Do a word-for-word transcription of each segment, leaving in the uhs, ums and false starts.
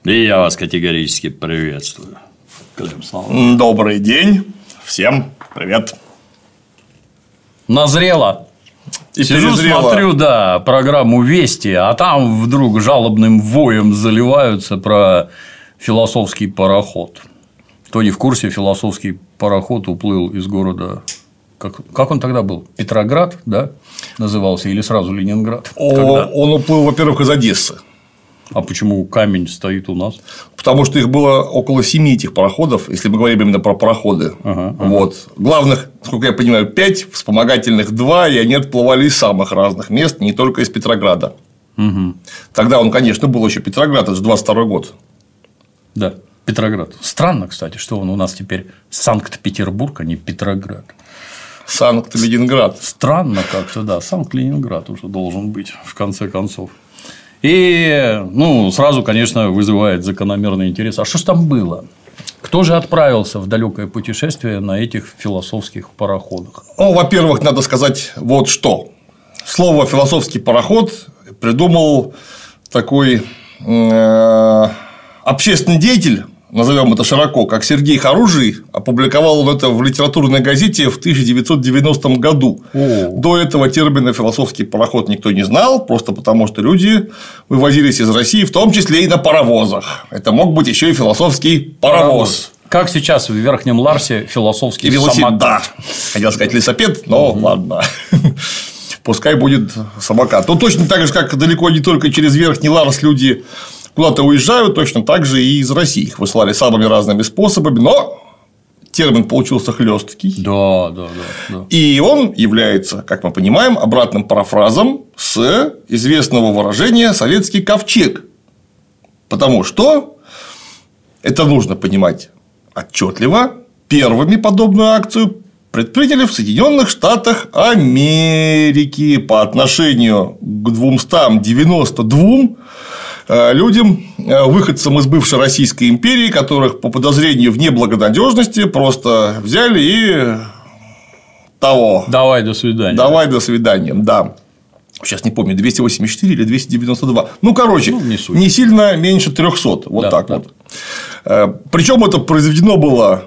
И я вас категорически приветствую. Добрый день. Всем привет. Назрело. И Сижу, перезрело. смотрю, да, программу «Вести», а там вдруг жалобным воем заливаются про философский пароход. Кто не в курсе, философский пароход уплыл из города. Как, как он тогда был? Петроград, да, назывался, или сразу Ленинград? О, он уплыл, во-первых, из Одессы. А почему камень стоит у нас? Потому что их было около семи этих пароходов, если мы говорим именно про пароходы. Ага, ага. Вот. Главных, насколько я понимаю, пять, вспомогательных два, и они отплывали из самых разных мест, не только из Петрограда. Угу. Тогда он, конечно, был еще Петроград, это же двадцать второй год. Да, Петроград. Странно, кстати, что он у нас теперь Санкт-Петербург, а не Петроград. Санкт-Ленинград. Странно как-то, да. Санкт-Ленинград уже должен быть, в конце концов. И, ну, сразу, конечно, вызывает закономерный интерес. А что ж там было? Кто же отправился в далекое путешествие на этих философских пароходах? Ну, во-первых, надо сказать вот что. Слово «философский пароход» придумал такой э, общественный деятель, назовем это широко, как Сергей Харужий. Опубликовал он это в литературной газете в тысяча девятьсот девяностом году. О. До этого термина «философский пароход» никто не знал, просто потому что люди вывозились из России, в том числе и на паровозах. Это мог быть еще и философский паровоз. Как сейчас в Верхнем Ларсе философский Велосипед, самокат. да. Хотел сказать лесопед, но угу. ладно. Пускай будет самокат. Ну, точно так же, как далеко не только через Верхний Ларс люди куда-то уезжают, точно так же и из России их выслали самыми разными способами, но термин получился хлесткий. Да, да, да, да. И он является, как мы понимаем, обратным парафразом с известного выражения «советский ковчег». Потому что это нужно понимать отчетливо. Первыми подобную акцию предприняли в Соединенных Штатах Америки по отношению к двумстам девяноста двум людям, выходцам из бывшей Российской империи, которых по подозрению в неблагонадежности просто взяли и того. Давай до свидания. Давай до свидания, да. Сейчас не помню, двести восемьдесят четыре или двести девяносто два. Ну, короче, ну, не, не сильно меньше трехсот. Вот да, так да. вот. Причем это произведено было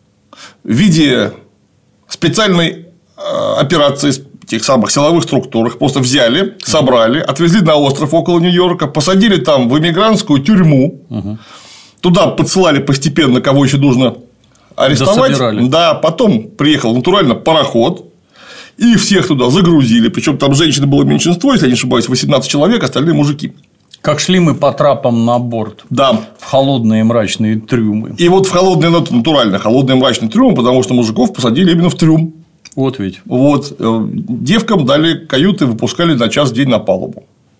в виде специальной операции тех самых силовых структур, их просто взяли, собрали, отвезли на остров около Нью-Йорка, посадили там в эмигрантскую тюрьму, угу. Туда подсылали постепенно, кого еще нужно арестовать. Дособирали. Да, потом приехал натурально пароход, и всех туда загрузили. Причем там женщин было меньшинство, если я не ошибаюсь, восемнадцать человек, остальные мужики. Как шли мы по трапам на борт. Да. В холодные мрачные трюмы. И вот в холодные, натурально, холодные мрачные трюмы, потому что мужиков посадили именно в трюм. Вот ведь. Вот. Девкам дали каюты, выпускали на час в день на палубу.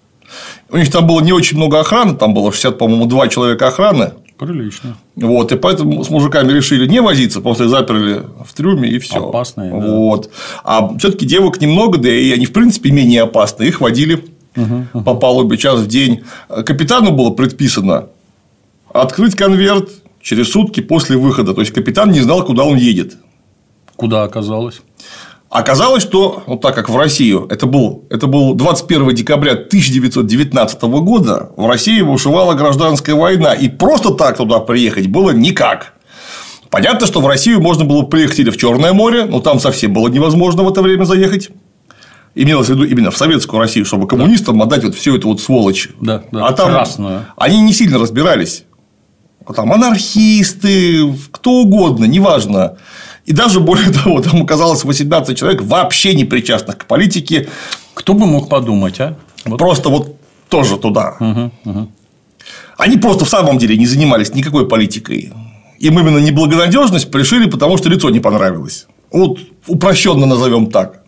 У них там было не очень много охраны, там было шестьдесят, по-моему, два человека охраны. Прилично. Вот. И поэтому с мужиками решили не возиться, просто их заперли в трюме и все. Опасные. Да. Вот. А все-таки девок немного, да и они, в принципе, менее опасны. Их водили угу, угу. по палубе час в день. Капитану было предписано открыть конверт через сутки после выхода. То есть капитан не знал, куда он едет. Куда оказалось? Оказалось, что, ну, так как в Россию, это был, это был двадцать первого декабря тысяча девятьсот девятнадцатого года, в России бушевала гражданская война, и просто так туда приехать было никак. Понятно, что в Россию можно было приехать или в Черное море, но там совсем было невозможно в это время заехать. Имелось в виду именно в советскую Россию, чтобы коммунистам отдать вот всю эту вот сволочь. Да, да, а там красную. Они не сильно разбирались. Там анархисты, кто угодно, неважно. И даже более того, там оказалось восемнадцать человек, вообще не причастных к политике. Кто бы мог подумать, а? Вот. Просто вот тоже туда. Угу, угу. Они просто в самом деле не занимались никакой политикой. Им именно неблагонадежность пришили, потому что лицо не понравилось. Вот упрощенно назовем так.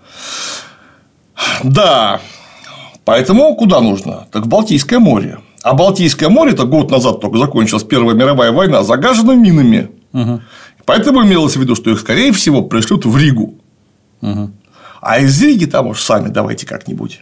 Да. Поэтому куда нужно? Так в Балтийское море. А Балтийское море, это год назад только закончилась Первая мировая война, загажено минами. Угу. Поэтому имелось в виду, что их, скорее всего, пришлют в Ригу. Угу. А из Риги там уж сами давайте как-нибудь.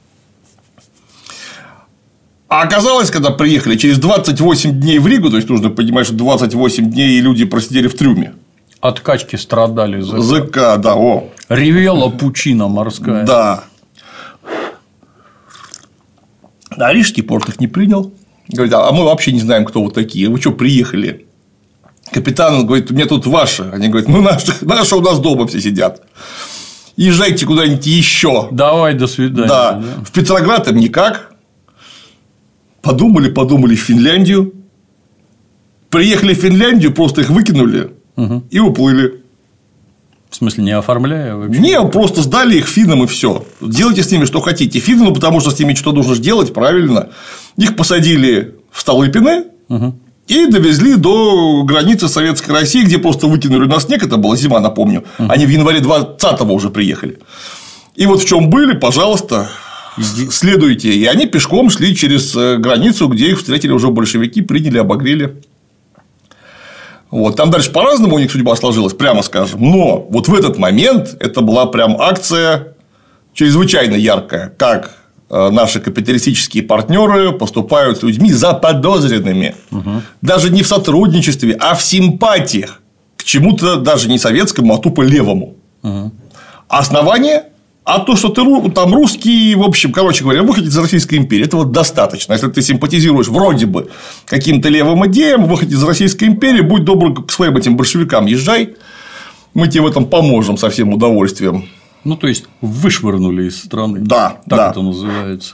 А оказалось, когда приехали через двадцать восемь дней в Ригу, то есть нужно понимать, что двадцать восемь дней люди просидели в трюме. От качки страдали ЗК. ЗК, да, о. Ревела пучина морская. Да. А Рижский порт их не принял. Говорит, а мы вообще не знаем, кто вы такие. Вы что, приехали? Капитан говорит, у меня тут ваши. Они говорят, ну, наши, наши у нас дома все сидят. Езжайте куда-нибудь еще. Давай, до свидания. Да. Да. В Петроград им никак. Подумали, подумали в Финляндию. Приехали в Финляндию, просто их выкинули угу. и уплыли. В смысле, не оформляя вообще? Не, просто сдали их финнам и все. Делайте с ними что хотите. Финны, ну, потому что с ними что нужно делать, правильно. Их посадили в Столыпино угу. и довезли до границы Советской России, где просто выкинули на снег. Это была зима, напомню. Угу. Они в январе двадцатого уже приехали. И вот в чем были, пожалуйста, следуйте. И они пешком шли через границу, где их встретили уже большевики, приняли, обогрели. Вот. Там дальше по-разному у них судьба сложилась, прямо скажем. Но вот в этот момент это была прям акция чрезвычайно яркая, как наши капиталистические партнеры поступают с людьми заподозренными. Угу. Даже не в сотрудничестве, а в симпатиях к чему-то даже не советскому, а тупо левому. Угу. Основание? А то, что ты там русский, в общем, короче говоря, выходить из Российской империи, этого достаточно. Если ты симпатизируешь вроде бы каким-то левым идеям, выходить из Российской империи, будь добр к своим этим большевикам, езжай, мы тебе в этом поможем со всем удовольствием. Ну, то есть, вышвырнули из страны. Да, так да. это называется.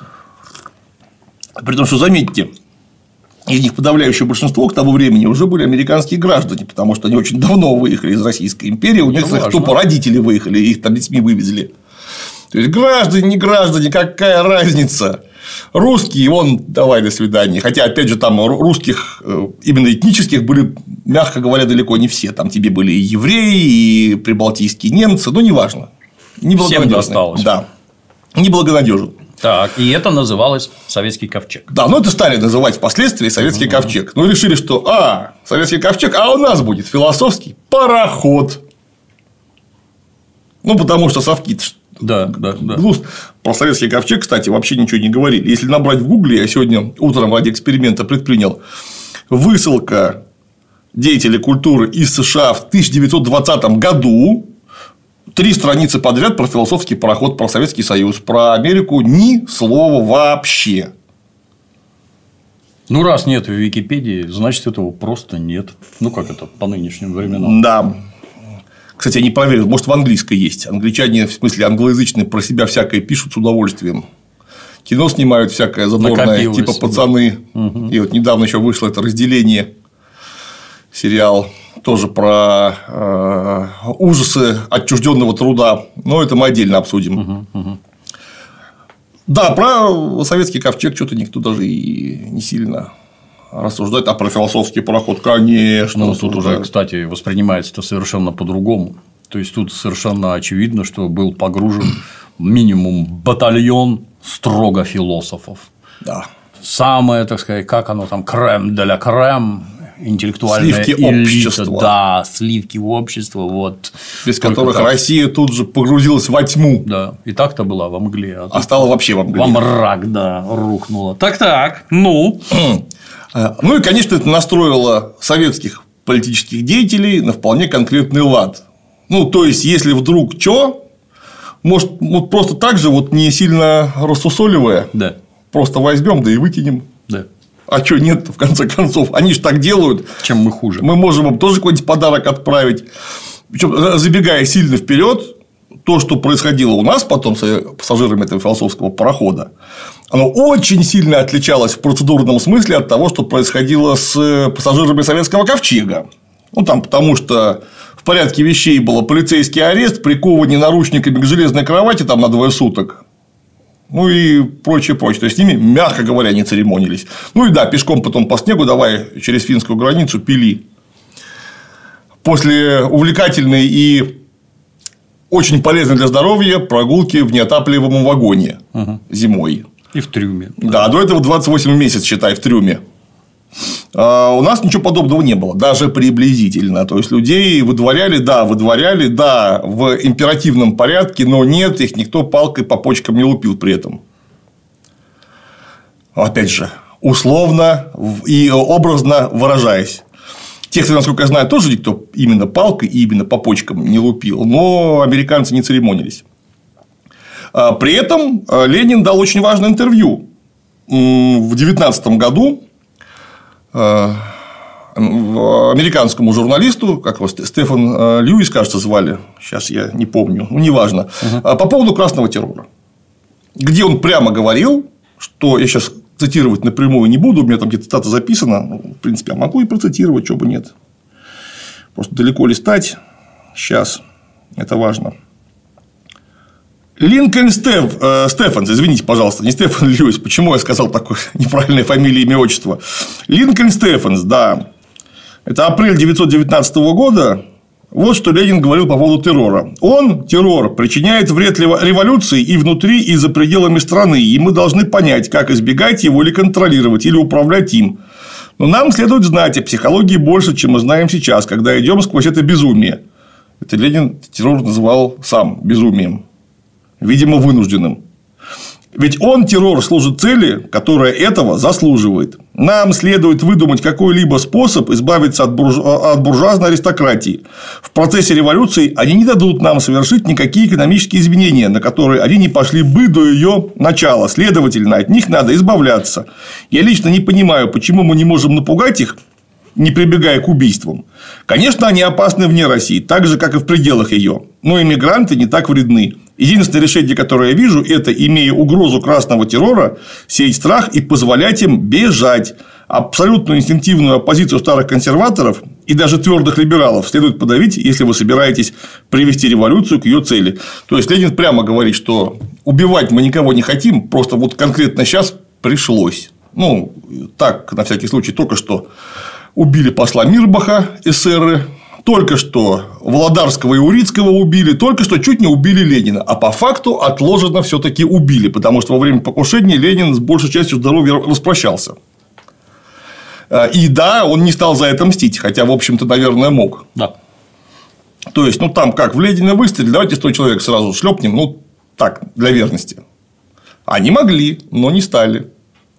При том, что, заметьте, из них подавляющее большинство к тому времени уже были американские граждане, потому что они очень давно выехали из Российской империи, у них тупо родители выехали, их там детьми вывезли. То есть, граждане, не граждане, какая разница? Русские, вон, давай, до свидания. Хотя, опять же, там русских, именно этнических, были, мягко говоря, далеко не все. Там тебе были и евреи, и прибалтийские немцы, но неважно. Всем досталось. Да. Неблагонадежен. Так, и это называлось Советский ковчег. Да, ну это стали называть впоследствии Советский uh-huh. ковчег. Ну, решили, что а, Советский ковчег, а у нас будет философский пароход. Ну, потому что совки. Да, да, да. Ну, про Советский ковчег, кстати, вообще ничего не говорили. Если набрать в Гугле, я сегодня утром ради эксперимента предпринял высылка деятелей культуры из США в тысяча девятьсот двадцатом году. Три страницы подряд про философский пароход, про Советский Союз, про Америку ни слова вообще. Ну, раз нет в Википедии, значит, этого просто нет. Ну, как это по нынешним временам. Да. Кстати, я не проверил, может, в английской есть. Англичане, в смысле, англоязычные, про себя всякое пишут с удовольствием. Кино снимают всякое задорное, накопилось, типа «Пацаны». Угу. И вот недавно еще вышло это «Разделение», сериал, тоже про э, ужасы отчужденного труда. Но это мы отдельно обсудим. Угу, угу. Да, про Советский ковчег что-то никто даже и не сильно рассуждать, а про философский пароход, конечно. Ну, тут уже, кстати, воспринимается это совершенно по-другому. То есть, тут совершенно очевидно, что был погружен минимум батальон строго философов. Да. Самое, так сказать, как оно там, крем де ля крем, интеллектуальная сливки элита, общества. Да, сливки общества. Вот. Без которых так... Россия тут же погрузилась во тьму. Да, и так-то была во мгле. А, а стала вообще во мгле. Во мрак, да, рухнула. Так-так, ну. Ну и, конечно, это настроило советских политических деятелей на вполне конкретный лад. Ну, то есть, если вдруг что, может, вот просто так же, вот не сильно рассусоливая, да. просто возьмем, да и выкинем. Да. А что нет, в конце концов? Они же так делают. Чем мы хуже. Мы можем им тоже какой-нибудь подарок отправить. Причем, забегая сильно вперед, то, что происходило у нас потом с пассажирами этого философского парохода, оно очень сильно отличалось в процедурном смысле от того, что происходило с пассажирами Советского ковчега. Ну, там, потому что в порядке вещей был полицейский арест, приковывание наручниками к железной кровати там, на двое суток. Ну и прочее, прочее. То есть, с ними, мягко говоря, не церемонились. Ну и да, пешком потом по снегу давай через финскую границу пили. После увлекательной и очень полезной для здоровья прогулки в неотапливаемом вагоне угу. зимой. И в трюме. Да, до этого двадцать восемь месяцев, считай, в трюме. А у нас ничего подобного не было, даже приблизительно. То есть, людей выдворяли, да, выдворяли, да, в императивном порядке, но нет, их никто палкой по почкам не лупил при этом. Опять же, условно и образно выражаясь. Тех, насколько я знаю, тоже никто именно палкой и именно по почкам не лупил, но американцы не церемонились. При этом Ленин дал очень важное интервью в девятнадцатом году американскому журналисту, как его, Стефан Льюис, кажется, звали, сейчас я не помню, ну, неважно, uh-huh. по поводу красного террора, где он прямо говорил, что я сейчас цитировать напрямую не буду, у меня там где-то цитата записана, ну, в принципе, я могу и процитировать, чего бы нет, просто далеко листать, сейчас, это важно. Линкольн Стеф, э, Стефанс, извините, пожалуйста, не Стефан Льюис, почему я сказал такое неправильное фамилия, имя, отчество. Линкольн Стефанс, да, это апрель тысяча девятьсот девятнадцатого года, вот что Ленин говорил по поводу террора. Он, террор, причиняет вред революции и внутри, и за пределами страны, и мы должны понять, как избегать его или контролировать, или управлять им. Но нам следует знать о психологии больше, чем мы знаем сейчас, когда идем сквозь это безумие. Это Ленин террор называл сам безумием. Видимо, вынужденным. Ведь он, террор, служит цели, которая этого заслуживает. Нам следует выдумать какой-либо способ избавиться от, бурж... от буржуазной аристократии. В процессе революции они не дадут нам совершить никакие экономические изменения, на которые они не пошли бы до ее начала. Следовательно, от них надо избавляться. Я лично не понимаю, почему мы не можем напугать их, не прибегая к убийствам. Конечно, они опасны вне России, так же, как и в пределах ее. Но иммигранты не так вредны. Единственное решение, которое я вижу, это, имея угрозу красного террора, сеять страх и позволять им бежать. Абсолютную инстинктивную оппозицию старых консерваторов и даже твердых либералов следует подавить, если вы собираетесь привести революцию к ее цели. То есть Ленин прямо говорит, что убивать мы никого не хотим, просто вот конкретно сейчас пришлось. Ну, так, на всякий случай, только что убили посла Мирбаха, эсеры, только что Володарского и Урицкого убили, только что чуть не убили Ленина, а по факту отложено все-таки убили, потому что во время покушения Ленин с большей частью здоровья распрощался. И да, он не стал за это мстить, хотя, в общем-то, наверное, мог. Да. То есть, ну там как, в Ленина выстрелили, давайте сто человек сразу шлепнем, ну так, для верности. Они могли, но не стали.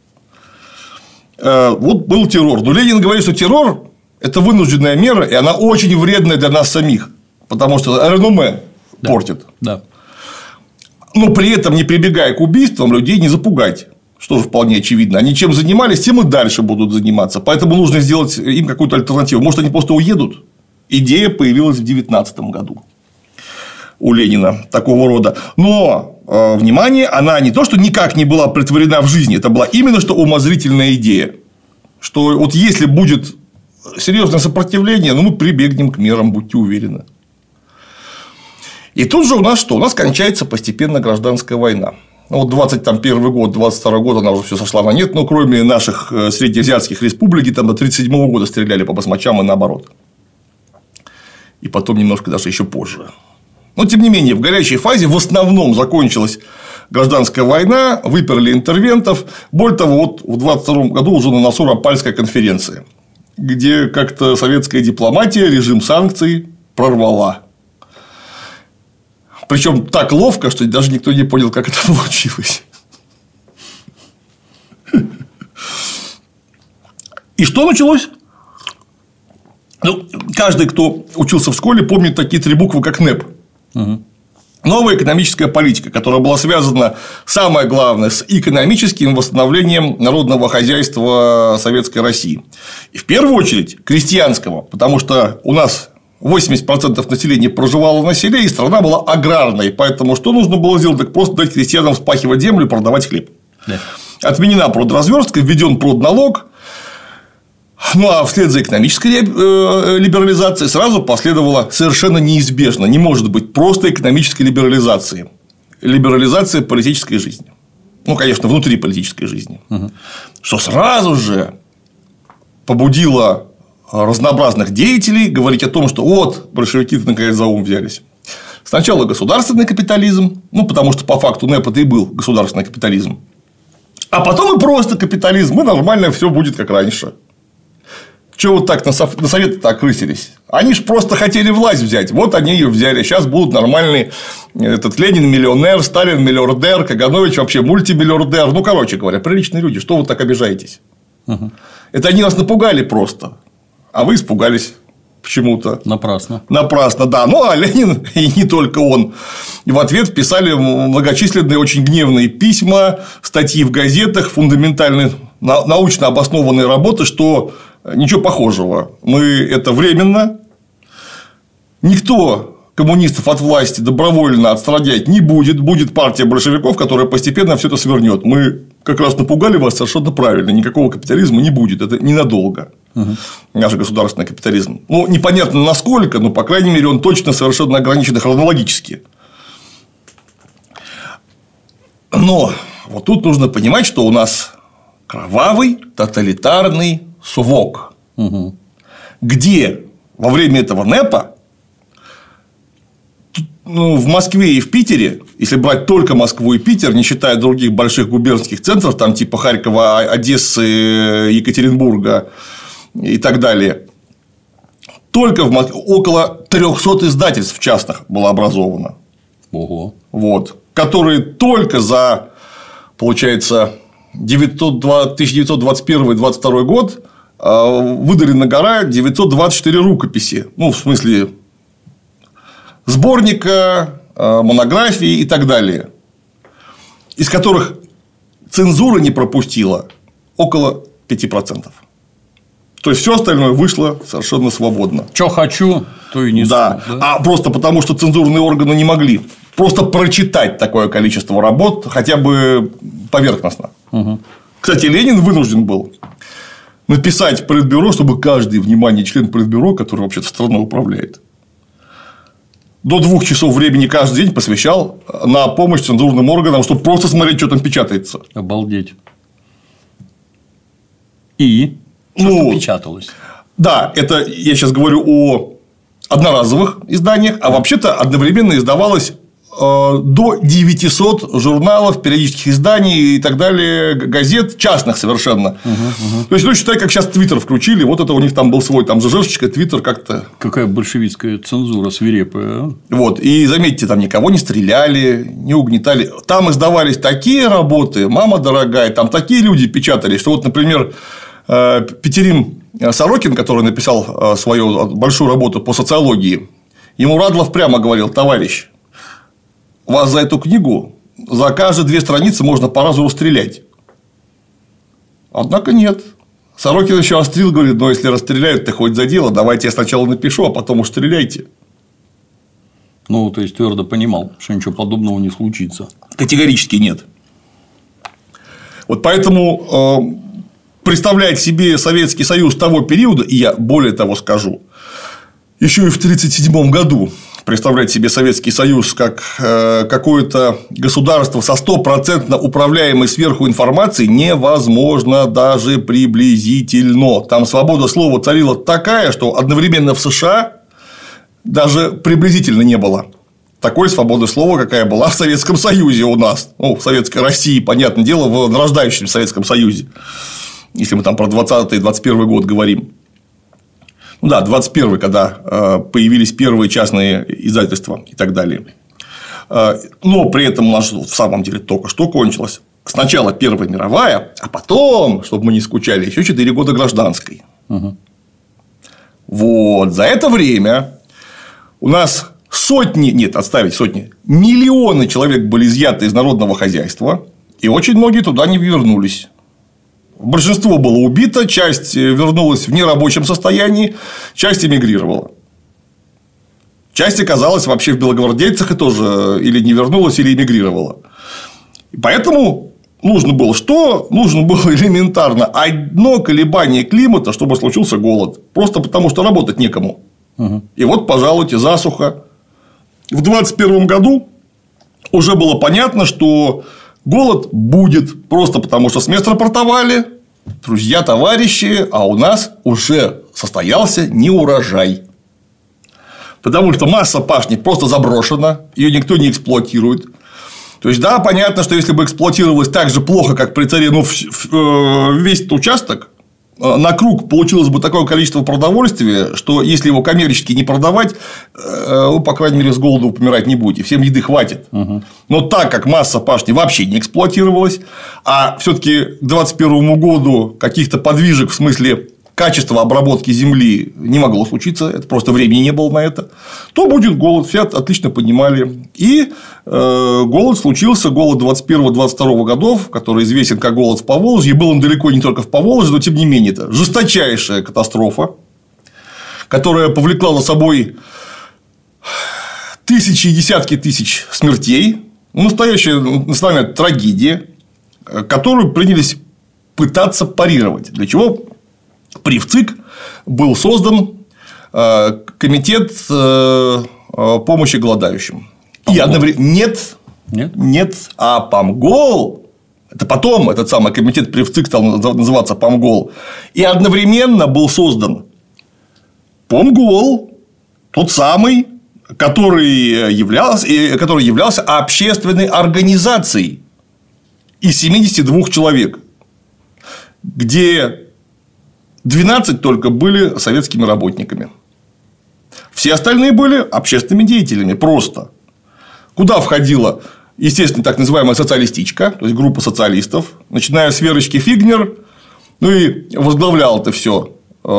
Вот был террор. Но Ленин говорит, что террор – это вынужденная мера, и она очень вредная для нас самих, потому что реноме да. портит. Да. Но при этом, не прибегая к убийствам, людей не запугать. Что же вполне очевидно. Они чем занимались, тем и дальше будут заниматься. Поэтому нужно сделать им какую-то альтернативу. Может, они просто уедут? Идея появилась в девятнадцатом году у Ленина такого рода. Но, э, внимание, она не то, что никак не была претворена в жизнь, это была именно что умозрительная идея. Что вот если будет серьезное сопротивление, ну мы прибегнем к мерам, будьте уверены. И тут же у нас что? У нас кончается постепенно гражданская война. Ну, вот двадцать первый год, двадцать второй год она уже все сошла на нет, но кроме наших среднеазиатских республик, там до тридцать седьмого года стреляли по басмачам и наоборот. И потом немножко даже еще позже. Но тем не менее, в горячей фазе в основном закончилась гражданская война, выперли интервентов. Более того, вот в двадцать втором году уже на носу Раппальская конференция, где как-то советская дипломатия режим санкций прорвала. Причем так ловко, что даже никто не понял, как это получилось. И что началось? Ну, каждый, кто учился в школе, помнит такие три буквы, как НЭП. Угу. Новая экономическая политика, которая была связана, самое главное, с экономическим восстановлением народного хозяйства Советской России. И в первую очередь крестьянского, потому что у нас восемьдесят процентов населения проживало на селе, и страна была аграрной. Поэтому что нужно было сделать? Так просто дать крестьянам вспахивать землю и продавать хлеб. Да. Отменена продразверстка, введен продналог. Ну а вслед за экономической либерализацией сразу последовало совершенно неизбежно. Не может быть просто экономической либерализации. Либерализация политической жизни. Ну, конечно, внутри политической жизни. Угу. Что сразу же побудило разнообразных деятелей говорить о том, что вот большевики наконец за ум взялись. Сначала государственный капитализм, ну потому что по факту НЭП это и был государственный капитализм, а потом и просто капитализм, и нормально все будет как раньше. Чего вот так на советы-то окрысились? Они ж просто хотели власть взять, вот они ее взяли, сейчас будут нормальные, этот Ленин миллионер, Сталин миллиардер, Каганович вообще мультимиллиардер, ну короче говоря, приличные люди, что вы так обижаетесь? Угу. Это они нас напугали просто. А вы испугались почему-то. Напрасно. Напрасно, да. Ну, а Ленин, и не только он, в ответ писали многочисленные очень гневные письма, статьи в газетах, фундаментальные научно обоснованные работы, что ничего похожего. Мы это временно. Никто коммунистов от власти добровольно отстранять не будет. Будет партия большевиков, которая постепенно все это свернет. Мы как раз напугали вас совершенно правильно. Никакого капитализма не будет. Это ненадолго. Угу. Наш государственный капитализм. Ну, непонятно насколько, но, по крайней мере, он точно совершенно ограничен хронологически. Но вот тут нужно понимать, что у нас кровавый тоталитарный совок, угу. где во время этого НЭПа ну, в Москве и в Питере, если брать только Москву и Питер, не считая других больших губернских центров, там типа Харькова, Одессы, Екатеринбурга и так далее, только в Москве около трехсот издательств частных было образовано. Ого. Вот, которые только за, получается, тысяча девятьсот двадцать первый — двадцать второй год выдали на гора девятьсот двадцать четыре рукописи. Ну, в смысле, сборника, монографии и так далее. Из которых цензура не пропустила около пяти процентов. То есть, все остальное вышло совершенно свободно. Что хочу, то и не да. смог, да. А просто потому, что цензурные органы не могли просто прочитать такое количество работ хотя бы поверхностно. Угу. Кстати, Ленин вынужден был написать в Политбюро, чтобы каждый, внимание, член Политбюро, который вообще-то страной управляет, до двух часов времени каждый день посвящал на помощь цензурным органам, чтобы просто смотреть, что там печатается. Обалдеть. И что ну, печаталось? Да, это я сейчас говорю о одноразовых изданиях, а вообще-то одновременно издавалось до девятисот журналов, периодических изданий и так далее, газет частных совершенно. Угу, угу. То есть, ну, считай, как сейчас Твиттер включили, вот это у них там был свой, там ЖЖшечка, Твиттер как-то. Какая большевистская цензура свирепая. Вот, и заметьте, там никого не стреляли, не угнетали. Там издавались такие работы, мама дорогая, там такие люди печатали, что вот, например, Петерим Сорокин, который написал свою большую работу по социологии, ему Радлов прямо говорил: товарищ, вас за эту книгу за каждые две страницы можно по разу расстрелять. Однако нет. Сорокин еще острил, говорит: но если расстреляют, то хоть за дело, давайте я сначала напишу, а потом уж стреляйте. Ну, то есть, твердо понимал, что ничего подобного не случится. Категорически нет. Вот поэтому э, представлять себе Советский Союз того периода, и я более того скажу, еще и в тысяча девятьсот тридцать седьмом году представлять себе Советский Союз как э, какое-то государство со стопроцентно управляемой сверху информацией невозможно даже приблизительно. Там свобода слова царила такая, что одновременно в США даже приблизительно не было такой свободы слова, какая была в Советском Союзе у нас. Ну, в Советской России, понятное дело, в нарождающемся Советском Союзе. Если мы там про двадцатый — двадцать первый год говорим. Ну да, двадцать первый, когда появились первые частные издательства и так далее. Но при этом у нас в самом деле только что кончилось. Сначала Первая мировая, а потом, чтобы мы не скучали, еще четыре года гражданской. Угу. Вот за это время у нас сотни, нет, отставить сотни, миллионы человек были изъяты из народного хозяйства, и очень многие туда не вернулись. Большинство было убито, часть вернулась в нерабочем состоянии, часть эмигрировала. Часть оказалась вообще в белогвардейцах и тоже или не вернулась, или эмигрировала. И поэтому нужно было что? Нужно было элементарно одно колебание климата, чтобы случился голод. Просто потому, что работать некому. Угу. И вот, пожалуйте, засуха. В двадцать первом году уже было понятно, что голод будет, просто потому что с мест рапортовали друзья, товарищи, а у нас уже состоялся неурожай. Потому что масса пашни просто заброшена, ее никто не эксплуатирует. То есть, да, понятно, что если бы эксплуатировалось так же плохо, как при царе, ну, весь этот участок, на круг получилось бы такое количество продовольствия, что если его коммерчески не продавать, вы, по крайней мере, с голоду помирать не будете, всем еды хватит. Угу. Но так как масса пашни вообще не эксплуатировалась, а все-таки к двадцать первому году каких-то подвижек в смысле качество обработки земли не могло случиться, это просто времени не было на это, то будет голод, все отлично понимали. И э, голод случился, голод двадцать первого — двадцать второго годов, который известен как голод в Поволжье, был он далеко не только в Поволжье, но тем не менее это жесточайшая катастрофа, которая повлекла за собой тысячи и десятки тысяч смертей, настоящая национальная трагедия, которую принялись пытаться парировать. Для чего при ВЦИК был создан комитет помощи голодающим. Помгол. И одновременно нет, нет, нет, а Помгол, это потом этот самый комитет при ВЦИК стал называться Помгол, и одновременно был создан Помгол, тот самый, который являлся, который являлся общественной организацией из семидесяти двух человек, где двенадцать только были советскими работниками. Все остальные были общественными деятелями просто. Куда входила, естественно, так называемая социалистичка, то есть группа социалистов, начиная с Верочки Фигнер, ну и возглавлял это все.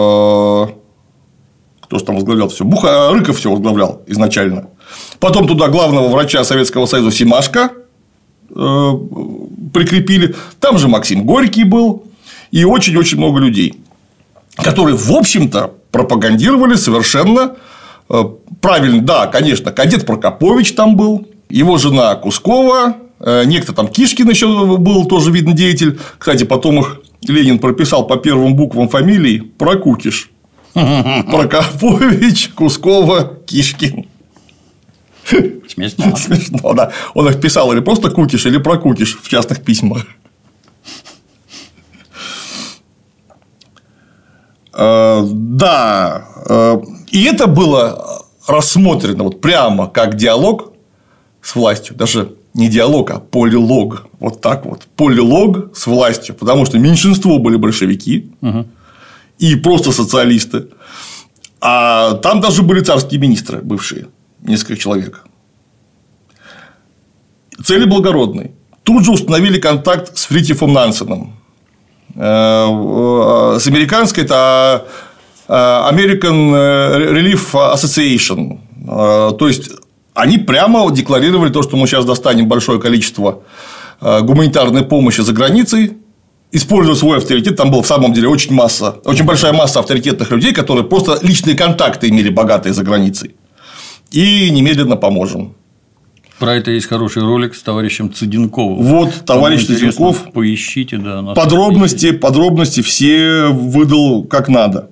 Кто же там возглавлял все? Буха... Рыков все возглавлял изначально. Потом туда главного врача Советского Союза Семашко э, прикрепили. Там же Максим Горький был. И очень-очень много людей, которые, в общем-то, пропагандировали совершенно э, правильно. Да, конечно, кадет Прокопович там был, его жена Кускова, э, некто там Кишкин еще был, тоже видный деятель. Кстати, потом их Ленин прописал по первым буквам фамилии Прокукиш. Прокопович, Кускова, Кишкин. Смешно. Смешно, да. Он их писал или просто Кукиш, или Прокукиш в частных письмах. Да. И это было рассмотрено вот прямо как диалог с властью. Даже не диалог, а полилог. Вот так вот. Полилог с властью. Потому что меньшинство были большевики. Угу. И просто социалисты. А там даже были царские министры бывшие, несколько человек. Цели благородные. Тут же установили контакт с Фритьёфом Нансеном. С американской это American Relief Association. То есть они прямо декларировали то, что мы сейчас достанем большое количество гуманитарной помощи за границей. Используя свой авторитет, там была в самом деле очень масса, очень большая масса авторитетных людей, которые просто личные контакты имели богатые за границей. И немедленно поможем. Про это есть хороший ролик с товарищем Цыденковым. Вот, товарищ Цыденков. Поищите, да. Подробности, подробности все выдал как надо.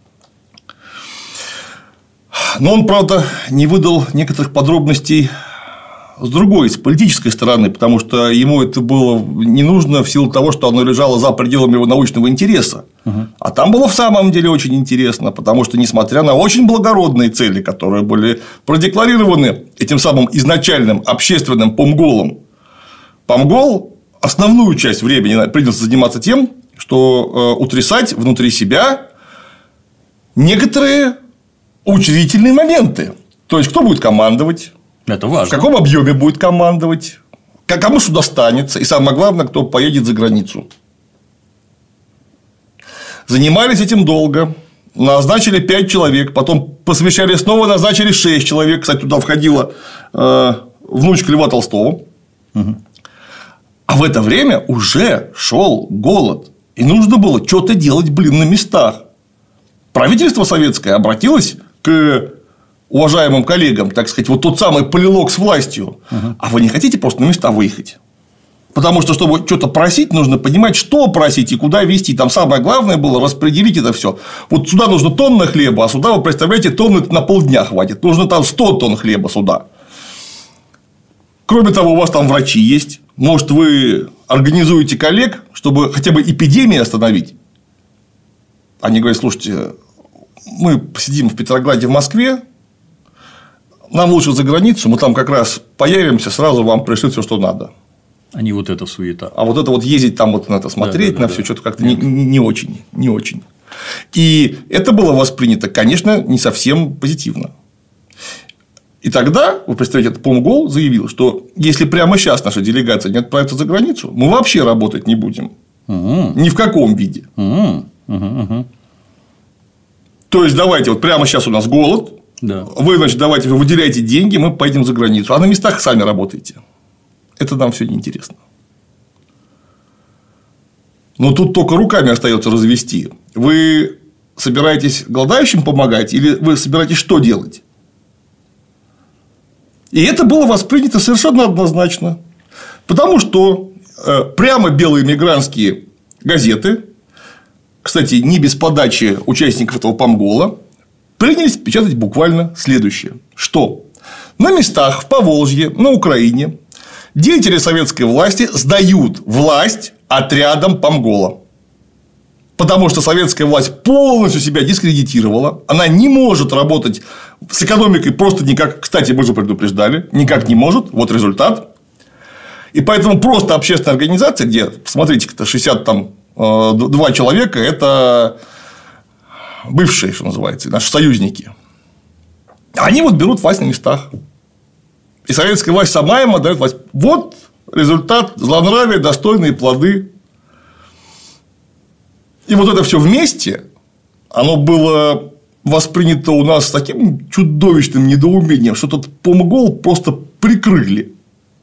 Но он, правда, не выдал некоторых подробностей с другой, с политической стороны, потому что ему это было не нужно в силу того, что оно лежало за пределами его научного интереса. Угу. А там было в самом деле очень интересно, потому что, несмотря на очень благородные цели, которые были продекларированы этим самым изначальным общественным Помголом, Помгол основную часть времени придется заниматься тем, что утрясать внутри себя некоторые учредительные моменты. То есть, кто будет командовать. Это важно. В каком объеме будет командовать, кому что достанется, и самое главное, кто поедет за границу. Занимались этим долго, назначили пять человек, потом посвящали снова, назначили шесть человек. Кстати, туда входила э, внучка Льва Толстого. Угу. А в это время уже шел голод, и нужно было что-то делать, блин, на местах. Правительство советское обратилось к уважаемым коллегам, так сказать, вот тот самый полилог с властью. Угу. А вы не хотите просто на места выехать? Потому что, чтобы что-то просить, нужно понимать, что просить и куда везти. Там самое главное было распределить это все. Вот сюда нужно тонна хлеба, а сюда, вы представляете, тонны на полдня хватит. Нужно там сто тонн хлеба сюда. Кроме того, у вас там врачи есть. Может, вы организуете коллег, чтобы хотя бы эпидемию остановить? Они говорят: слушайте, мы посидим в Петрограде, в Москве, нам лучше за границу, мы там как раз появимся, сразу вам пришлют все, что надо. А не вот это суета. А вот это вот ездить там вот на это смотреть, да, да, на да, все, да. Что-то как-то не, не очень, не очень. И это было воспринято, конечно, не совсем позитивно. И тогда, вы представляете, этот Помгол заявил, что если прямо сейчас наша делегация не отправится за границу, мы вообще работать не будем. Угу. Ни в каком виде. Угу. Угу. То есть, давайте, вот прямо сейчас у нас голод, да. Вы, значит, давайте вы выделяете деньги, мы поедем за границу, а на местах сами работаете. Это нам все неинтересно. Но тут только руками остается развести. Вы собираетесь голодающим помогать или вы собираетесь что делать? И это было воспринято совершенно однозначно. Потому что э, прямо белые мигрантские газеты, кстати, не без подачи участников этого помгола, принялись печатать буквально следующее. Что на местах в Поволжье, на Украине деятели советской власти сдают власть отрядам помгола. Потому что советская власть полностью себя дискредитировала. Она не может работать с экономикой просто никак. Кстати, мы же предупреждали. Никак не может. Вот результат. И поэтому просто общественная организация, где, посмотрите-ка, шестьдесят два человека – это бывшие, что называется, наши союзники. Они вот берут власть на местах. И советская власть сама им отдает власть. Вот результат злонравия, достойные плоды. И вот это все вместе, оно было воспринято у нас с таким чудовищным недоумением, что этот помгол просто прикрыли.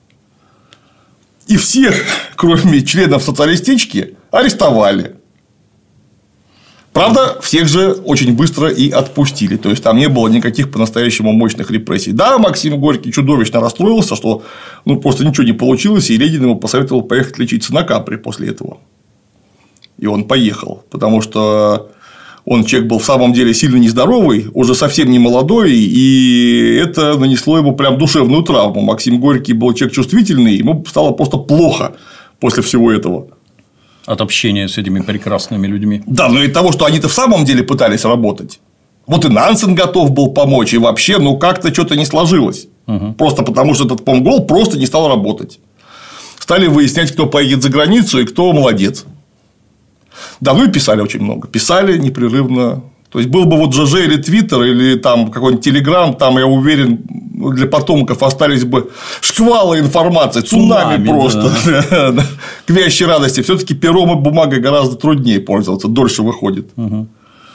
И всех, кроме членов социалистички, арестовали. Правда, всех же очень быстро и отпустили. То есть, там не было никаких по-настоящему мощных репрессий. Да, Максим Горький чудовищно расстроился, что ну, просто ничего не получилось, и Ленин ему посоветовал поехать лечиться на Капри после этого. И он поехал, потому что он человек был в самом деле сильно нездоровый, уже совсем не молодой, и это нанесло ему прям душевную травму. Максим Горький был человек чувствительный, ему стало просто плохо после всего этого. От общения с этими прекрасными людьми. Да, но и того, что они-то в самом деле пытались работать. Вот и Нансен готов был помочь, и вообще, ну, как-то что-то не сложилось. Угу. Просто потому, что этот помгол просто не стал работать. Стали выяснять, кто поедет за границу и кто молодец. Да, ну и писали очень много. Писали непрерывно. То есть, был бы вот ЖЖ или Твиттер, или там какой-нибудь Телеграм, там, я уверен, для потомков остались бы шквалы информации, цунами, цунами просто. Да. К вящей радости. Все-таки пером и бумагой гораздо труднее пользоваться, дольше выходит. Угу.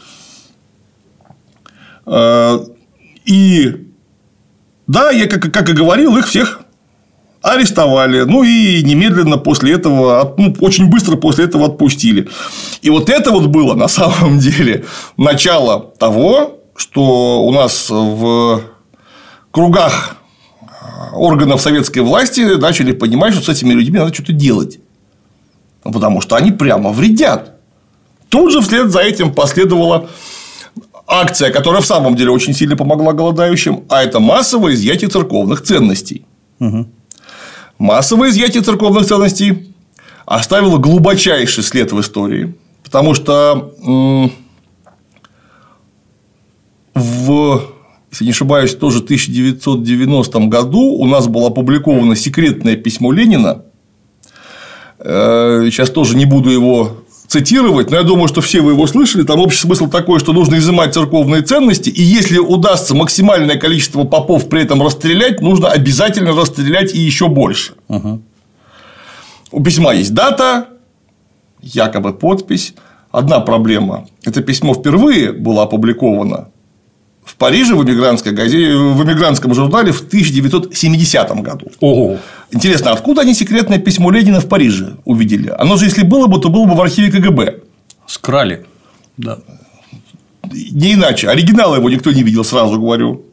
И да, я, как, как и говорил, их всех арестовали, ну и немедленно после этого, ну, очень быстро после этого отпустили. И вот это вот было на самом деле начало того, что у нас в кругах органов советской власти начали понимать, что с этими людьми надо что-то делать. Потому что они прямо вредят. Тут же вслед за этим последовала акция, которая в самом деле очень сильно помогла голодающим, а это массовое изъятие церковных ценностей. Угу. Массовое изъятие церковных ценностей оставило глубочайший след в истории, потому что в, если не ошибаюсь, тоже в тысяча девятьсот девяностом году у нас было опубликовано секретное письмо Ленина. Сейчас тоже не буду его цитировать, но я думаю, что все вы его слышали. Там общий смысл такой, что нужно изымать церковные ценности, и если удастся максимальное количество попов при этом расстрелять, нужно обязательно расстрелять и еще больше. Угу. У письма есть дата, якобы подпись. Одна проблема. Это письмо впервые было опубликовано в Париже в эмигрантской газете, в эмигрантском журнале в тысяча девятьсот семидесятом году. Ого. Интересно, откуда они секретное письмо Ленина в Париже увидели? Оно же, если было бы, то было бы в архиве КГБ. Скрали. Да. Не иначе. Оригинала его никто не видел, сразу говорю.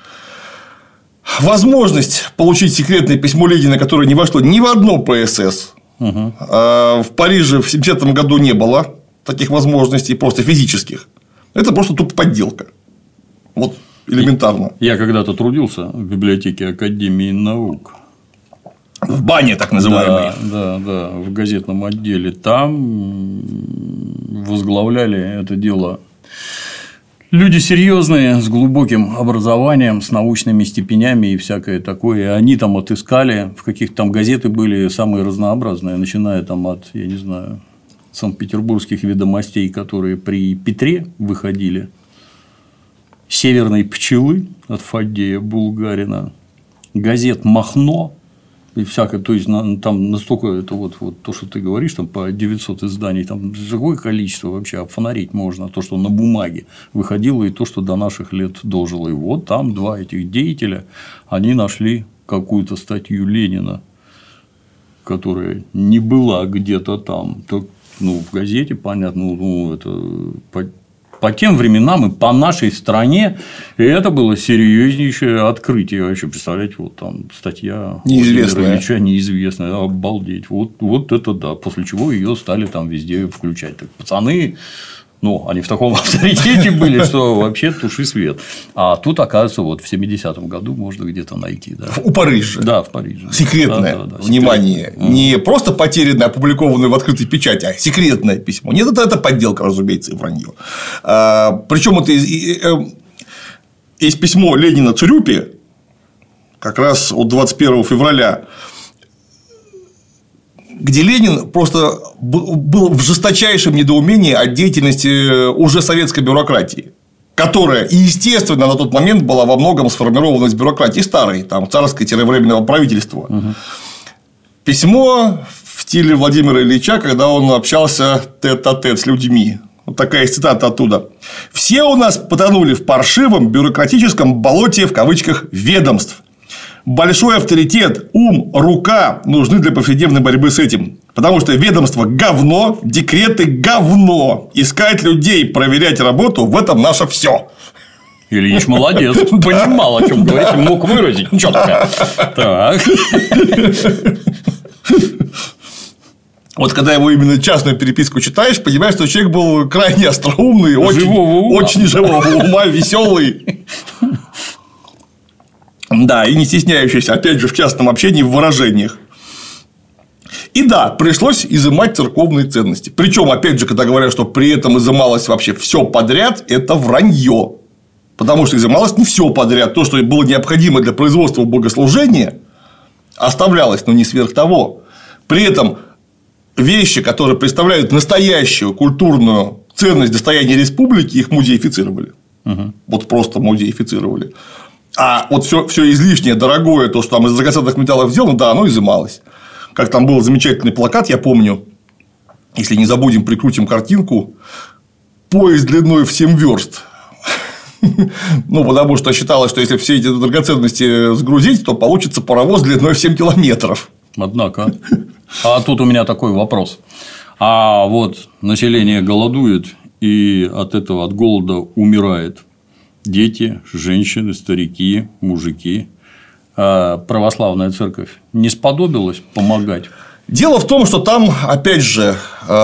Возможность получить секретное письмо Ленина, которое не вошло ни в одно ПСС, угу. в Париже в семидесятом году не было таких возможностей, просто физических. Это просто тупо подделка. Вот элементарно. Я когда-то трудился в библиотеке Академии наук. В бане, так называемой. Да, да, да, в газетном отделе. Там возглавляли это дело люди серьезные, с глубоким образованием, с научными степенями и всякое такое. И они там отыскали, в каких там газеты были самые разнообразные, начиная там от, я не знаю, Санкт-Петербургских ведомостей, которые при Петре выходили, Северной пчелы от Фаддея Булгарина, газет «Махно», И всякое, то есть там настолько это вот, вот то, что ты говоришь, там по девятьсот изданий, там такое количество вообще обфонарить можно, то, что на бумаге выходило, и то, что до наших лет дожило. И вот там два этих деятеля, они нашли какую-то статью Ленина, которая не была где-то там, то, ну, в газете, понятно, ну, это по, по тем временам и по нашей стране это было серьезнейшее открытие. Вообще, представляете, вот там статья неизвестная, Ильича, неизвестная, обалдеть. Вот, вот это да. После чего ее стали там везде включать. Так, пацаны. Ну, они в таком авторитете были, что вообще туши свет. А тут, оказывается, вот в семидесятом году можно где-то найти. Да. У Парижа. Да, в Париже. Секретное, да, да, да. Внимание. Секретное. Не просто потерянное, опубликованное в открытой печати, а секретное письмо. Нет, это, это подделка, разумеется, и вранье. А, причем это есть письмо Ленина Цурюпе, как раз от двадцать первого февраля, где Ленин просто был в жесточайшем недоумении от деятельности уже советской бюрократии, которая, естественно, на тот момент была во многом сформирована из бюрократии старой, там, царское-временного правительства. Угу. Письмо в стиле Владимира Ильича, когда он общался тет-а-тет с людьми. Вот такая цитата оттуда. «Все у нас потонули в паршивом бюрократическом болоте, в кавычках, ведомств. Большой авторитет, ум, рука нужны для повседневной борьбы с этим. Потому что ведомство – говно, декреты – говно. Искать людей, проверять работу – в этом наше все». Ильич молодец, понимал, о чем говорить, мог выразить четко. Так. Вот когда его именно частную переписку читаешь, понимаешь, что человек был крайне остроумный, очень, очень живого ума, веселый. Да, и не стесняющийся, опять же, в частном общении в выражениях. И да, пришлось изымать церковные ценности. Причем, опять же, когда говорят, что при этом изымалось вообще все подряд, это вранье. Потому что изымалось не все подряд. То, что было необходимо для производства богослужения, оставлялось, но не сверх того. При этом вещи, которые представляют настоящую культурную ценность достояния республики, их музеифицировали. Угу. Вот просто музеифицировали. А вот все, все излишнее, дорогое, то, что там из драгоценных металлов сделано, да, оно изымалось. Как там был замечательный плакат, я помню, если не забудем, прикрутим картинку: поезд длиной в семь верст. Ну, потому что считалось, что если все эти драгоценности сгрузить, то получится паровоз длиной в семь километров. Однако. А тут у меня такой вопрос. А вот население голодует, и от этого, от голода умирает. Дети, женщины, старики, мужики. А православная церковь не сподобилась помогать? Дело в том, что там, опять же,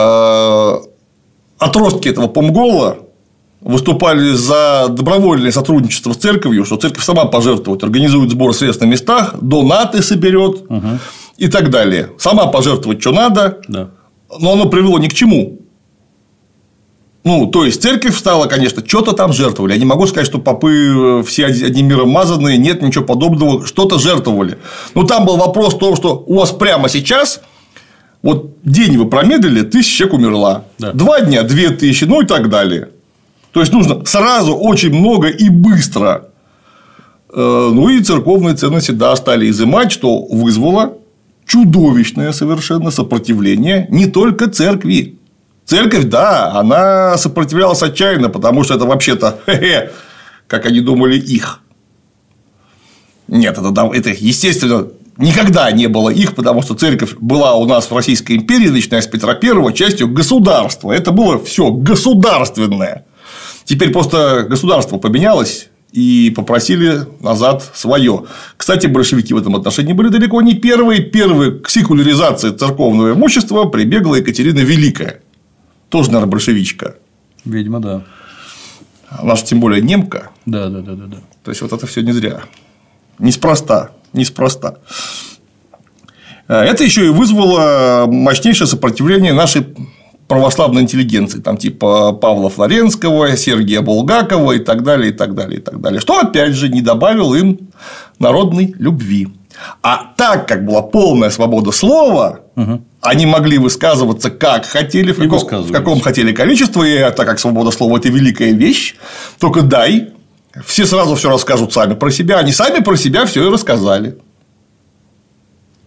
отростки этого помгола выступали за добровольное сотрудничество с церковью, что церковь сама пожертвует, организует сбор средств на местах, донаты соберет, угу. и так далее. Сама пожертвовать, что надо, да. но оно привело ни к чему. Ну, то есть церковь встала, конечно, что-то там жертвовали. Я не могу сказать, что попы все одним миром мазанные, нет ничего подобного, что-то жертвовали. Но там был вопрос в том, что у вас прямо сейчас, вот день вы промедлили, тысяча человек умерла, да. два дня две тысячи, ну и так далее. То есть нужно сразу очень много и быстро. Ну и церковные ценности, да, стали изымать, что вызвало чудовищное совершенно сопротивление не только церкви. Церковь, да, она сопротивлялась отчаянно, потому что это вообще-то, хе-хе, как они думали, их. Нет, это, это естественно никогда не было их, потому что церковь была у нас в Российской империи, начиная с Петра Первого, частью государства. Это было все государственное. Теперь просто государство поменялось и попросили назад свое. Кстати, большевики в этом отношении были далеко не первые. Первые к секуляризации церковного имущества прибегла Екатерина Великая. Тоже, наверное, большевичка. Видимо, да. Она же тем более немка. Да, да, да, да, да. То есть вот это все не зря. Неспроста. Неспроста. Это еще и вызвало мощнейшее сопротивление нашей православной интеллигенции, там типа Павла Флоренского, Сергия Булгакова и так далее, и так далее, и так далее. Что, опять же, не добавило им народной любви. А так как была полная свобода слова, угу. они могли высказываться как хотели, в каком, в каком хотели количестве, и так как свобода слова – это великая вещь, только дай, все сразу все расскажут сами про себя, они сами про себя все и рассказали.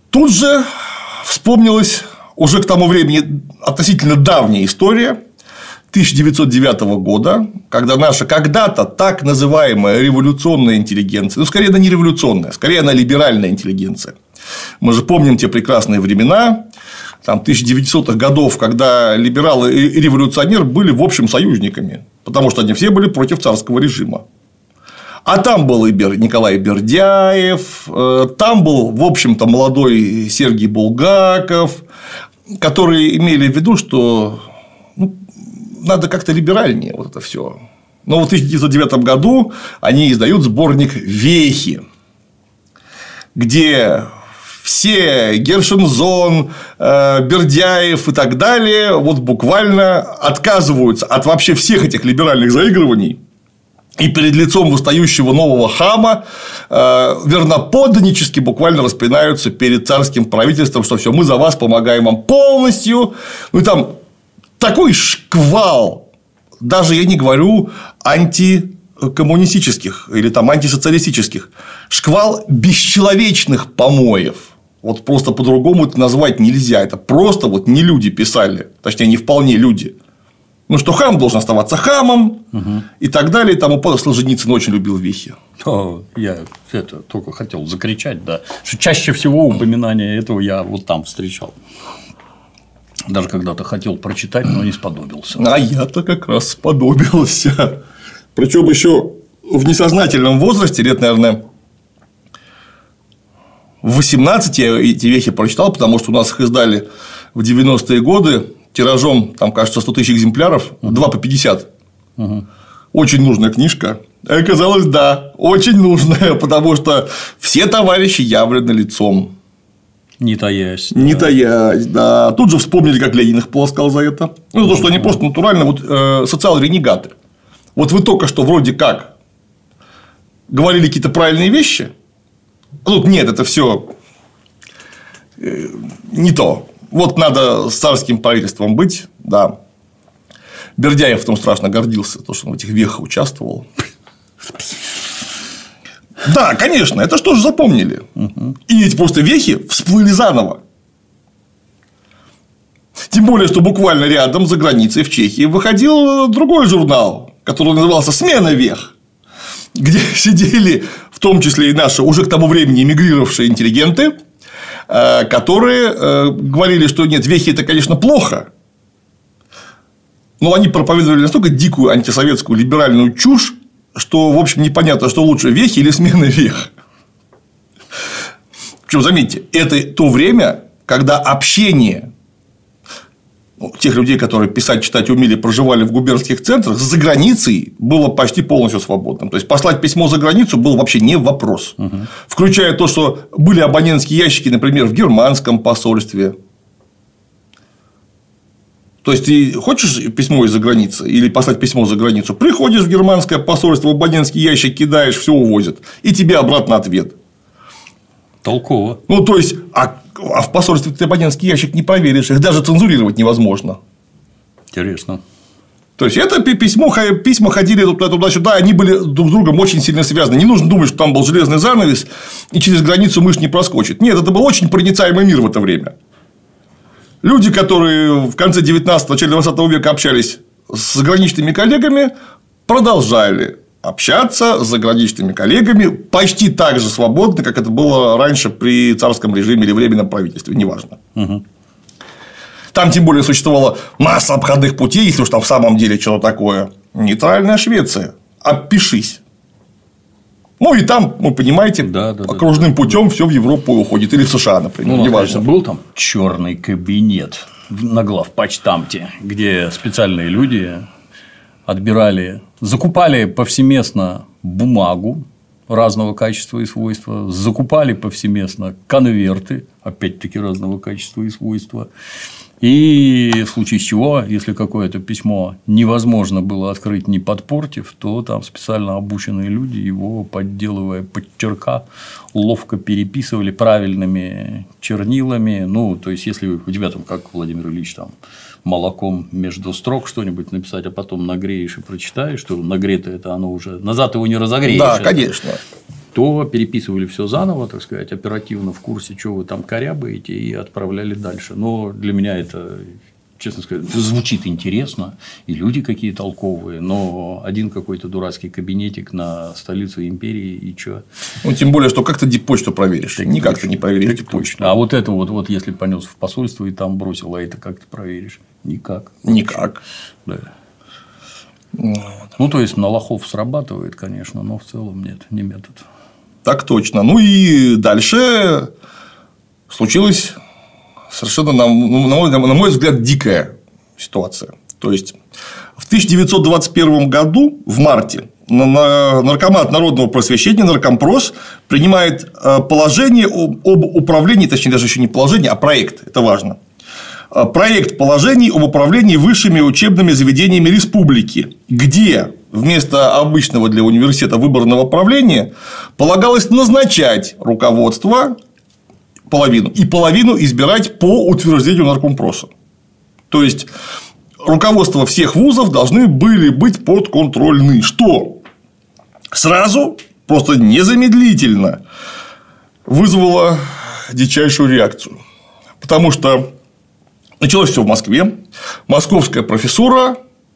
Тут же вспомнилась уже к тому времени относительно давняя история тысяча девятьсот девятого года, когда наша когда-то так называемая революционная интеллигенция, ну, скорее, она не революционная, скорее, она либеральная интеллигенция. Мы же помним те прекрасные времена, там, тысяча девятисотых годов, когда либералы и революционеры были, в общем, союзниками, потому что они все были против царского режима. А там был и Николай Бердяев, там был, в общем-то, молодой Сергей Булгаков, которые имели в виду, что ну, надо как-то либеральнее вот это все. Но вот в тысяча девятьсот девятом году они издают сборник «Вехи», где все Гершензон, Бердяев и так далее вот буквально отказываются от вообще всех этих либеральных заигрываний. И перед лицом восстающего нового хама верноподданнически буквально распинаются перед царским правительством, что все, мы за вас помогаем вам полностью. Ну и там такой шквал, даже я не говорю антикоммунистических или там антисоциалистических, шквал бесчеловечных помоев. Вот просто по-другому это назвать нельзя. Это просто вот не люди писали, точнее, не вполне люди. Ну, что хам должен оставаться хамом, угу. и так далее. И тому подобное. Солженицын очень любил вехи. О, я это только хотел закричать, да. Что чаще всего упоминание этого я вот там встречал. Даже когда-то хотел прочитать, но не сподобился. А я-то как раз сподобился. Причем еще в несознательном возрасте, лет, наверное, в восемнадцать я эти вехи прочитал, потому что у нас их издали в девяностые годы. Тиражом, там, кажется, сто тысяч экземпляров, uh-huh. два по пятьдесят. Uh-huh. Очень нужная книжка. И оказалось, да, очень нужная, потому что все товарищи явлены лицом. Не таясь. Не да. таясь, да. Тут же вспомнили, как Ленин их полоскал за это. Ну, то, что они просто натурально вот, э, социал-ренегаты. Вот вы только что вроде как говорили какие-то правильные вещи. А тут нет, это все э, не то. Вот надо с царским правительством быть, да. Бердяев в том страшно гордился, то, что он в этих вехах участвовал. Да, конечно, это что же запомнили. И эти просто вехи всплыли заново. Тем более, что буквально рядом, за границей, в Чехии, выходил другой журнал, который назывался «Смена вех», где сидели в том числе и наши уже к тому времени эмигрировавшие интеллигенты, которые говорили, что нет, вехи – это, конечно, плохо, но они проповедовали настолько дикую антисоветскую либеральную чушь, что, в общем, непонятно, что лучше – вехи или смена вех. Причем, заметьте, это то время, когда общение тех людей, которые писать, читать умели, проживали в губернских центрах, за границей было почти полностью свободным. То есть, послать письмо за границу был вообще не вопрос. Угу. Включая то, что были абонентские ящики, например, в германском посольстве. То есть, ты хочешь письмо из-за границы или послать письмо за границу, приходишь в германское посольство, в абонентский ящик кидаешь, все увозят, и тебе обратно ответ. Толково. Ну, то есть, а, а в посольстве ты абонентский ящик не проверишь, их даже цензурировать невозможно. Интересно. То есть, это письмо, письма ходили туда-сюда, они были друг с другом очень сильно связаны. Не нужно думать, что там был железный занавес, и через границу мышь не проскочит. Нет, это был очень проницаемый мир в это время. Люди, которые в конце девятнадцатого, начале двадцатого века общались с заграничными коллегами, продолжали общаться с заграничными коллегами почти так же свободно, как это было раньше при царском режиме или временном правительстве, неважно. Угу. Там, тем более, существовала масса обходных путей, если уж там в самом деле что-то такое. Нейтральная Швеция. Отпишись. Ну, и там, вы понимаете, да, да, окружным да, путем да. все в Европу уходит. Или в США, например. Ну, неважно. Был там черный кабинет на главпочтамте, где специальные люди отбирали, закупали повсеместно бумагу разного качества и свойства, закупали повсеместно конверты, опять-таки разного качества и свойства. И в случае чего, если какое-то письмо невозможно было открыть, не подпортив, то там специально обученные люди его, подделывая подчерка, ловко переписывали правильными чернилами. Ну, то есть, если у тебя там, как Владимир Ильич, там молоком между строк что-нибудь написать, а потом нагреешь и прочитаешь, что нагретое это оно уже назад его не разогреешь. Да, конечно. то переписывали все заново, так сказать, оперативно в курсе, что вы там корябаете, и отправляли дальше. Но для меня это, честно сказать, звучит интересно, и люди какие толковые, но один какой-то дурацкий кабинетик на столицу империи, и что? Ну, тем более, что как ты диппочту проверишь? Так Никак точно, ты не проверишь диппочту. А вот это вот, вот если понес в посольство и там бросил, а это как ты проверишь? Никак. Никак. Да. Вот. Ну, то есть, на лохов срабатывает, конечно, но в целом нет, не метод. Так точно. Ну и дальше случилась совершенно, на мой, на мой взгляд, дикая ситуация. То есть, в тысяча девятьсот двадцать первом году, в марте, Наркомат народного просвещения, Наркомпрос, принимает положение об управлении, точнее, даже еще не положение, а проект, это важно. Проект положений об управлении высшими учебными заведениями республики, где вместо обычного для университета выборного правления полагалось назначать руководство половину и половину избирать по утверждению Наркомпроса. То есть, руководство всех вузов должны были быть подконтрольны, что сразу, просто незамедлительно вызвало дичайшую реакцию. Потому что началось все в Москве. Московская профессура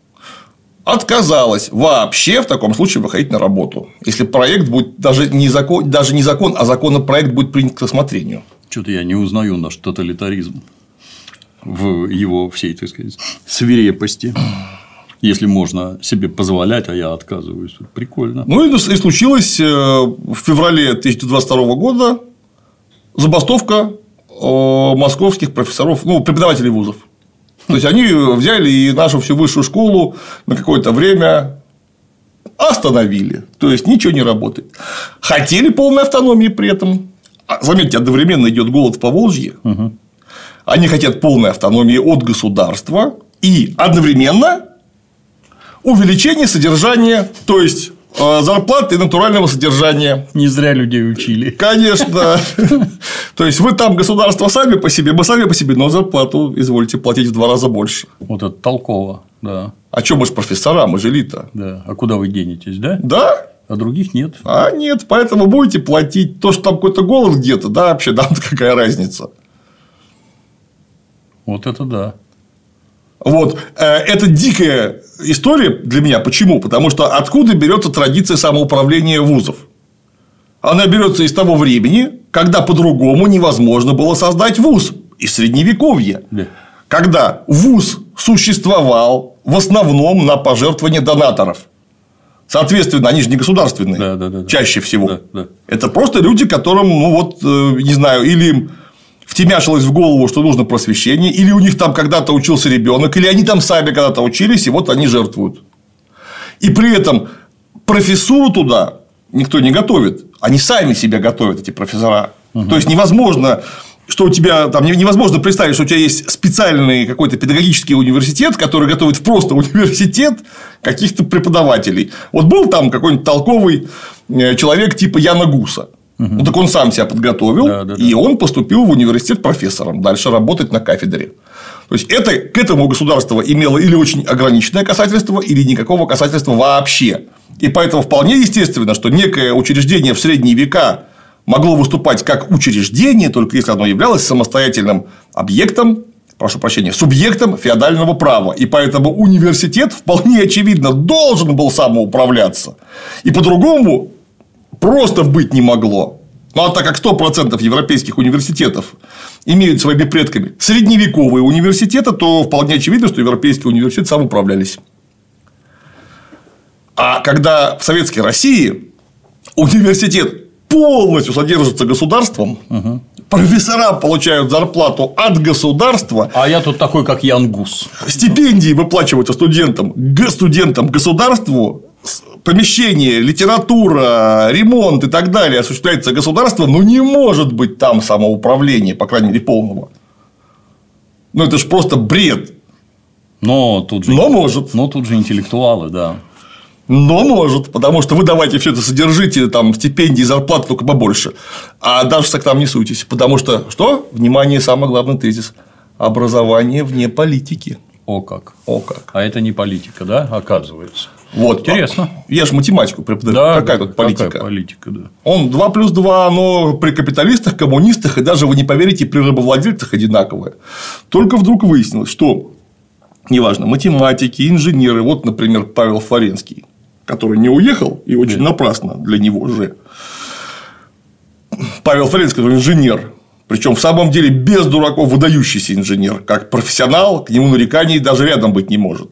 отказалась вообще в таком случае выходить на работу, если проект будет даже не закон, даже не закон, а законопроект будет принят к рассмотрению. Что-то я не узнаю наш тоталитаризм в его всей, так сказать, свирепости. Если можно себе позволять, а я отказываюсь. Прикольно. Ну и случилось в феврале тысяча девятьсот двадцать второго года забастовка московских профессоров, ну, преподавателей вузов. То есть, они взяли и нашу всю высшую школу на какое-то время остановили. То есть, ничего не работает. Хотели полной автономии при этом. Заметьте, одновременно идет голод в Поволжье. Угу. Они хотят полной автономии от государства и одновременно увеличение содержания, то есть зарплаты и натурального содержания. Не зря людей учили. Конечно. То есть, вы там государство сами по себе, мы сами по себе, но зарплату извольте платить в два раза больше. Вот это толково, да. А что мы ж профессора, мы же элита. Да. А куда вы денетесь, да? Да. А других нет. А нет, поэтому будете платить. То, что там какой-то голод где-то, да, вообще, да, какая разница. Вот это да. Вот. Это дикая история для меня. Почему? Потому что откуда берется традиция самоуправления вузов? Она берется из того времени, когда по-другому невозможно было создать вуз. Из Средневековья. Да. Когда вуз существовал в основном на пожертвования донаторов. Соответственно, они же не государственные. Да, да, да, чаще всего. Да, да. Это просто люди, которым, ну вот, не знаю, или им втемяшилось в голову, что нужно просвещение, или у них там когда-то учился ребенок, или они там сами когда-то учились, и вот они жертвуют. И при этом профессуру туда никто не готовит. Они сами себя готовят, эти профессора. Угу. То есть, невозможно, что у тебя там невозможно представить, что у тебя есть специальный какой-то педагогический университет, который готовит просто университет каких-то преподавателей. Вот был там какой-нибудь толковый человек типа Яна Гуса. Угу. Ну, так он сам себя подготовил, да, да, да. И он поступил в университет профессором, дальше работать на кафедре. То есть, это, к этому государство имело или очень ограниченное касательство, или никакого касательства вообще. И поэтому вполне естественно, что некое учреждение в средние века могло выступать как учреждение, только если оно являлось самостоятельным объектом, прошу прощения, субъектом феодального права. И поэтому университет вполне очевидно должен был самоуправляться. И по-другому просто быть не могло. Ну, а так как сто процентов европейских университетов имеют своими предками средневековые университеты, то вполне очевидно, что европейские университеты самоуправлялись. А когда в Советской России университет полностью содержится государством, угу. профессора получают зарплату от государства. А я тут такой, как Ян Гус. Стипендии выплачиваются студентам, студентам государству. Помещение, литература, ремонт и так далее осуществляется государством, но не может быть там самоуправления, по крайней мере, полного. Ну, это же просто бред. Но тут же, но может. Но тут же интеллектуалы, да. Но может, потому что вы давайте все это содержите там в стипендии, зарплаты только побольше, а даже к нам не суйтесь, потому что что? Внимание, самый главный тезис: образование вне политики. О как. О как. А это не политика, да, оказывается. Вот. Интересно. Я же математику преподаю. Да, какая тут политика? Какая политика, да. Он два плюс два, оно при капиталистах, коммунистах и даже, вы не поверите, при рабовладельцах одинаковое. Только вдруг выяснилось, что неважно, математики, инженеры, вот, например, Павел Фаренский, который не уехал, и очень да. напрасно для него же. Павел Фаренский, который инженер, причем в самом деле без дураков выдающийся инженер, как профессионал, к нему нареканий даже рядом быть не может.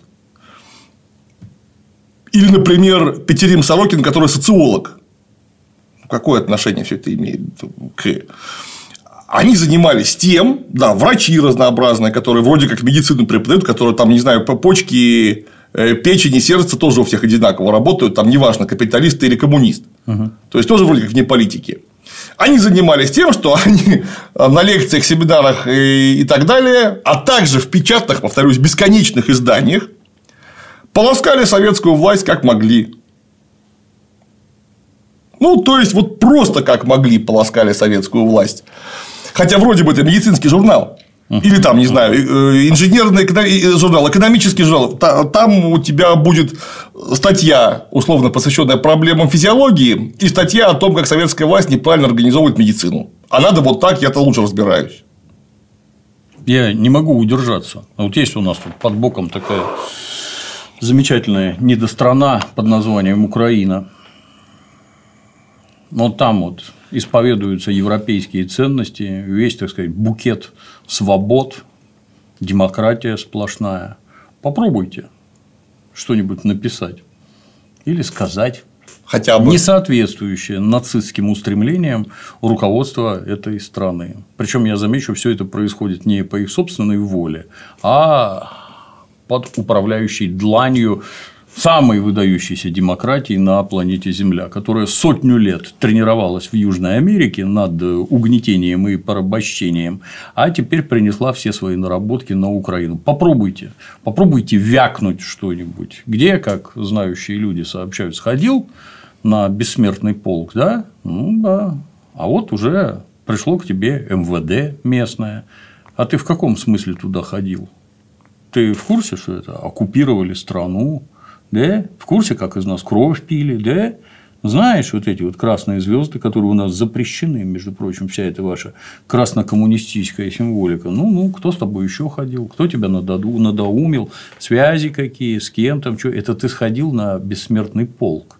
Или, например, Петерим Сорокин, который социолог. Какое отношение все это имеет к... Они занимались тем, да, врачи разнообразные, которые вроде как медицину преподают, которые там, не знаю, почки, печень и сердце тоже у всех одинаково работают, там неважно, капиталист или коммунист. Угу. То есть тоже вроде как вне политики. Они занимались тем, что они на лекциях, семинарах и, и так далее, а также в печатных, повторюсь, бесконечных изданиях полоскали советскую власть как могли. Ну, то есть, вот просто как могли полоскали советскую власть. Хотя вроде бы это медицинский журнал. Или там, не знаю, инженерный журнал, экономический журнал. Там у тебя будет статья, условно посвященная проблемам физиологии, и статья о том, как советская власть неправильно организовывает медицину. А надо вот так, я-то лучше разбираюсь. Я не могу удержаться. Вот есть у нас тут под боком такая замечательная недострана под названием Украина. Но там вот исповедуются европейские ценности, весь, так сказать, букет свобод, демократия сплошная. Попробуйте что-нибудь написать или сказать, хотя бы не соответствующее нацистским устремлениям руководства этой страны. Причем я замечу, все это происходит не по их собственной воле, а под управляющей дланью самой выдающейся демократии на планете Земля, которая сотню лет тренировалась в Южной Америке над угнетением и порабощением, а теперь принесла все свои наработки на Украину. Попробуйте, попробуйте вякнуть что-нибудь. Где, как знающие люди сообщают, сходил на бессмертный полк, да? Ну да. А вот уже пришло к тебе эм вэ дэ местное. А ты в каком смысле туда ходил? Ты в курсе, что это оккупировали страну? Да? В курсе, как из нас кровь пили, да? Знаешь, вот эти вот красные звезды, которые у нас запрещены, между прочим, вся эта ваша красно-коммунистическая символика. Ну, ну, кто с тобой еще ходил? Кто тебя надоумил? Связи какие? С кем там? Что? Это ты сходил на бессмертный полк.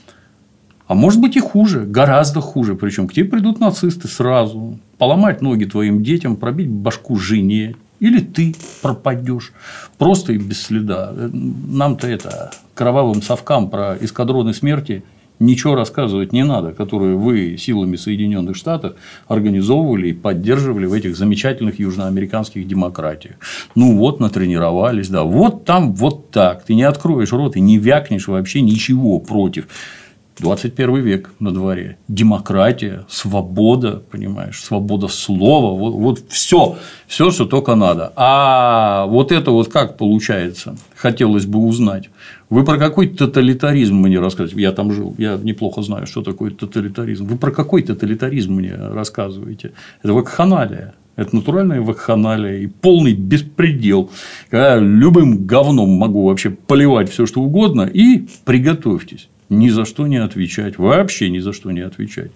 А может быть и хуже, гораздо хуже. Причем к тебе придут нацисты сразу, поломать ноги твоим детям, пробить башку жене. Или ты пропадешь просто и без следа. Нам-то это кровавым совкам про эскадроны смерти ничего рассказывать не надо, которые вы силами Соединенных Штатов организовывали и поддерживали в этих замечательных южноамериканских демократиях. Ну вот, натренировались, да, вот там вот так. Ты не откроешь рот и не вякнешь вообще ничего против. двадцать первый век на дворе. Демократия, свобода, понимаешь, свобода слова. Вот, вот все, все, что только надо. А вот это вот как получается, хотелось бы узнать. Вы про какой тоталитаризм мне рассказываете? Я там жил, я неплохо знаю, что такое тоталитаризм. Вы про какой тоталитаризм мне рассказываете? Это вакханалия. Это натуральная вакханалия и полный беспредел. Когда любым говном могу вообще поливать все, что угодно, и приготовьтесь. Ни за что не отвечать. Вообще ни за что не отвечать.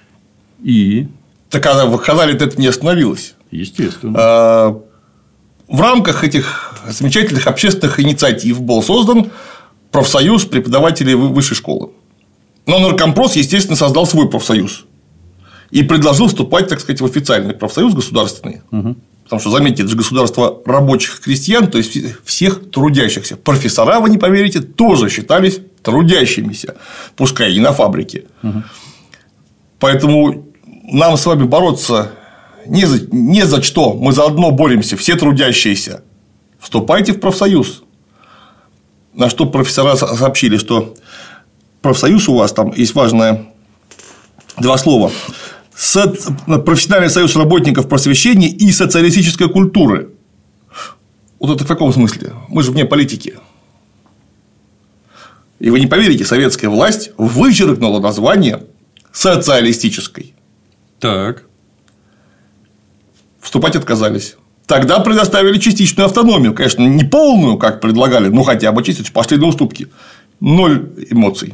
И. Так она в вакханалии это не остановилась. Естественно. А, в рамках этих замечательных общественных инициатив был создан профсоюз преподавателей высшей школы. Но Наркомпрос, естественно, создал свой профсоюз. И предложил вступать, так сказать, в официальный профсоюз государственный. Угу. Потому что, заметьте, это же государство рабочих крестьян, то есть всех трудящихся. Профессора, вы не поверите, тоже считались трудящимися, пускай и на фабрике. Угу. Поэтому нам с вами бороться не за, не за что, мы заодно боремся, все трудящиеся. Вступайте в профсоюз. На что профессора сообщили, что профсоюз у вас там есть важное два слова. Профессиональный союз работников просвещения и социалистической культуры. Вот это в каком смысле? Мы же вне политики. И вы не поверите, советская власть вычеркнула название социалистической. Так. Вступать отказались. Тогда предоставили частичную автономию. Конечно, не полную, как предлагали, но хотя бы частично. Пошли на уступки. ноль эмоций.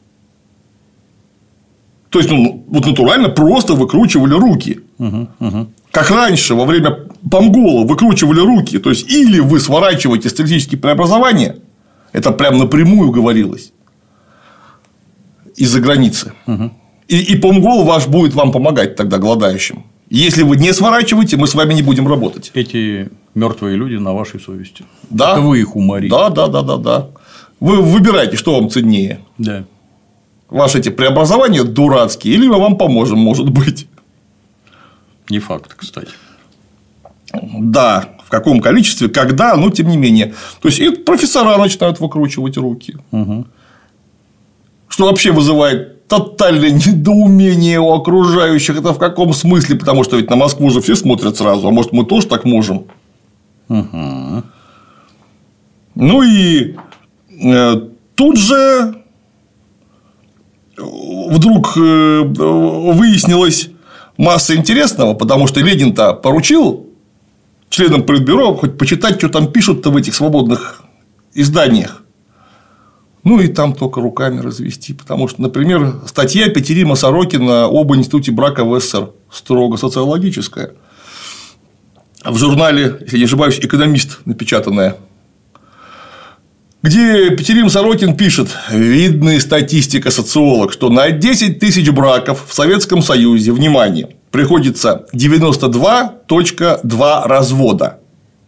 То есть, ну, вот натурально просто выкручивали руки. Угу, угу. Как раньше, во время помгола выкручивали руки. То есть, или вы сворачиваете стратегические преобразования, это прям напрямую говорилось, из-за границы. Угу. И, и помгол ваш будет вам помогать тогда голодающим. Если вы не сворачиваете, мы с вами не будем работать. Эти мертвые люди на вашей совести. Да. Это вы их уморите. Да, да, да, да, да. Вы выбираете, что вам ценнее. Да. Ваши эти преобразования дурацкие, или мы вам поможем, может быть. Не факт, кстати. Да, в каком количестве, когда, но тем не менее. То есть, и профессора начинают выкручивать руки. Угу. Что вообще вызывает тотальное недоумение у окружающих. Это в каком смысле? Потому что ведь на Москву же все смотрят сразу. А может, мы тоже так можем? Угу. Ну и э, тут же вдруг э, выяснилось масса интересного, потому что Ленин-то поручил членам Политбюро хоть почитать, что там пишут-то в этих свободных изданиях. Ну и там только руками развести. Потому что, например, статья Петерима Сорокина об институте брака в СССР строго социологическая. В журнале, если не ошибаюсь, «Экономист» напечатанная. Где Петерим Сорокин пишет: видная статистика социолог, что на десять тысяч браков в Советском Союзе, внимание, приходится девяносто два целых два развода.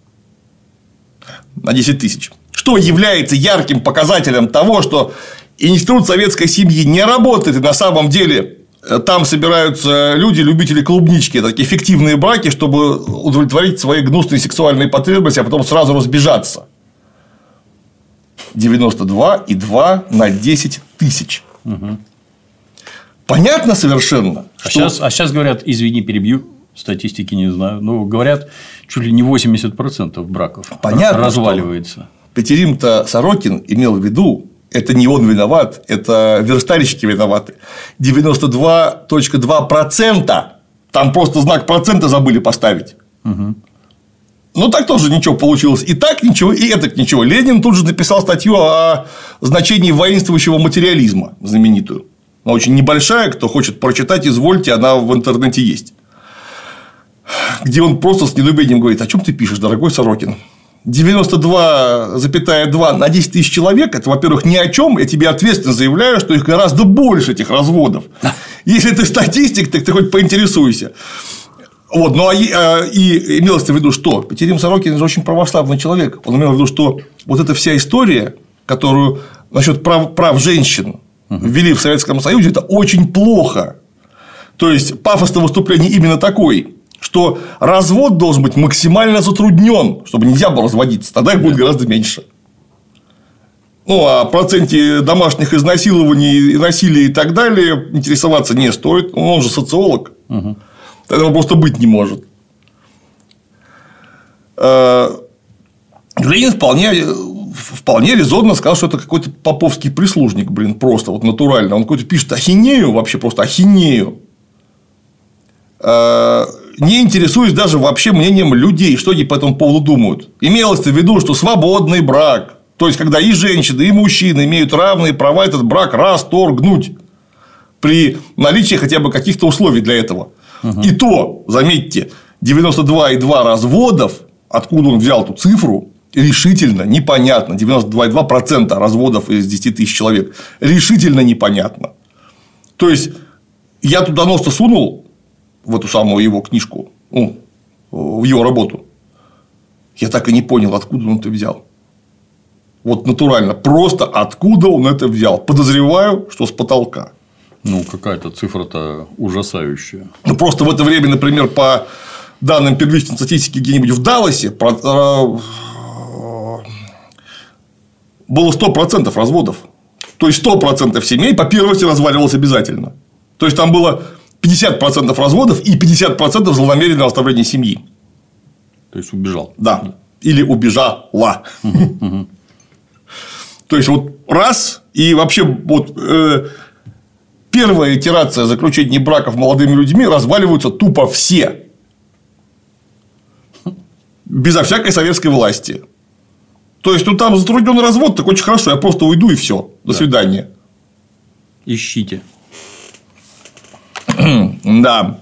На десять тысяч. Что является ярким показателем того, что институт советской семьи не работает, и на самом деле там собираются люди, любители клубнички, это такие фиктивные браки, чтобы удовлетворить свои гнусные сексуальные потребности, а потом сразу разбежаться. девяносто два и два на десять тысяч. Угу. Понятно совершенно. А, что... сейчас, а сейчас говорят, извини, перебью, статистики не знаю, но говорят, чуть ли не восемьдесят процентов браков Понятно, разваливается. Петерим-то Сорокин имел в виду, это не он виноват, это верстальщики виноваты. девяносто два целых два процента. Там просто знак процента забыли поставить. Угу. Ну, так тоже ничего получилось. И так ничего, и это ничего. Ленин тут же написал статью о значении воинствующего материализма, знаменитую. Она очень небольшая, кто хочет прочитать, извольте, она в интернете есть. Где он просто с недоумением говорит: о чем ты пишешь, дорогой Сорокин? девяносто два целых два на десять тысяч человек – это, во-первых, ни о чем. Я тебе ответственно заявляю, что их гораздо больше, этих разводов. Если ты статистик, так ты хоть поинтересуйся. Вот, ну, а и, а, и имелось в виду, что Петерим Сорокин же очень православный человек. Он имел в виду, что вот эта вся история, которую насчет прав, прав женщин ввели в Советском Союзе, это очень плохо. То есть пафос выступления именно такой, что развод должен быть максимально затруднен, чтобы нельзя было разводиться, тогда их будет гораздо меньше. Ну, о проценте домашних изнасилований, насилия и так далее интересоваться не стоит. Он же социолог. Угу. Этого просто быть не может. Ленин вполне, вполне резонно сказал, что это какой-то поповский прислужник, блин, просто вот натурально. Он какой-то пишет ахинею, вообще просто ахинею. Не интересуясь даже вообще мнением людей, что они по этому поводу думают. Имелось в виду, что свободный брак, то есть, когда и женщины, и мужчины имеют равные права этот брак расторгнуть при наличии хотя бы каких-то условий для этого. Угу. И то, заметьте, девяносто два и два разводов, откуда он взял эту цифру, решительно непонятно. девяносто два и два процента разводов из десяти тысяч человек. Решительно непонятно. То есть, я туда нос-то сунул в эту самую его книжку, ну, в его работу. Я так и не понял, откуда он это взял. Вот натурально. Просто откуда он это взял. Подозреваю, что с потолка. Ну, какая-то цифра-то ужасающая. Ну, просто в это время, например, по данным первичной статистики где-нибудь в Далласе было сто процентов разводов. То есть, сто процентов семей по первости разваливалось обязательно. То есть, там было пятьдесят процентов разводов и пятьдесят процентов злонамеренного оставления семьи. То есть, убежал. Да. Или убежала. То есть, вот раз, и вообще вот э, первая итерация заключения браков молодыми людьми разваливаются тупо все. Безо всякой советской власти. То есть, ну там затрудненный развод, так очень хорошо, я просто уйду и все. До да. свидания. Ищите. Да.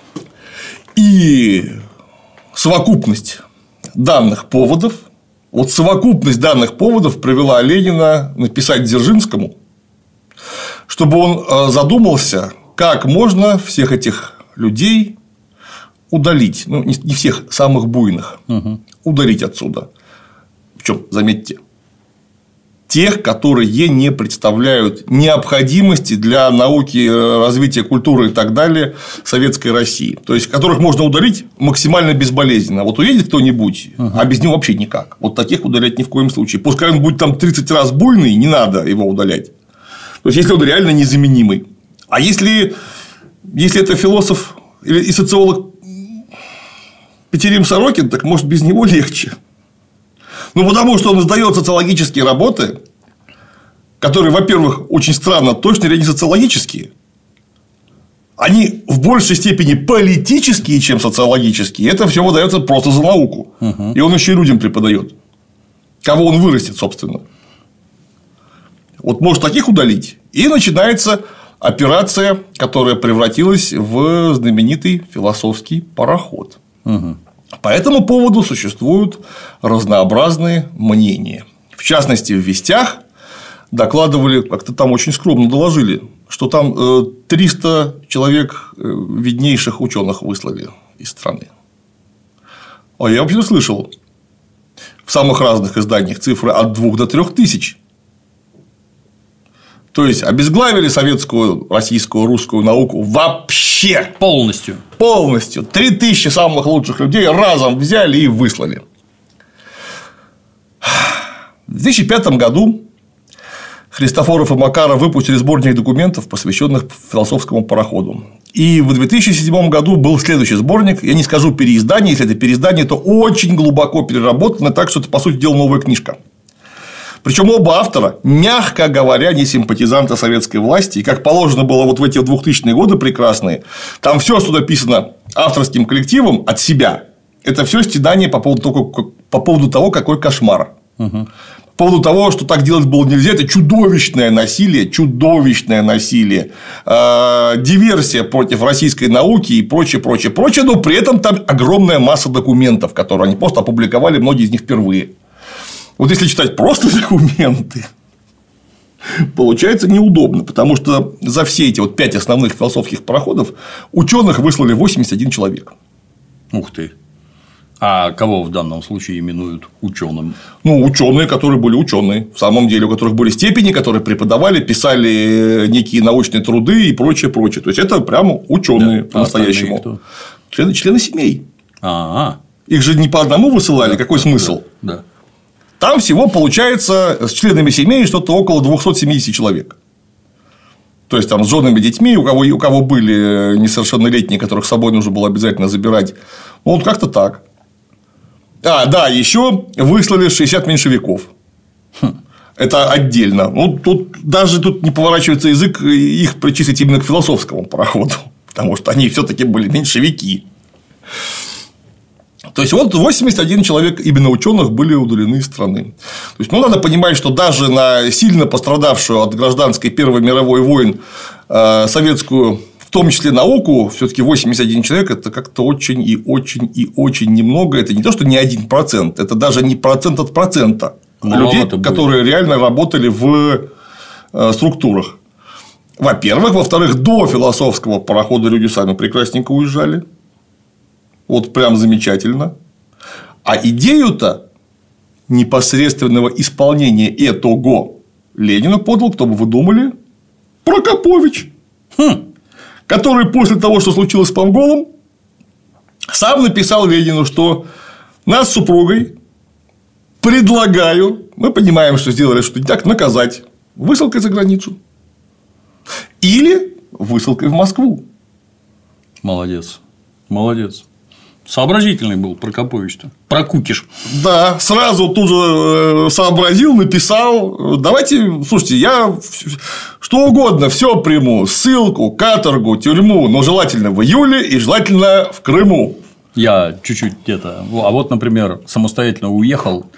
И совокупность данных поводов, вот совокупность данных поводов привела Ленина написать Дзержинскому, чтобы он задумался, как можно всех этих людей удалить, ну, не всех, самых буйных, угу. удалить отсюда. Причем, заметьте, тех, которые не представляют необходимости для науки, развития культуры и так далее советской России. То есть, которых можно удалить максимально безболезненно. Вот уедет кто-нибудь, uh-huh. а без него вообще никак. Вот таких удалять ни в коем случае. Пускай он будет там тридцать раз буйный, не надо его удалять. То есть, если он реально незаменимый. А если, если это философ и социолог Петерим Сорокин, так может без него легче. Ну, потому что он издает социологические работы, которые, во-первых, очень странно, точно ли они социологические. Они в большей степени политические, чем социологические. Это все выдается просто за науку. Угу. И он еще и людям преподает. Кого он вырастет, собственно. Вот может таких удалить. И начинается операция, которая превратилась в знаменитый философский пароход. Угу. По этому поводу существуют разнообразные мнения. В частности, в «Вестях» докладывали, как-то там очень скромно доложили, что там триста человек виднейших ученых выслали из страны. А я вообще слышал в самых разных изданиях цифры от двух до трех тысяч. То есть, обезглавили советскую, российскую, русскую науку вообще. Полностью. Полностью. Три тысячи самых лучших людей разом взяли и выслали. В две тысячи пятом году Христофоров и Макаров выпустили сборник документов, посвященных философскому пароходу. И в две тысячи седьмом году был следующий сборник. Я не скажу переиздание, если это переиздание, то очень глубоко переработано, так что это, по сути дела, новая книжка. Причем оба автора, мягко говоря, не симпатизанты советской власти. И как положено было вот в эти двухтысячные годы прекрасные, там все, что написано авторским коллективом от себя, это все стенание по поводу того, по поводу того какой кошмар. Угу. По поводу того, что так делать было нельзя, это чудовищное насилие, чудовищное насилие, э, диверсия против российской науки и прочее, прочее, прочее. Но при этом там огромная масса документов, которые они просто опубликовали, многие из них впервые. Вот если читать просто документы, получается неудобно, потому что за все эти вот пять основных философских пароходов ученых выслали восемьдесят один человек. Ух ты. А кого в данном случае именуют ученым? Ну, ученые, которые были ученые, в самом деле, у которых были степени, которые преподавали, писали некие научные труды и прочее, прочее. То есть это прямо ученые, да, по-настоящему. Члены, члены семей. А-а-а. Их же не по одному высылали, да, какой смысл? Да. да. Там всего получается с членами семей что-то около двухсот семидесяти человек. То есть там с женами, детьми, у кого, у кого были несовершеннолетние, которых с собой нужно было обязательно забирать. Ну, вот как-то так. А, да, еще выслали шестьдесят меньшевиков. Хм. Это отдельно. Ну, тут даже тут не поворачивается язык их причислить именно к философскому пароходу, потому что они все-таки были меньшевики. То есть, вот восемьдесят один человек именно ученых были удалены из страны. То есть, ну, надо понимать, что даже на сильно пострадавшую от гражданской Первой мировой войн э, советскую, в том числе науку, все-таки восемьдесят один человек – это как-то очень и очень и очень немного. Это не то, что не один процент, это даже не процент от процента людей, которые реально работали в э, структурах. Во-первых. Во-вторых, до философского парохода люди сами прекрасненько уезжали. Вот прям замечательно. А идею-то непосредственного исполнения этого Ленину подал, кто бы вы думали, Прокопович, хм. который после того, что случилось с Панголом, сам написал Ленину, что нас с супругой предлагаю, мы понимаем, что сделали что-то не так, наказать высылкой за границу или высылкой в Москву. Молодец, молодец. Сообразительный был Прокопович-то. Прокукиш. Да, сразу тут же сообразил, написал. Давайте, слушайте, я что угодно, все приму. Ссылку, каторгу, тюрьму, но желательно в июле и желательно в Крыму. Я чуть-чуть где-то. А вот, например, самостоятельно уехал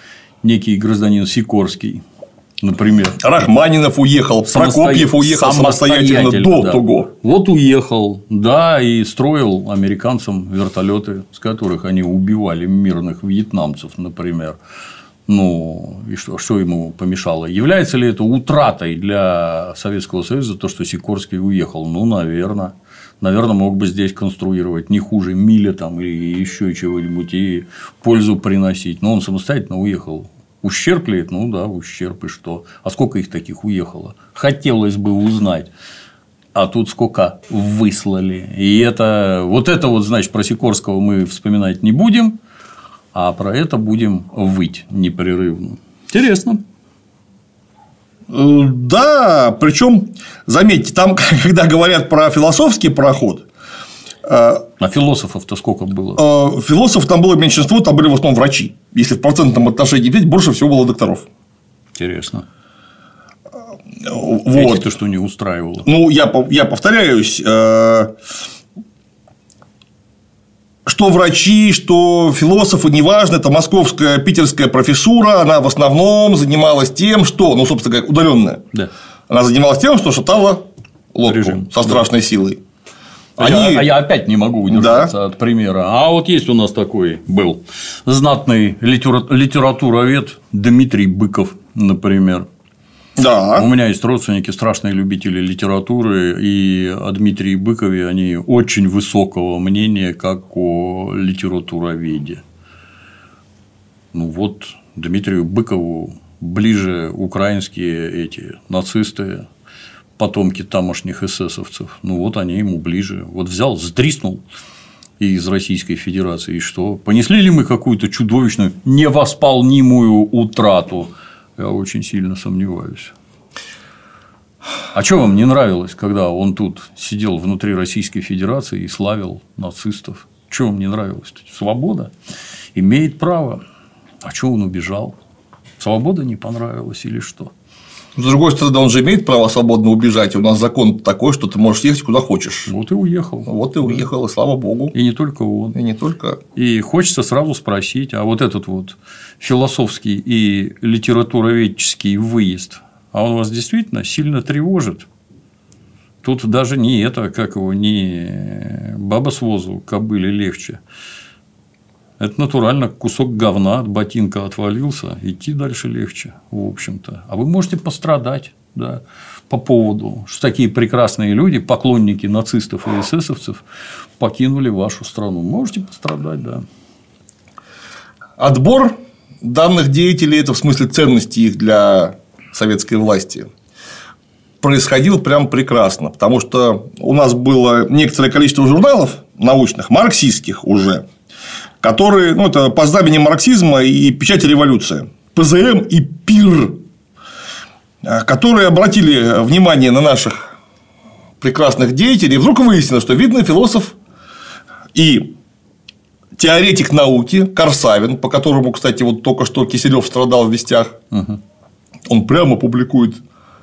некий гражданин Сикорский, например. Рахманинов уехал, Прокопьев уехал самостоятельно до да. того. Вот уехал, да, и строил американцам вертолеты, с которых они убивали мирных вьетнамцев, например. Ну, и что, что ему помешало? Является ли это утратой для Советского Союза то, что Сикорский уехал? Ну, наверное. Наверное, мог бы здесь конструировать не хуже Миля там, или еще чего-нибудь и пользу приносить. Но он самостоятельно уехал. Ущерб ли это? Ну да, ущерб, и что? А сколько их таких уехало? Хотелось бы узнать. А тут сколько выслали. И это вот это вот, значит, про Сикорского мы вспоминать не будем. А про это будем выть непрерывно. Интересно. Да, причем, заметьте, там, когда говорят про философский пароход. А философов-то сколько было? Философов там было меньшинство, там были в основном врачи. Если в процентном отношении взять, больше всего было докторов. Интересно. Вот. Эти-то что не устраивало? Ну, я, я повторяюсь. Что врачи, что философы, неважно, это московская, питерская профессура, она в основном занималась тем, что, ну, собственно говоря, удаленная. Да. Она занималась тем, что шатала лодку Режим. со страшной да. силой. А, Они... я, а я опять не могу удержаться да. от примера. А вот есть у нас такой был знатный литера... литературовед Дмитрий Быков, например. Да. У меня есть родственники, страшные любители литературы, и о Дмитрии Быкове они очень высокого мнения, как о литературоведе. Ну вот, Дмитрию Быкову ближе украинские эти нацисты, потомки тамошних эсэсовцев. Ну вот они ему ближе. Вот взял, сдриснул из Российской Федерации, и что? Понесли ли мы какую-то чудовищную, невосполнимую утрату? Я очень сильно сомневаюсь. А что вам не нравилось, когда он тут сидел внутри Российской Федерации и славил нацистов? Что вам не нравилось? Свобода имеет право. А что он убежал? Свобода не понравилась или что? С другой стороны, он же имеет право свободно убежать. У нас закон такой, что ты можешь ехать куда хочешь. Вот и уехал. Вот и уехал, и слава богу. И не только он. И не только. И хочется сразу спросить, а вот этот вот философский и литературоведческий выезд, а он вас действительно сильно тревожит? Тут даже не это, как его, не баба с возу кобыле легче. Это натурально кусок говна от ботинка отвалился, идти дальше легче, в общем-то. А вы можете пострадать, да, по поводу, что такие прекрасные люди, поклонники нацистов и эсэсовцев, покинули вашу страну. Можете пострадать, да. Отбор данных деятелей, это в смысле ценности их для советской власти, происходил прям прекрасно, потому что у нас было некоторое количество журналов научных, марксистских уже, которые, ну, это по знамени марксизма и печати революции, ПЗМ и ПИР, которые обратили внимание на наших прекрасных деятелей, и вдруг выяснилось, что, видно, философ и теоретик науки Корсавин, по которому, кстати, вот только что Киселёв страдал в вестях, угу. он прямо публикует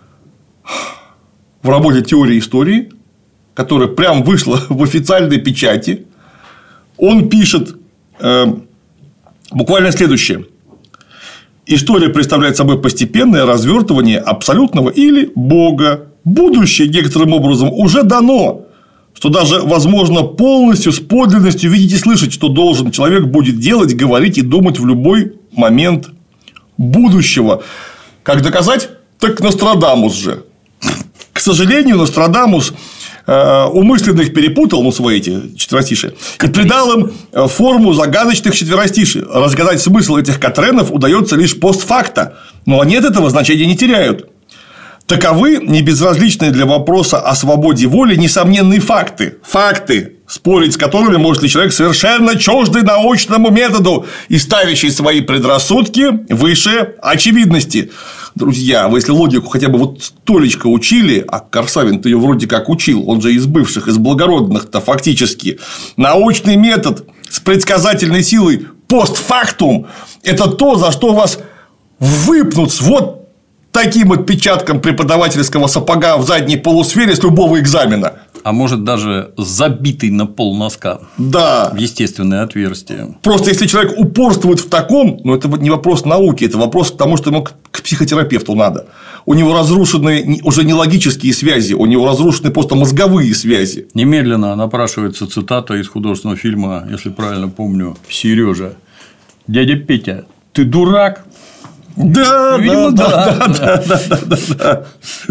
в работе «Теория истории», которая прям вышла в официальной печати, он пишет буквально следующее. История представляет собой постепенное развертывание абсолютного или Бога. Будущее некоторым образом уже дано, что даже возможно полностью с подлинностью видеть и слышать, что должен человек будет делать, говорить и думать в любой момент будущего. Как доказать? Так Нострадамус же. К сожалению, Нострадамус умышленно их перепутал, ну, свои эти четверостишие, и придал им форму загадочных четверостиший. Разгадать смысл этих катренов удается лишь постфакта, но они от этого значения не теряют. Таковы небезразличные для вопроса о свободе воли несомненные факты. Факты, спорить с которыми может ли человек совершенно чуждый научному методу и ставящий свои предрассудки выше очевидности. Друзья, вы если логику хотя бы вот столечко учили, а Корсавин-то ее вроде как учил, он же из бывших, из благородных-то фактически, научный метод с предсказательной силой постфактум – это то, за что вас выпнут с вот таким отпечатком преподавательского сапога в задней полусфере с любого экзамена. А может, даже забитый на пол носка. Да. В естественное отверстие. Просто если человек упорствует в таком, ну, это не вопрос науки, это вопрос к тому, что ему к психотерапевту надо. У него разрушены уже не логические связи, у него разрушены просто мозговые связи. Немедленно напрашивается цитата из художественного фильма, если правильно помню, «Сережа, дядя Петя, ты дурак?» Да, Видимо, да, да. да, да, да, да, да.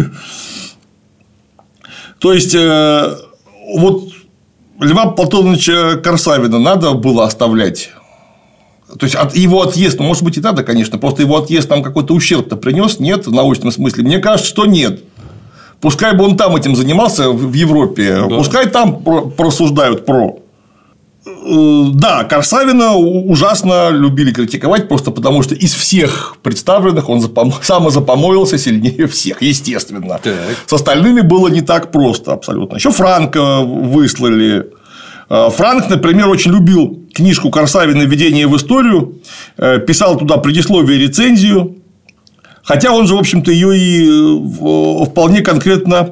То есть, э, вот Льва Платоновича Корсавина надо было оставлять. То есть, от его отъезд, ну, может быть, и надо, конечно, просто его отъезд нам какой-то ущерб-то принес, нет, в научном смысле? Мне кажется, что нет. Пускай бы он там этим занимался в Европе, да. Пускай там просуждают про. Да, Корсавина ужасно любили критиковать, просто потому что из всех представленных он запом... самозапомоился сильнее всех, естественно. Так. С остальными было не так просто абсолютно. Еще Франка выслали. Франк, например, очень любил книжку Корсавина «Введение в историю», писал туда предисловие и рецензию, хотя он же, в общем-то, ее и вполне конкретно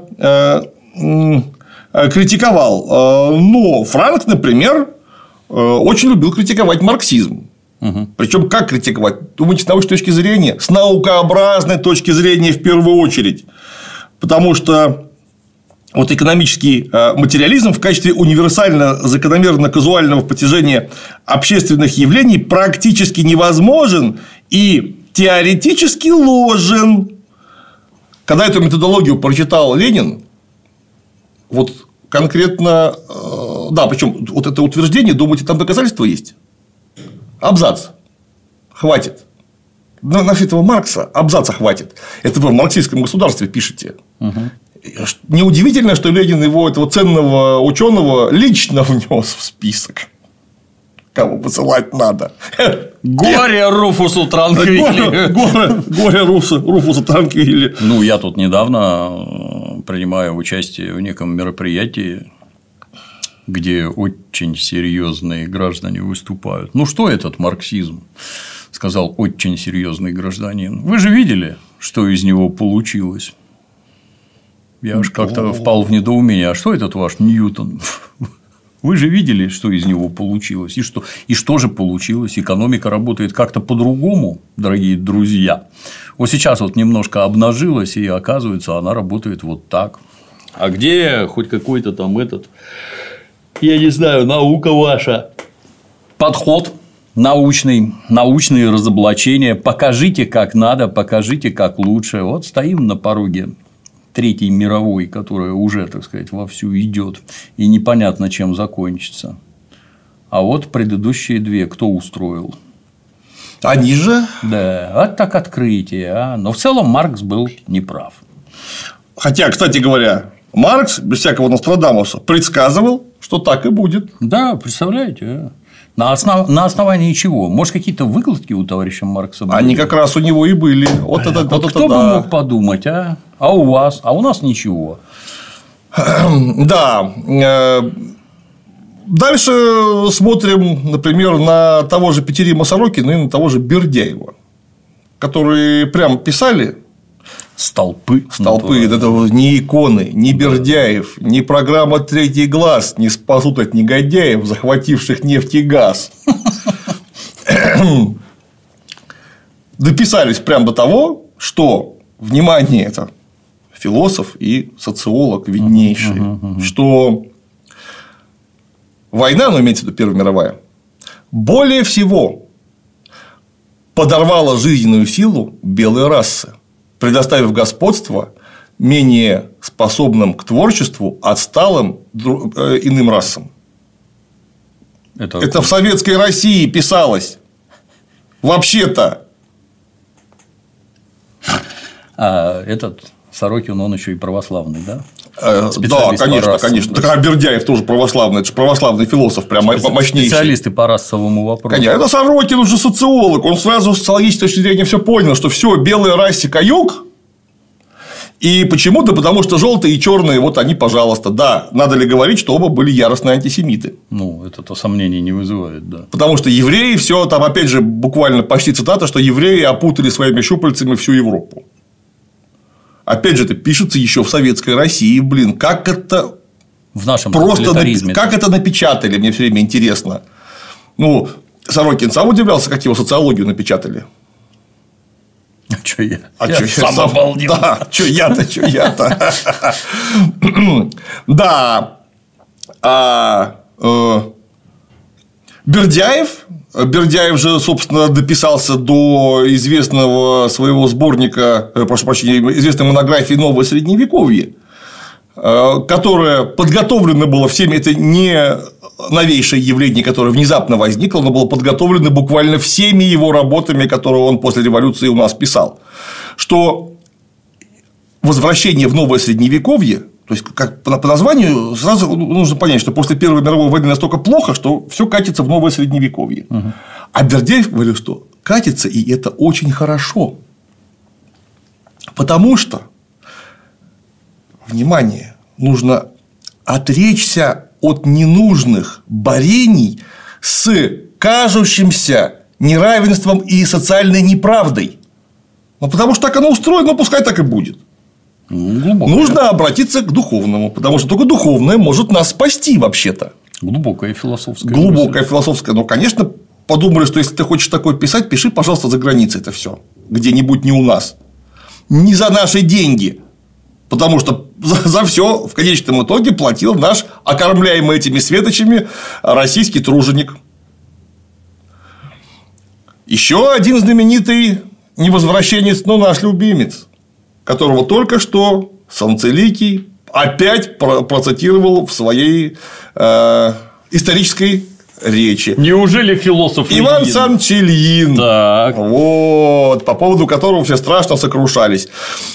критиковал. Но Франк, например, очень любил критиковать марксизм. Угу. Причем как критиковать? Думаете, с научной точки зрения? С наукообразной точки зрения в первую очередь. Потому что вот экономический материализм в качестве универсально-закономерно-казуального потяжения общественных явлений практически невозможен и теоретически ложен. Когда эту методологию прочитал Ленин, вот конкретно, да, причем вот это утверждение, думаете, там доказательства есть? Абзац. Хватит. На, на этого Маркса абзаца хватит. Это вы в марксистском государстве пишете. Угу. Неудивительно, что Ленин его, этого ценного ученого, лично внес в список. Кого посылать надо. Горе Руфусу Транквили. Горе, горе, горе Руфусу, Руфусу Транквили. Ну, я тут недавно принимаю участие в неком мероприятии, где очень серьезные граждане выступают. Ну, что этот марксизм? Сказал очень серьезный гражданин. Вы же видели, что из него получилось? Я аж как-то впал в недоумение. А что этот ваш Ньютон? Вы же видели, что из него получилось, и что, и что же получилось. Экономика работает как-то по-другому, дорогие друзья. Вот сейчас вот немножко обнажилась, и оказывается, она работает вот так. А где хоть какой-то там этот, я не знаю, наука ваша? Подход научный, научные разоблачения. Покажите, как надо, покажите, как лучше. Вот стоим на пороге Третьей мировой, которая уже, так сказать, вовсю идет, и непонятно, чем закончится. А вот предыдущие две кто устроил? Они же? Да, вот так открытие. А? Но в целом Маркс был неправ. Хотя, кстати говоря, Маркс, без всякого Нострадамуса, предсказывал, что так и будет. Да, представляете? На, основ... на основании чего? Может, какие-то выкладки у товарища Маркса были? Они как раз у него и были. Вот а, это, вот вот кто это, бы да. мог подумать, а? А у вас? А у нас ничего. Да. Дальше смотрим, например, на того же Петерима Сорокина и на того же Бердяева, которые прямо писали. Столпы. Столпы. Это ни иконы, ни Бердяев, ни программа «Третий глаз» не спасут от негодяев, захвативших нефть и газ. Дописались прямо до того, что, внимание, это философ и социолог виднейший, uh-huh, uh-huh, uh-huh. что война, ну, имеется в виду Первая мировая, более всего подорвала жизненную силу белой расы, предоставив господство менее способным к творчеству отсталым иным расам. Это... Это в советской России писалось. Вообще-то. А этот Сорокин, он еще и православный, да? Да, конечно, конечно. Так, а Бердяев тоже православный, это же православный философ, прям мощнейший. Специалисты по расовому вопросу. Конечно, это Сорокин уже социолог, он сразу с социологической точки зрения все понял, что все белая расе каюк. И почему-то, потому что желтые и черные, вот они, пожалуйста, да, надо ли говорить, что оба были яростные антисемиты? Ну, это-то сомнений не вызывает, да. Потому что евреи, все там, опять же, буквально почти цитата, что евреи опутали своими щупальцами всю Европу. Опять же, это пишется еще в советской России, блин, как это В нашем просто тоталитаризме. Как это напечатали, мне все время интересно. Ну, Сорокин сам удивлялся, как его социологию напечатали. А что я? А я что сам я обалдел. Да, что я-то, что я-то. Да. А Бердяев. Бердяев же, собственно, дописался до известного своего сборника, прошу прощения, известной монографии «Новое Средневековье», которая подготовлена была всеми, это не новейшее явление, которое внезапно возникло, оно было подготовлено буквально всеми его работами, которые он после революции у нас писал, что возвращение в новое Средневековье, то есть, как по названию, сразу нужно понять, что после Первой мировой войны настолько плохо, что все катится в новое Средневековье. Угу. А Бердяев говорил, что катится, и это очень хорошо. Потому что, внимание, нужно отречься от ненужных борений с кажущимся неравенством и социальной неправдой. Ну, потому что так оно устроено, пускай так и будет. Глубокое. Нужно обратиться к духовному, потому что только духовное может нас спасти вообще-то. Глубокая философская. Глубокая философская. Ну, конечно, подумали, что если ты хочешь такое писать, пиши, пожалуйста, за границей это все. Где-нибудь не у нас. Не за наши деньги. Потому что за, за все в конечном итоге платил наш окормляемый этими светочами российский труженик. Еще один знаменитый невозвращенец, но наш любимец, которого только что Санцеликий опять процитировал в своей э, исторической речи. Неужели философ Иван Ильин? Саныч Ильин. Так. Вот, по поводу которого все страшно сокрушались.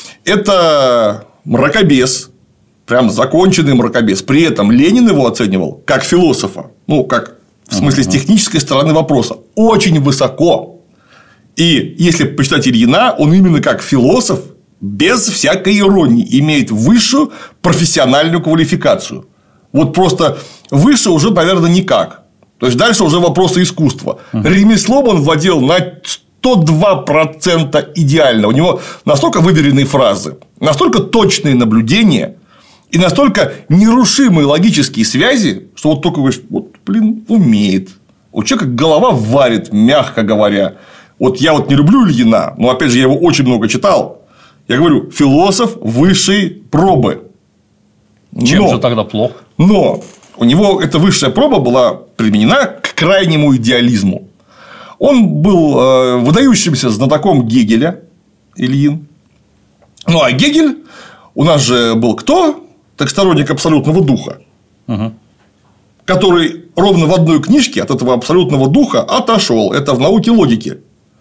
Это мракобес, прям законченный мракобес. При этом Ленин его оценивал как философа, ну, как в смысле с технической стороны вопроса, очень высоко. И если почитать Ильина, он именно как философ, без всякой иронии, имеет высшую профессиональную квалификацию. Вот просто выше уже, наверное, никак. То есть дальше уже вопросы искусства. Ремеслом он владел на сто два процента идеально. У него настолько выверенные фразы, настолько точные наблюдения и настолько нерушимые логические связи, что вот только говоришь, вот, блин, умеет. У человека голова варит, мягко говоря. Вот я вот не люблю Ильина, но опять же я его очень много читал. Я говорю, философ высшей пробы. Чем но, же тогда плохо? Но у него эта высшая проба была применена к крайнему идеализму. Он был э, выдающимся знатоком Гегеля, Ильин. Ну, а Гегель у нас же был кто? Так сторонник абсолютного духа. Угу. Который ровно в одной книжке от этого абсолютного духа отошел. Это в науке логики.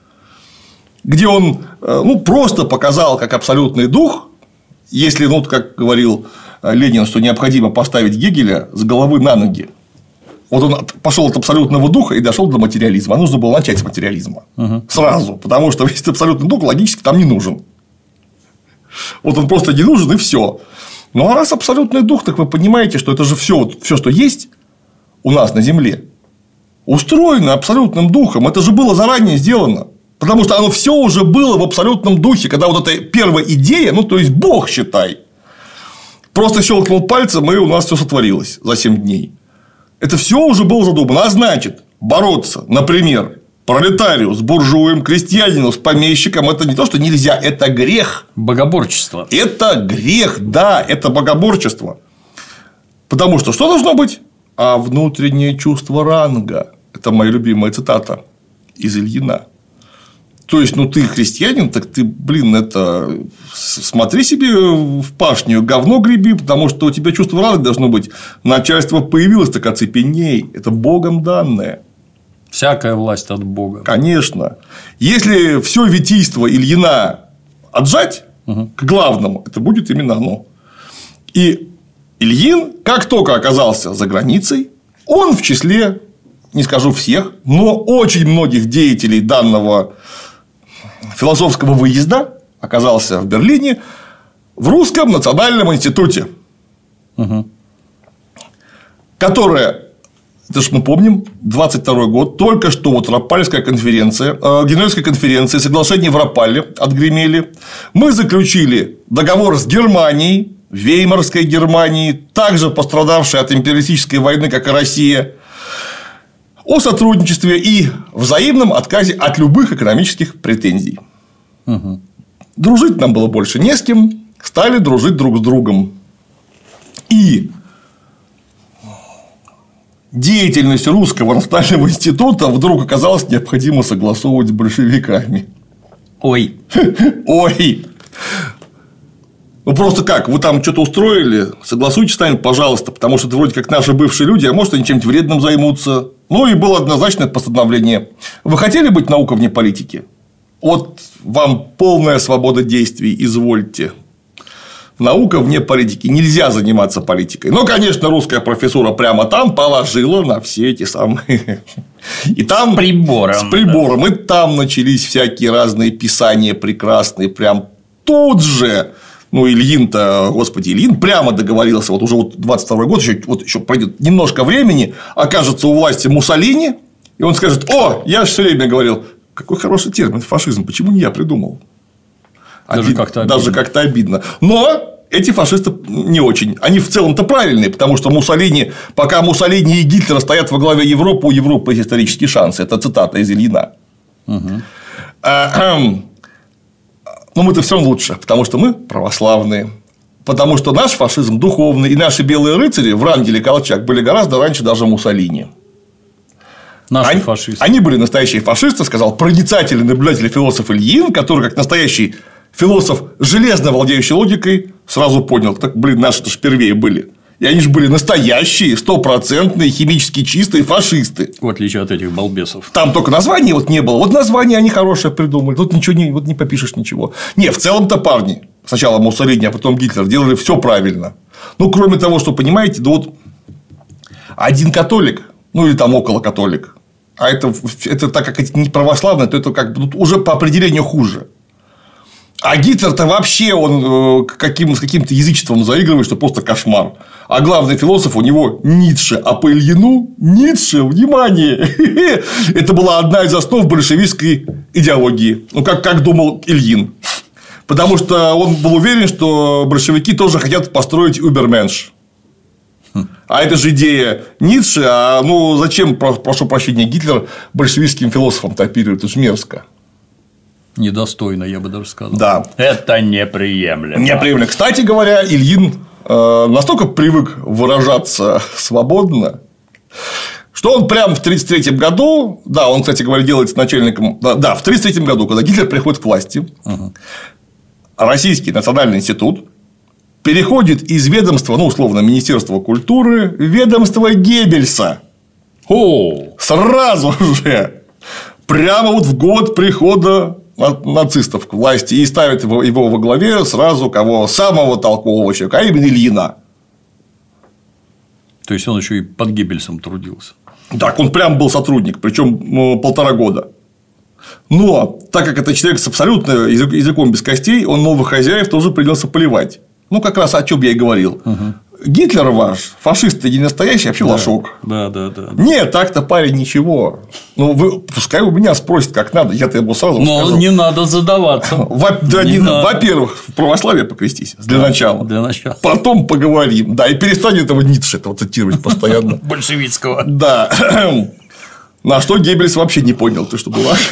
Где он э, ну, просто показал, как абсолютный дух, если, ну, как говорил Ленин, что необходимо поставить Гегеля с головы на ноги. Вот он пошел от абсолютного духа и дошел до материализма. А нужно было начать с материализма. Угу. Сразу. Потому что весь абсолютный дух логически там не нужен. Вот он просто не нужен, и все. Ну а раз абсолютный дух, так вы понимаете, что это же все, вот, все, что есть у нас на Земле, устроено абсолютным духом. Это же было заранее сделано. Потому что оно все уже было в абсолютном духе, когда вот эта первая идея, ну, то есть Бог, считай, просто щелкнул пальцем, и у нас все сотворилось за семь дней. Это все уже было задумано. А значит, бороться, например, пролетарию с буржуем, крестьянину с помещиком, это не то, что нельзя, это грех. Богоборчество. Это грех, да, это богоборчество. Потому что что должно быть? А внутреннее чувство ранга. Это моя любимая цитата из Ильина. То есть, ну, ты крестьянин, так ты, блин, это смотри себе в пашню, говно греби, потому что у тебя чувство ранга должно быть. Начальство появилось, так оцепеней. Это Богом данное. Всякая власть от Бога. Конечно. Если все витийство Ильина отжать угу. к главному, это будет именно оно. И Ильин, как только оказался за границей, он в числе, не скажу всех, но очень многих деятелей данного философского выезда оказался в Берлине в Русском национальном институте, угу. которое, это же мы помним, двадцать второй год, только что вот Раппальская конференция, э, Генуэзская конференция, соглашение в Раппале отгремели. Мы заключили договор с Германией Веймарской Германии, также пострадавшей от империалистической войны, как и Россия, о сотрудничестве и взаимном отказе от любых экономических претензий. Угу. Дружить нам было больше не с кем, стали дружить друг с другом. И деятельность Русского национального института вдруг оказалось необходимо согласовывать с большевиками. Ой. Ой. Ну, просто как? Вы там что-то устроили, согласуйтесь с нами, пожалуйста, потому что это вроде как наши бывшие люди, а может, они чем-нибудь вредным займутся. Ну, и было однозначное постановление. Вы хотели быть наука вне политики? Вот вам полная свобода действий, извольте. Наука вне политики. Нельзя заниматься политикой. Но, конечно, русская профессура прямо там положила на все эти самые. И там... С прибором. С прибором. Да. И там начались всякие разные писания прекрасные. Прям тут же. Ну, Ильин-то, господи, Ильин прямо договорился. Вот уже вот двадцать второй год, еще, вот еще пройдет немножко времени, окажется у власти Муссолини, и он скажет: о, я же все время говорил, какой хороший термин фашизм, почему не я придумал? Даже Обид... как-то обидно. Даже как-то обидно. Но эти фашисты не очень. Они в целом-то правильные, потому что Муссолини, пока Муссолини и Гитлер стоят во главе Европы, у Европы есть исторические шансы. Это цитата из Ильина. Угу. Но мы-то все равно лучше, потому что мы православные. Потому что наш фашизм духовный, и наши белые рыцари Врангель и Колчак были гораздо раньше даже Муссолини. Наши они, фашисты. Они были настоящие фашисты, сказал проницательный наблюдатель и философ Ильин, который, как настоящий философ, железно владеющий логикой, сразу понял: так, блин, наши-то ж первее были. И они же были настоящие, стопроцентные, химически чистые фашисты. В отличие от этих балбесов. Там только названия вот не было. Вот название они хорошее придумали. Тут ничего не, вот не попишешь ничего. Не, в целом-то парни, сначала Муссолини, а потом Гитлер, делали все правильно. Ну, кроме того, что, понимаете, да вот один католик, ну или там около католик, а это, это так как это не православные, то это как бы уже по определению хуже. А Гитлер-то вообще он каким, с каким-то язычеством заигрывает, что просто кошмар. А главный философ у него Ницше. А по Ильину Ницше, внимание, это была одна из основ большевистской идеологии. Ну, как, как думал Ильин. Потому что он был уверен, что большевики тоже хотят построить Уберменш. А это же идея Ницше. А ну зачем, прошу прощения, Гитлер большевистским философом-то оперирует? Это же мерзко. Недостойно, я бы даже сказал. Да. Это неприемлемо. Неприемлемо. Кстати говоря, Ильин э, настолько привык выражаться свободно, что он прямо в тридцать третьем году, да, он, кстати говоря, делается начальником, да, да в тридцать третьем году, когда Гитлер приходит к власти, угу. Российский национальный институт переходит из ведомства, ну, условно, Министерства культуры в ведомство Геббельса. О, сразу же. Прямо вот в год прихода нацистов к власти и ставят его, его во главе сразу кого? Самого толкового человека, а именно Ильина. То есть он еще и под Геббельсом трудился. Так, он прям был сотрудник, причем ну, полтора года. Но так как это человек с абсолютно языком без костей, он новых хозяев тоже придется поливать. Ну, как раз о чем я и говорил. Угу. Гитлер ваш, фашист не настоящий, вообще да, лошок. Да, да, да. Нет, так-то парень ничего. Ну, вы, пускай у меня спросит, как надо, я-то ему сразу Но скажу. Не надо задаваться. Во- да, не не, во-первых, в православие покрестись для да, начала. Для начала. Потом поговорим. Да, и перестань этого Ницше этого цитировать постоянно. Большевистского. Да. На что Геббельс вообще не понял, ты что была.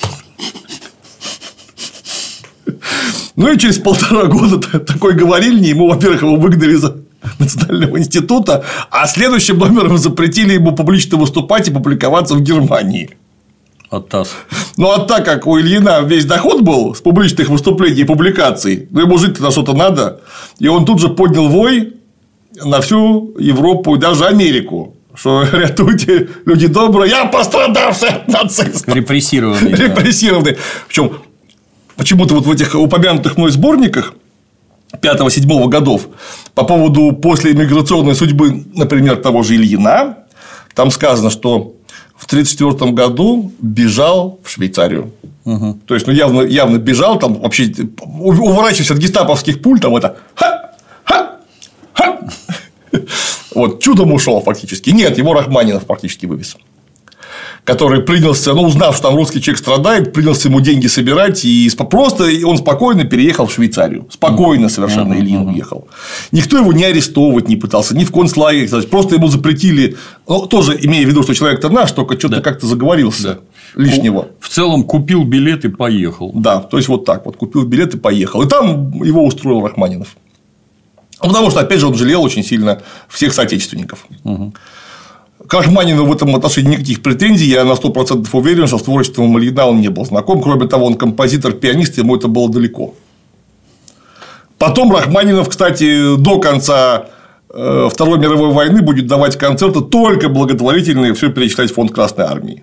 Ну и через полтора года такой говорильни ему, во-первых, его выгнали из Национального института, а следующим номером запретили ему публично выступать и публиковаться в Германии. От ТАСС. Ну, а так как у Ильина весь доход был с публичных выступлений и публикаций, ну, ему жить-то на что-то надо, и он тут же поднял вой на всю Европу и даже Америку. Что рятуйте, люди добрые, я пострадавший от нацистов. Репрессированный. Репрессированный. Да. Причем почему-то вот в этих упомянутых мной сборниках пятого-седьмого годов по поводу послеэмиграционной судьбы, например, того же Ильина, там сказано, что в тридцать четвёртом году бежал в Швейцарию. Угу. То есть, ну, явно, явно бежал, там вообще уворачиваясь от гестаповских пуль, там это ха, ха, ха. Вот, чудом ушел фактически. Нет, его Рахманинов практически вывез. который принялся, ну, узнав, что там русский человек страдает, принялся ему деньги собирать, и просто он спокойно переехал в Швейцарию. Спокойно совершенно mm-hmm. Ильин уехал. Никто его не арестовывать не пытался, ни в концлагере, просто ему запретили, ну, тоже имея в виду, что человек-то наш, только что-то да. как-то заговорился да. лишнего. В целом купил билет и поехал. Да, то есть вот так вот, купил билет и поехал. И там его устроил Рахманинов. Потому что, опять же, он жалел очень сильно всех соотечественников. Угу. К Рахманину в этом отношении никаких претензий, я на сто процентов уверен, что с творчеством Ильина он не был знаком. Кроме того, он композитор, пианист, ему это было далеко. Потом Рахманинов, кстати, до конца Второй мировой войны будет давать концерты только благотворительные, все перечислять в фонд Красной Армии.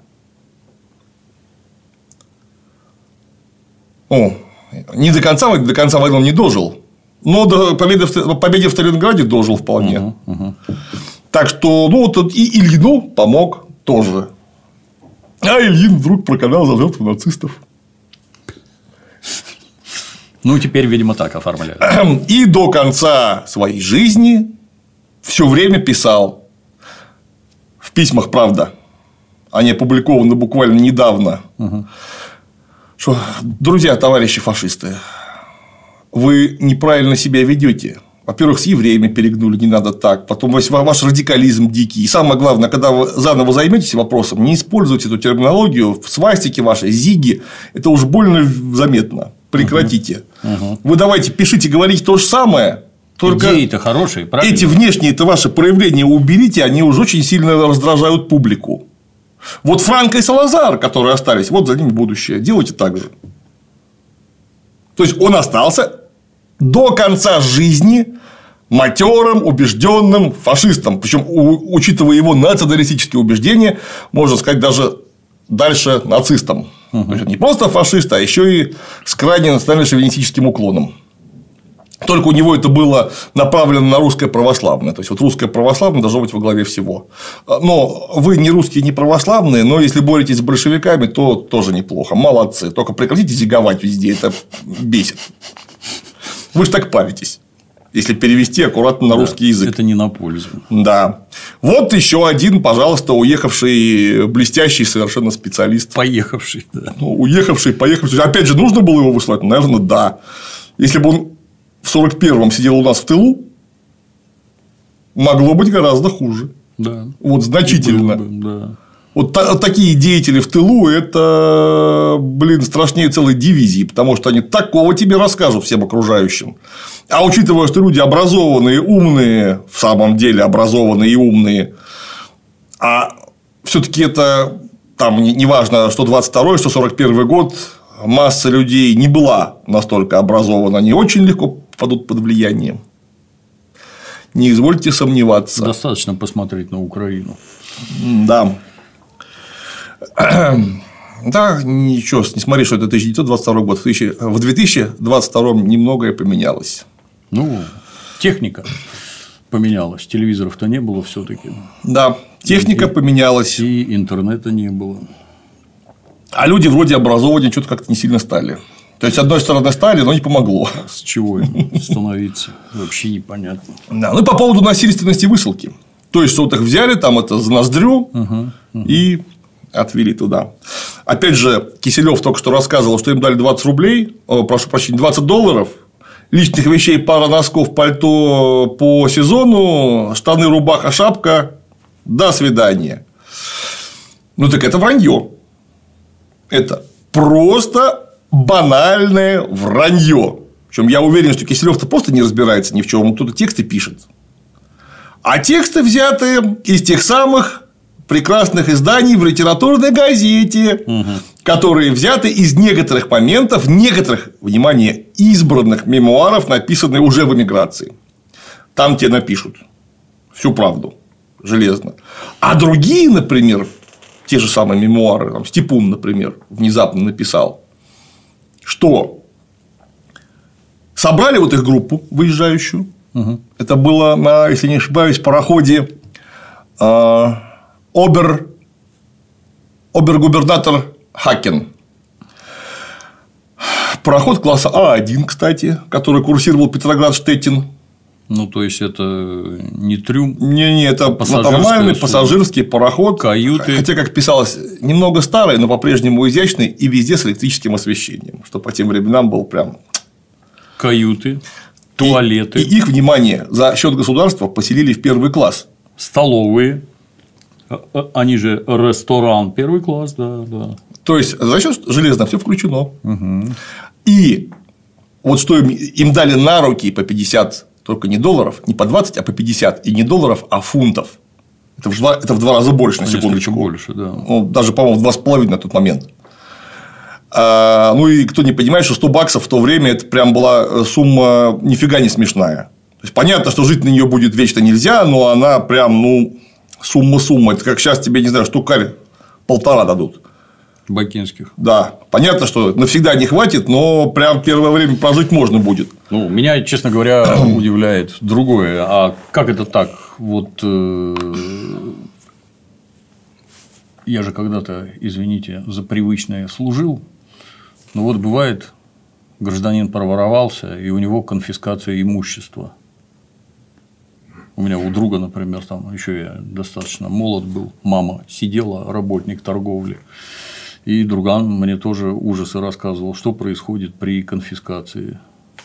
О, не до конца, до конца войны он не дожил, но до победы в, победе в Сталинграде дожил вполне. Uh-huh, uh-huh. Так что, ну, вот и Ильину помог тоже. А Ильин вдруг проканал за жертву нацистов. Ну, теперь, видимо, так оформляют. И до конца своей жизни все время писал в письмах, правда, они опубликованы буквально недавно, угу. что, друзья, товарищи фашисты, вы неправильно себя ведете. Во-первых, с евреями перегнули, не надо так. Потом ваш радикализм дикий. И самое главное, когда вы заново займетесь вопросом, не используйте эту терминологию в свастике вашей, зиги. Это уж больно заметно. Прекратите. Угу. Вы давайте пишите, говорите то же самое. Только идеи-то хорошие, правильно? Эти внешние-то ваши проявления уберите, они уже очень сильно раздражают публику. Вот Франко и Салазар, которые остались, вот за ними будущее. Делайте так же. То есть он остался до конца жизни матерым, убежденным фашистом. Причем, учитывая его националистические убеждения, можно сказать, даже дальше нацистом. Угу. То есть, не просто фашист, а еще и с крайне национально-шовинистическим уклоном. Только у него это было направлено на русское православное. То есть, вот русское православное должно быть во главе всего. Но вы не русские, не православные, но если боретесь с большевиками, то тоже неплохо. Молодцы. Только прекратите зиговать везде, это бесит. Вы же так паритесь, если перевести аккуратно на да, русский язык. Это не на пользу. Да. Вот еще один, пожалуйста, уехавший блестящий совершенно специалист. Поехавший, да. Ну, уехавший, поехавший. Опять же, нужно было его выслать? Наверное, да. Если бы он в сорок первом сидел у нас в тылу, могло быть гораздо хуже. Да. Вот значительно. Бы, да. Вот та- такие деятели в тылу – это, блин, страшнее целой дивизии, потому что они такого тебе расскажут всем окружающим. А учитывая, что люди образованные, умные, в самом деле образованные и умные, а все-таки это там неважно, что двадцать второй, что сорок первый год, масса людей не была настолько образована, они очень легко попадут под влиянием. Не извольте сомневаться. Достаточно посмотреть на Украину. Да. Да, ничего, не смотри, что это тысяча девятьсот двадцать второй год. В две тысячи двадцать втором немногое поменялось. Ну, техника поменялась. Телевизоров-то не было все-таки. Да, техника и, поменялась. И интернета не было. А люди вроде образования что-то как-то не сильно стали. То есть, с одной стороны, стали, но не помогло. С чего им становиться? Вообще непонятно. Да. Ну и по поводу насильственности высылки. То есть, что вот их взяли, там это за ноздрю угу, угу. и отвели туда. Опять же, Киселёв только что рассказывал, что им дали двадцать рублей, о, прошу прощения, двадцать долларов, личных вещей, пара носков, пальто по сезону, штаны, рубаха, шапка. До свидания. Ну так это вранье. Это просто банальное вранье. Причем я уверен, что Киселёв-то просто не разбирается ни в чем, он кто-то тексты пишет. А тексты взяты из тех самых прекрасных изданий в литературной газете, угу. которые взяты из некоторых моментов, некоторых, внимание, избранных мемуаров, написанных уже в эмиграции. Там тебе напишут всю правду, железно. А другие, например, те же самые мемуары, там, Степун, например, внезапно написал, что собрали вот их группу выезжающую. Угу. Это было на, если не ошибаюсь, пароходе э, обер, обер-губернатор Хакен. Пароход класса А один, кстати, который курсировал Петроград-Штеттин. Ну, то есть, это не трюм. Не-не, это нормальный пассажирский пароход. Каюты. Хотя, как писалось, немного старый, но по-прежнему изящный и везде с электрическим освещением. Что по тем временам был прям. Каюты, туалеты. И, и их, внимание, за счет государства поселили в первый класс. Столовые. Они же ресторан. Первый класс, да, да. То есть, за счет железа все включено. Угу. И вот что им, им дали на руки по пятьдесят. Только не долларов, не по двадцать, а по пятьдесят. И не долларов, а фунтов. Это в два, это в два раза больше, на секундочку. Больше, да. Ну, даже, по-моему, в два с половиной на тот момент. А, ну, и кто не понимает, что сто баксов в то время это прям была сумма нифига не смешная. То есть, понятно, что жить на нее будет вечно нельзя, но она прям, ну, сумма-сумма. Это как сейчас тебе, не знаю, штукарь полтора дадут. Бакинских. Да. Понятно, что навсегда не хватит, но прям первое время прожить можно будет. Ну, меня, честно говоря, удивляет другое. А как это так? Вот э... я же когда-то, извините, за привычное служил. Но вот бывает, гражданин проворовался, и у него конфискация имущества. У меня у друга, например, там еще я достаточно молод был, мама сидела, работник торговли. И друган мне тоже ужасы рассказывал, что происходит при конфискации.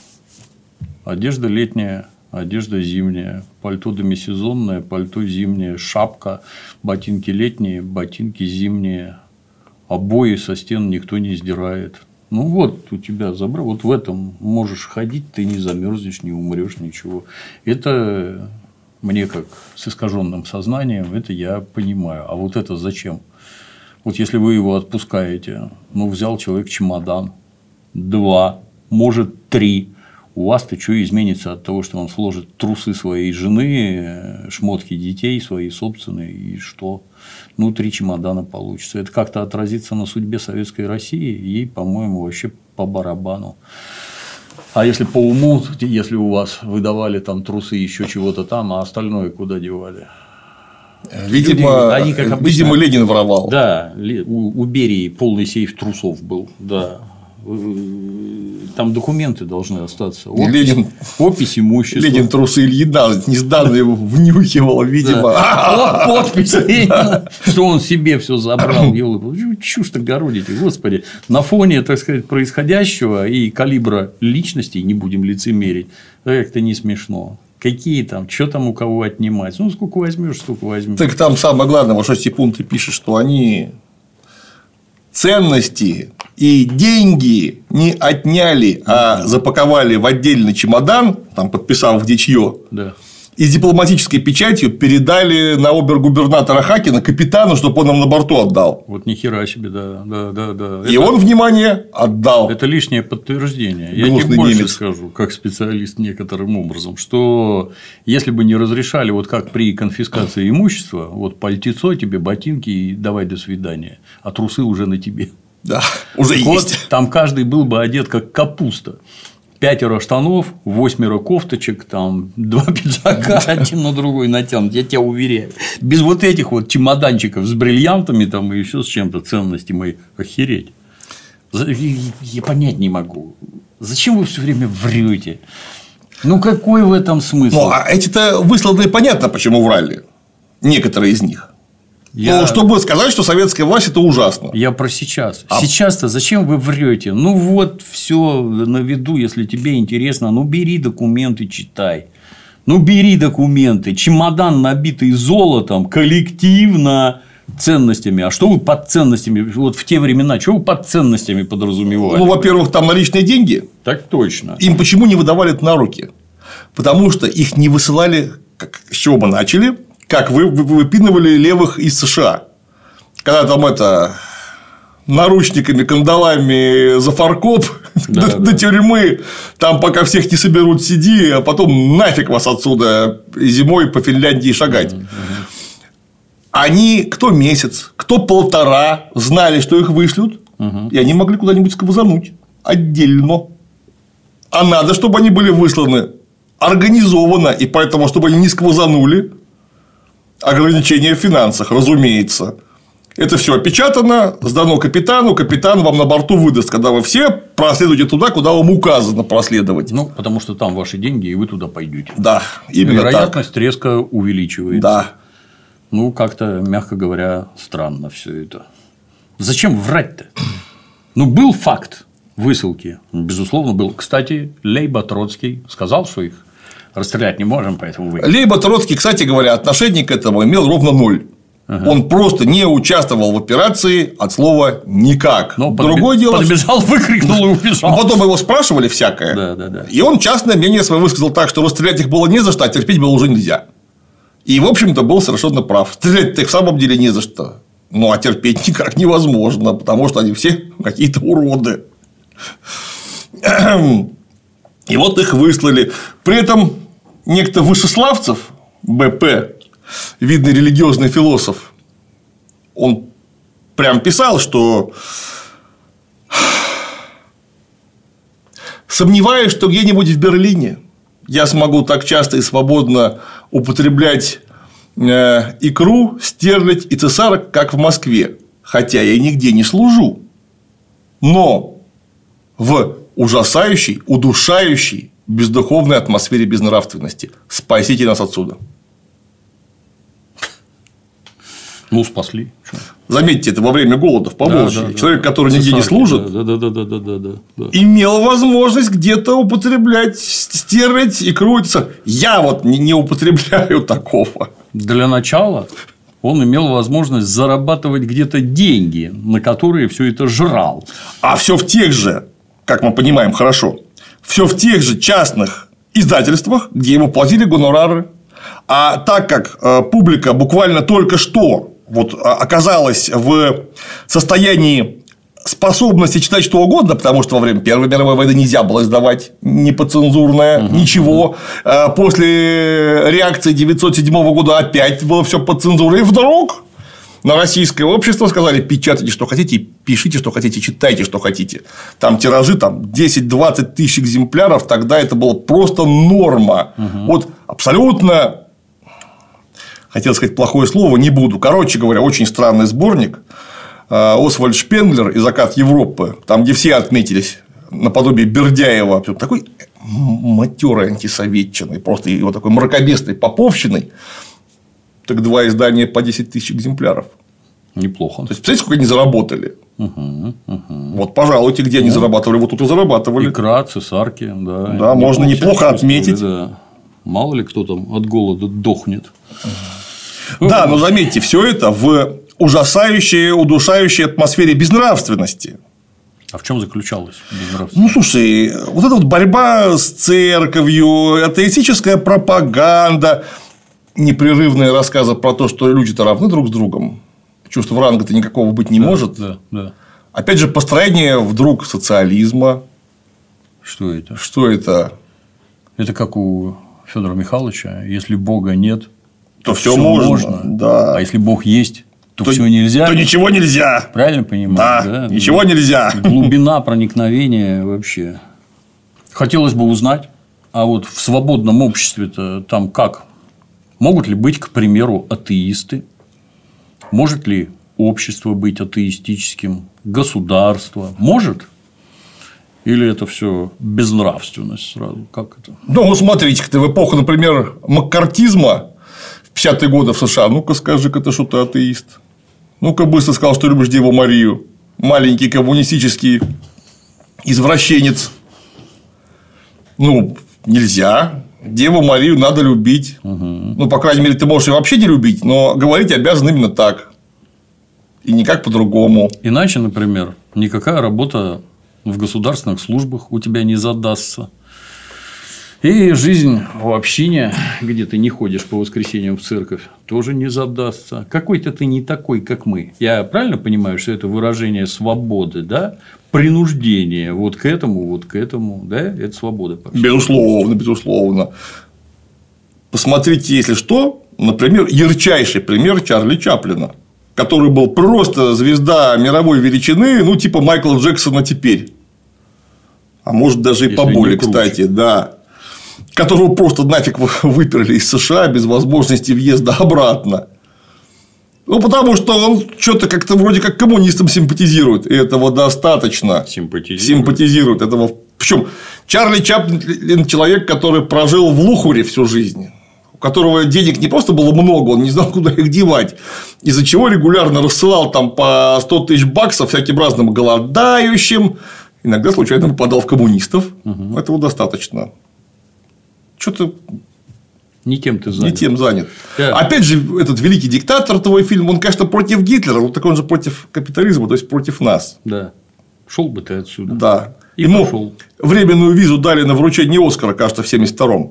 Одежда летняя, одежда зимняя, пальто демисезонное, пальто зимнее, шапка, ботинки летние, ботинки зимние, обои со стен никто не сдирает. Ну вот у тебя забрал, вот в этом можешь ходить, ты не замерзнешь, не умрешь, ничего. Это мне как с искаженным сознанием, это я понимаю. А вот это зачем? Вот если вы его отпускаете, ну, взял человек чемодан, два, может, три, у вас-то что изменится от того, что он сложит трусы своей жены, шмотки детей свои собственные, и что? Ну, три чемодана получится. Это как-то отразится на судьбе Советской России, ей, по-моему, вообще по барабану. А если по уму, если у вас выдавали там трусы, еще чего-то там, а остальное куда девали? Видимо, Люди, они, как обычно, видимо, Ленин воровал. Да, у, у Берии полный сейф трусов был. Да. Там документы должны остаться. Опись, Ленин, опись имущества. Ленин трусы Ильина несданные внюхивал, видимо. Подпись Ленина, что он себе все забрал. Чушь-то городите, господи. На фоне, так сказать, происходящего и калибра личностей, не будем лицемерить, как-то не смешно. Какие там, что там у кого отнимать? Ну, сколько возьмешь, столько возьмешь. Так там самое главное, вот что Степун-то пишет, что они ценности и деньги не отняли, а запаковали в отдельный чемодан, там подписав где чье, да. И с дипломатической печатью передали на обер-губернатора Хакина капитану, чтобы он нам на борту отдал. Вот ни хера себе, да, да, да, да. И это... он, внимание, отдал. Это лишнее подтверждение. Гнусный Я тебе больше немец. скажу, как специалист некоторым образом, что если бы не разрешали, вот как при конфискации имущества, вот пальтецо тебе, ботинки и давай до свидания, а трусы уже на тебе. Да, уже так есть. Вот, там каждый был бы одет как капуста. Пятеро штанов, восьмеро кофточек, там два пиджака один на другой натянут, я тебя уверяю. Без вот этих вот чемоданчиков с бриллиантами там и еще с чем-то ценности мои, охереть. Я понять не могу. Зачем вы все время врете? Ну какой в этом смысл? Ну, а эти-то высланные понятно, почему врали. Некоторые из них. Я... Ну, чтобы сказать, что советская власть это ужасно. Я про сейчас. А... Сейчас-то зачем вы врете? Ну вот все на виду, если тебе интересно, ну бери документы, читай. Ну бери документы. Чемодан, набитый золотом, коллективно ценностями. А что вы под ценностями? Вот в те времена, что вы под ценностями подразумевали? Ну, во-первых, там наличные деньги. Так точно. Им почему не выдавали это на руки? Потому что их не высылали, как, с чего мы начали. Как вы выпинывали левых из США, когда там это наручниками, кандалами за фаркоп да, до, да. до тюрьмы, там пока всех не соберут, сиди, а потом нафиг вас отсюда зимой по Финляндии шагать. Mm-hmm. Они кто месяц, кто полтора знали, что их вышлют, mm-hmm. и они могли куда-нибудь сквозануть отдельно. А надо, чтобы они были высланы организованно, и поэтому, чтобы они не сквозанули. Ограничения в финансах, разумеется. Это все опечатано, сдано капитану, капитан вам на борту выдаст, когда вы все проследуете туда, куда вам указано проследовать. Ну, потому что там ваши деньги, и вы туда пойдете. Да, именно вероятность так. резко увеличивается. Да. Ну, как-то, мягко говоря, странно все это. Зачем врать-то? Ну, был факт высылки. Безусловно, был. Кстати, Лейба Троцкий сказал, что их расстрелять не можем, поэтому вы. Лейба Троцкий, кстати говоря, отношение к этому имел ровно ноль. Ага. Он просто не участвовал в операции от слова никак. Но Другое подби... дело. Подбежал, выкрикнул и убежал. А потом его спрашивали всякое. Да, да, да. И он частное мнение свое высказал так, что расстрелять их было не за что, а терпеть было уже нельзя. И, в общем-то, был совершенно прав. Стрелять-то их в самом деле не за что. Ну, а терпеть никак невозможно, потому что они все какие-то уроды. И вот их выслали. При этом некто Вышеславцев, БП, видный религиозный философ, он прям писал, что сомневаюсь, что где-нибудь в Берлине я смогу так часто и свободно употреблять э, икру, стерлядь и цесарок, как в Москве, хотя я нигде не служу. Но в ужасающей, удушающей, бездуховной атмосфере безнравственности. Спасите нас отсюда. Ну, спасли. Что? Заметьте, это во время голода в Поволжье. Да, да, Человек, да, который нигде не служит, да, да, да, да, да, да, да. имел возможность где-то употреблять, стерлядь икру. Я вот не употребляю такого. Для начала он имел возможность зарабатывать где-то деньги, на которые все это жрал. А все в тех же, как мы понимаем хорошо, все в тех же частных издательствах, где ему платили гонорары. А так как э, публика буквально только что вот, оказалась в состоянии способности читать что угодно, потому что во время Первой мировой войны нельзя было издавать неподцензурное угу, ничего. Угу. После реакции тысяча девятьсот седьмого года опять было все под цензурой. И вдруг на российское общество сказали: печатайте, что хотите, пишите, что хотите, читайте, что хотите. Там тиражи там, десять-двадцать тысяч экземпляров, тогда это было просто норма. Угу. Вот абсолютно, хотел сказать плохое слово, не буду. Короче говоря, очень странный сборник. Освальд Шпенглер и «Закат Европы», там, где все отметились наподобие Бердяева, такой матерой антисоветчиной, просто его такой мракобесной поповщиной. Так два издания по десять тысяч экземпляров. Неплохо. То есть, представляете, сколько они заработали? Угу, угу. Вот, пожалуйте, где ну, они зарабатывали, вот тут и зарабатывали. Икра, цесарки, да. Да, неплохо, можно неплохо отметить. Да. Мало ли кто там от голода дохнет. Да, но заметьте, все это в ужасающей, удушающей атмосфере безнравственности. А в чем заключалась безнравственность? Ну, слушай, вот эта вот борьба с церковью, атеистическая пропаганда, непрерывные рассказы про то, что люди-то равны друг с другом, чувства ранга-то никакого быть не да, может. Да, да. Опять же, построение вдруг социализма. Что это? Что это? Это как у Федора Михайловича: если Бога нет, то, то все можно. можно. Да. А если Бог есть, то, то все нельзя. То ничего нельзя. Правильно понимаю? Да, да? Ничего нельзя. Глубина проникновения вообще. Хотелось бы узнать, а вот в свободном обществе-то там как? Могут ли быть, к примеру, атеисты? Может ли общество быть атеистическим? Государство? Может? Или это все безнравственность сразу? Как это? Ну, смотрите-ка, ты в эпоху, например, маккартизма в пятидесятые годы в США, ну-ка скажи-ка ты, что ты атеист. Ну-ка быстро сказал, что любишь Деву Марию. Маленький коммунистический извращенец. Ну, нельзя. Деву Марию надо любить. Угу. Ну, по крайней мере, ты можешь ее вообще не любить, но говорить обязан именно так. И никак по-другому. Иначе, например, никакая работа в государственных службах у тебя не задастся. И жизнь в общине, где ты не ходишь по воскресеньям в церковь, тоже не задастся. Какой-то ты не такой, как мы. Я правильно понимаю, что это выражение свободы, да? Принуждение вот к этому, вот к этому, да? Это свобода. Безусловно, безусловно. Посмотрите, если что, например, ярчайший пример Чарли Чаплина, который был просто звезда мировой величины, ну, типа Майкла Джексона теперь. А может, даже и если поболее, кстати, да. Которого просто нафиг выперли из США без возможности въезда обратно. Ну, потому что он что-то как-то вроде как коммунистам симпатизирует. И этого достаточно. Симпатизирует. Симпатизирует. Этого... Причем Чарли Чаплин человек, который прожил в Лухуре всю жизнь. У которого денег не просто было много, он не знал, куда их девать. Из-за чего регулярно рассылал там по сто тысяч баксов всяким разным голодающим. Иногда случайно попадал в коммунистов. Угу. Этого достаточно. Что-то. Не тем ты занят. Не тем занят. Yeah. Опять же, этот великий диктатор, твой фильм, он, конечно, против Гитлера, но так он же против капитализма, то есть против нас. Да. Шел бы ты отсюда. Да. И Ему пошел. Временную визу дали на вручение Оскара, кажется, в семьдесят втором.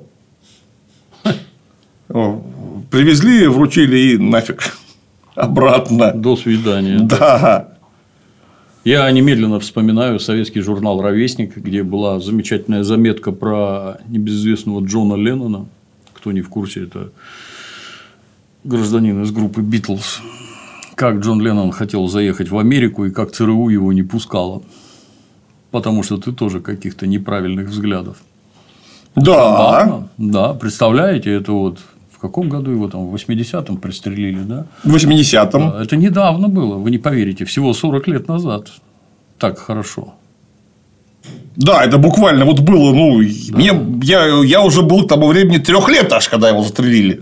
Привезли, вручили и нафиг обратно. До свидания. Да. Я немедленно вспоминаю советский журнал «Ровесник», где была замечательная заметка про небезызвестного Джона Леннона. Кто не в курсе, это гражданин из группы «Битлз». Как Джон Леннон хотел заехать в Америку и как ЦРУ его не пускало. Потому что ты тоже каких-то неправильных взглядов. Да. Да, да, представляете, это вот в каком году его там в восьмидесятом пристрелили, да? В восьмидесятом. Да, это недавно было, вы не поверите, всего сорок лет назад. Так хорошо. Да, это буквально вот было, ну, да. мне, я, я уже был к тому времени трех лет аж, когда его застрелили.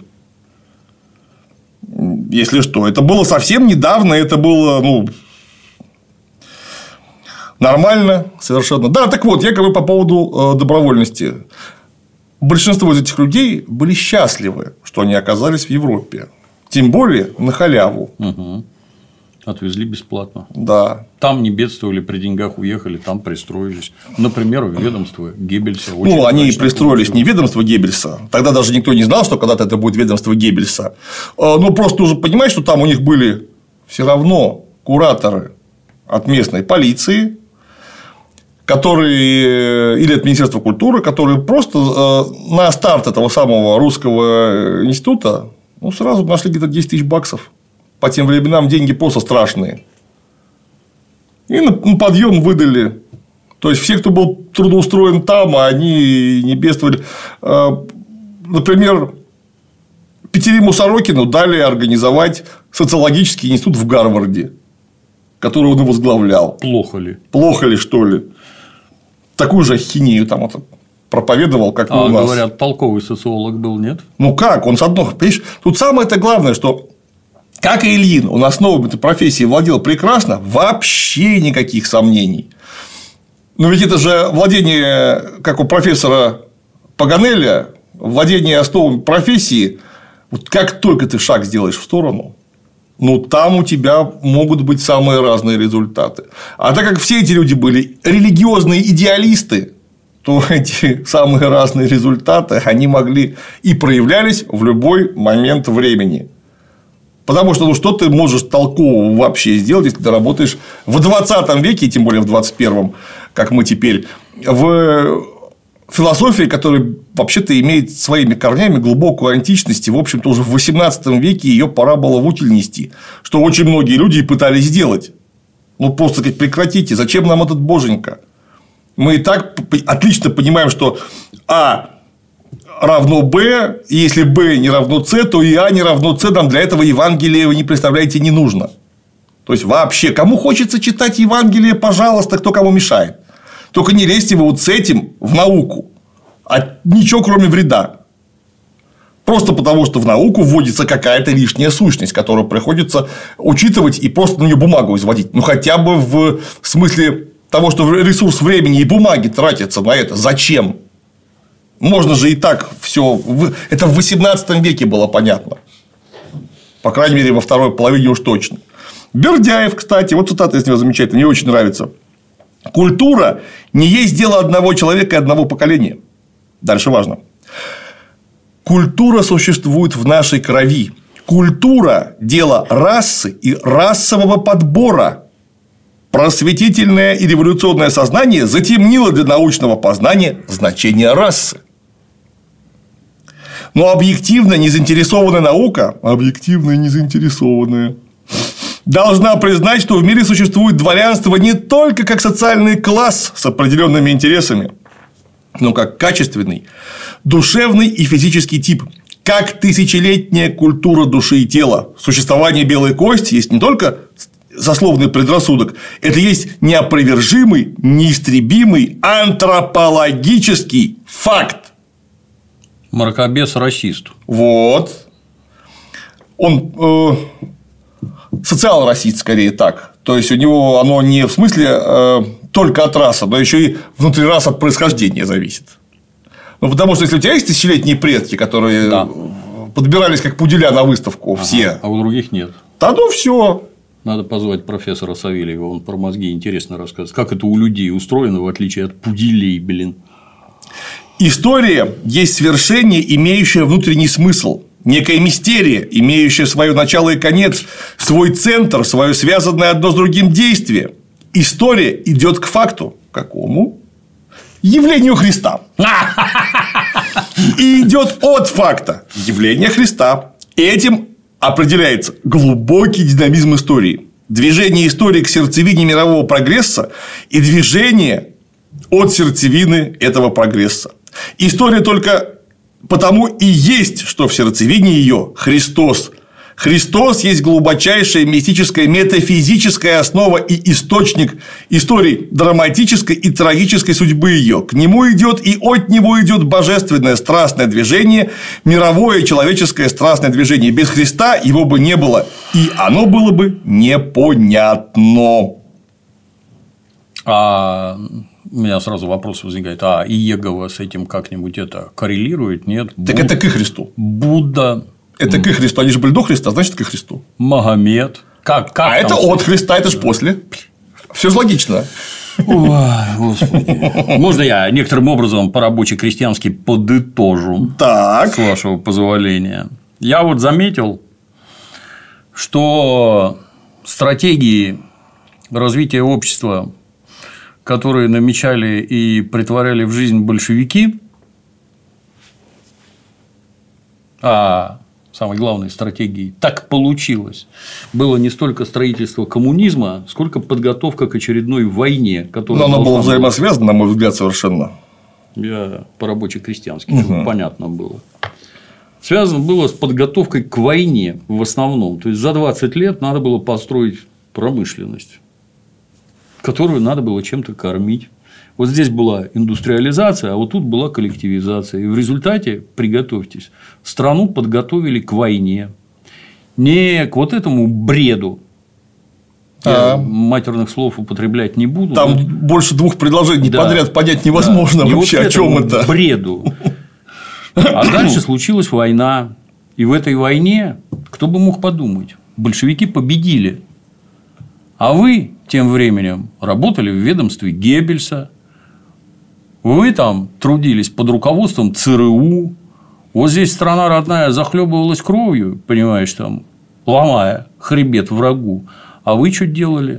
Если что, это было совсем недавно, это было, ну, нормально совершенно. Да, так вот, я говорю по поводу э, добровольности. Большинство из этих людей были счастливы, что они оказались в Европе. Тем более на халяву. Угу. Отвезли бесплатно. Да. Там не бедствовали, при деньгах уехали, там пристроились. Например, в ведомство Геббельса. Очень ну, они пристроились получилось. Не в ведомство Геббельса. Тогда даже никто не знал, что когда-то это будет ведомство Геббельса. Ну, просто уже понимаешь, что там у них были все равно кураторы от местной полиции, которые, или от Министерства культуры, которые просто на старт этого самого русского института ну, сразу нашли где-то десять тысяч баксов. По тем временам деньги просто страшные. И на подъем выдали. То есть, все, кто был трудоустроен там, они не бедствовали. Например, Петериму Сорокину дали организовать социологический институт в Гарварде, который он и возглавлял. Плохо ли? Плохо ли, что ли? Такую же ахинею там это проповедовал, как а, у нас. Говорят, толковый социолог был, нет? Ну как? Он с одной. Понимаешь, тут самое-то главное, что. Как и Ильин, он основами этой профессии владел прекрасно, вообще никаких сомнений. Но ведь это же владение, как у профессора Паганеля, владение основами профессии, вот как только ты шаг сделаешь в сторону, ну, там у тебя могут быть самые разные результаты. А так как все эти люди были религиозные идеалисты, то эти самые разные результаты, они могли и проявлялись в любой момент времени. Потому что, ну, что ты можешь толкового вообще сделать, если ты работаешь в двадцатом веке, тем более в двадцать первом, как мы теперь, в философии, которая вообще-то имеет своими корнями глубокую античность, и, в общем-то, уже в восемнадцатом веке ее пора было в утиль нести, что очень многие люди и пытались сделать. Ну, просто сказать, прекратите, зачем нам этот боженька? Мы и так отлично понимаем, что А равно Б, и если Б не равно С, то и А не равно С, нам для этого Евангелия, вы не представляете, не нужно. То есть, вообще, кому хочется читать Евангелие, пожалуйста, кто кому мешает. Только не лезьте вы вот с этим в науку, а ничего кроме вреда. Просто потому, что в науку вводится какая-то лишняя сущность, которую приходится учитывать и просто на нее бумагу изводить. Ну, хотя бы в смысле того, что ресурс времени и бумаги тратится на это. Зачем? Можно же и так все. Это в восемнадцатом веке было понятно. По крайней мере, во второй половине уж точно. Бердяев, кстати, вот цитата из него замечательная, мне очень нравится. Культура не есть дело одного человека и одного поколения. Дальше важно. Культура существует в нашей крови. Культура – дело расы и расового подбора. Просветительное и революционное сознание затемнило для научного познания значение расы. Но объективно незаинтересованная наука, объективно незаинтересованная, должна признать, что в мире существует дворянство не только как социальный класс с определенными интересами, но как качественный, душевный и физический тип. как тысячелетняя культура души и тела. Существование белой кости есть не только сословный предрассудок, это есть неопровержимый, неистребимый антропологический факт. Мракобес-расист. Вот. Он э, социал-расист, скорее так. То есть у него оно не в смысле э, только от расы, но еще и внутри рас от происхождения зависит. Ну, потому что если у тебя есть тысячелетние предки, которые да. подбирались как пуделя на выставку, ага, все. А у других нет. Да ну все. Надо позвать профессора Савельева, он про мозги интересно рассказывает. Как это у людей устроено, в отличие от пуделей, блин. История есть свершение, имеющее внутренний смысл. Некая мистерия, имеющая свое начало и конец, свой центр, свое связанное одно с другим действие. История идет к факту. Какому? Явлению Христа. И идет от факта явления Христа. Этим определяется глубокий динамизм истории. Движение истории к сердцевине мирового прогресса и движение от сердцевины этого прогресса. История только потому и есть, что в сердцевине ее Христос. Христос есть глубочайшая мистическая метафизическая основа и источник истории драматической и трагической судьбы ее. К нему идет и от него идет божественное страстное движение, мировое человеческое страстное движение. Без Христа его бы не было, и оно было бы непонятно. А у меня сразу вопрос возникает: а Иегова с этим как-нибудь это коррелирует? Нет? Так Буд... это к Христу. Будда. Это к Христу, они же были до Христа, значит, к Христу. Магомед. Как, как а это от Христа, это же после. Все же логично. Ой, Господи. Можно я некоторым образом по-рабоче-крестьянски подытожу? Так. С вашего позволения. Я вот заметил, что стратегии развития общества, которые намечали и претворяли в жизнь большевики, а самой главной стратегией так получилось, было не столько строительство коммунизма, сколько подготовка к очередной войне, которая. Но оно было взаимосвязано, на мой взгляд, совершенно. Я по-рабоче-крестьянски, угу. чтобы понятно было. Связано было с подготовкой к войне в основном. То есть за двадцать лет надо было построить промышленность, которую надо было чем-то кормить. Вот здесь была индустриализация, а вот тут была коллективизация. И в результате, приготовьтесь, страну подготовили к войне. Не к вот этому бреду. Я а... матерных слов употреблять не буду. Там но... больше двух предложений да. подряд понять невозможно да. вообще, вот о чем это. Бреду. А дальше случилась война. И в этой войне, кто бы мог подумать, большевики победили. А вы тем временем работали в ведомстве Геббельса. Вы там трудились под руководством ЦРУ. Вот здесь страна родная захлебывалась кровью, понимаешь, там, ломая хребет врагу. А вы что делали?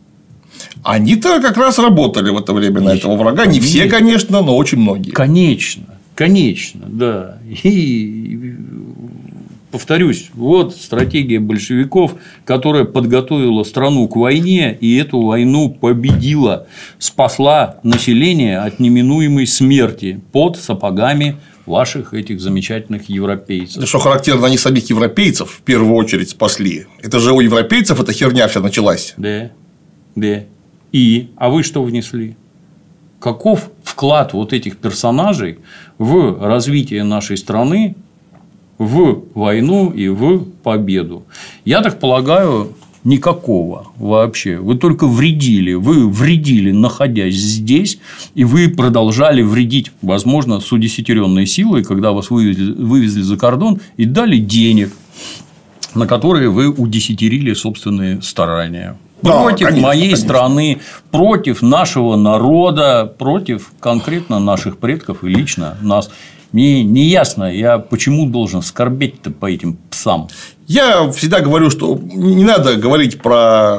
Они-то как раз работали в это время на этого врага. Не все, конечно, но очень многие. Конечно, конечно, да. И повторюсь, вот стратегия большевиков, которая подготовила страну к войне и эту войну победила, спасла население от неминуемой смерти под сапогами ваших этих замечательных европейцев. Что характерно, они самих европейцев в первую очередь спасли. Это же у европейцев эта херня вся началась. Да, да. И, а вы что внесли? Каков вклад вот этих персонажей в развитие нашей страны, в войну и в победу? Я так полагаю, никакого вообще. Вы только вредили. Вы вредили, находясь здесь, и вы продолжали вредить, возможно, с удесятеренной силой, когда вас вывезли, вывезли за кордон и дали денег, на которые вы удесятерили собственные старания. Против да, конечно, моей конечно. страны, против нашего народа, против конкретно наших предков и лично нас. Мне не ясно, я почему должен скорбеть-то по этим псам. Я всегда говорю, что не надо говорить про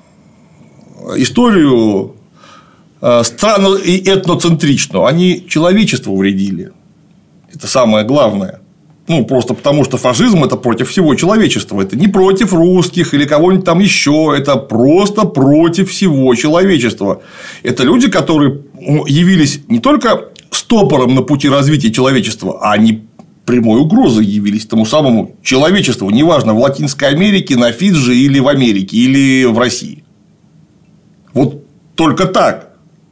историю странно и этноцентричную. Они человечеству вредили. Это самое главное. Ну, просто потому, что фашизм – это против всего человечества. Это не против русских или кого-нибудь там еще. Это просто против всего человечества. Это люди, которые явились не только стопором на пути развития человечества, а они прямой угрозой явились тому самому человечеству, неважно, в Латинской Америке, на Фиджи или в Америке, или в России. Вот только так.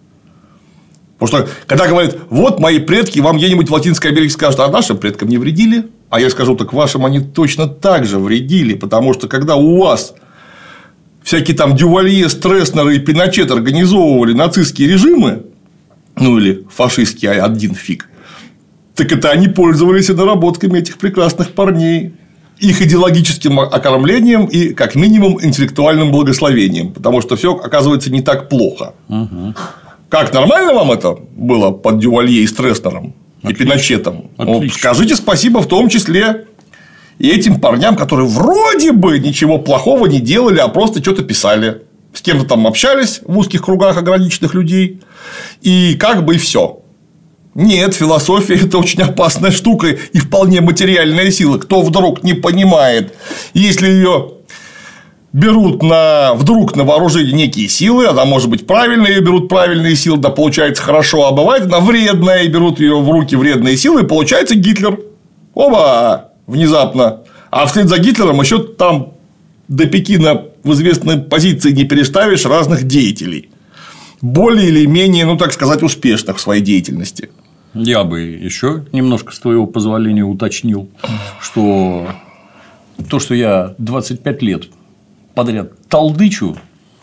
Потому что, когда говорят, вот мои предки вам где-нибудь в Латинской Америке скажут, а нашим предкам не вредили, а я скажу, так вашим они точно так же вредили, потому что, когда у вас всякие там Дювалье, Стресснеры и Пиночет организовывали нацистские режимы, ну или фашистские, один фиг, так это они пользовались и наработками этих прекрасных парней, их идеологическим окормлением и, как минимум, интеллектуальным благословением, потому что все оказывается не так плохо. Угу. Как нормально вам это было под Дювалье и Стресснером и Пиночетом? Ну, скажите спасибо в том числе и этим парням, которые вроде бы ничего плохого не делали, а просто что-то писали, с кем-то там общались в узких кругах ограниченных людей, и как бы и все. Нет, философия – это очень опасная штука и вполне материальная сила. Кто вдруг не понимает, если ее берут на, вдруг на вооружение некие силы, она может быть правильная, ее берут правильные силы, да получается хорошо, а бывает она вредная, и берут ее в руки вредные силы, и получается Гитлер. Оба! Внезапно. А вслед за Гитлером еще там до Пекина в известной позиции не переставишь разных деятелей, более или менее, ну так сказать, успешных в своей деятельности. Я бы еще немножко, с твоего позволения, уточнил, что то, что я двадцать пять лет подряд толдычу,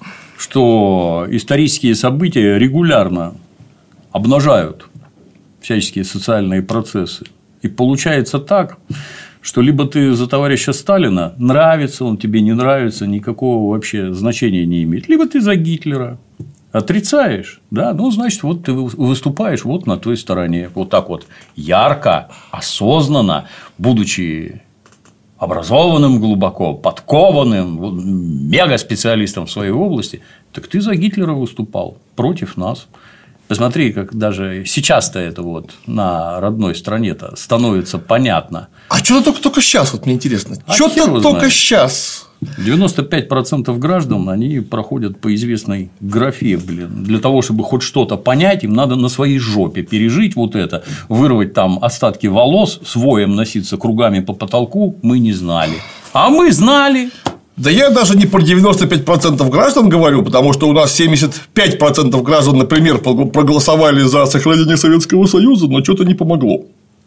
что исторические события регулярно обнажают всяческие социальные процессы. И получается так, что либо ты за товарища Сталина, нравится он тебе, не нравится, никакого вообще значения не имеет, либо ты за Гитлера. Отрицаешь, да, ну, значит, вот ты выступаешь вот на той стороне, вот так вот ярко, осознанно, будучи образованным глубоко, подкованным, мега-специалистом в своей области, так ты за Гитлера выступал против нас. Посмотри, как даже сейчас-то это вот на родной стране-то становится понятно. А что-то только, только сейчас, вот мне интересно, а что-то только сейчас. девяносто пять процентов граждан, они проходят по известной графе, блин. Для того, чтобы хоть что-то понять, им надо на своей жопе пережить вот это, вырвать там остатки волос, с воем носиться кругами по потолку, мы не знали. А мы знали. Да я даже не про девяносто пять процентов граждан говорю, потому что у нас семьдесят пять процентов граждан, например, проголосовали за сохранение Советского Союза, но что-то не помогло.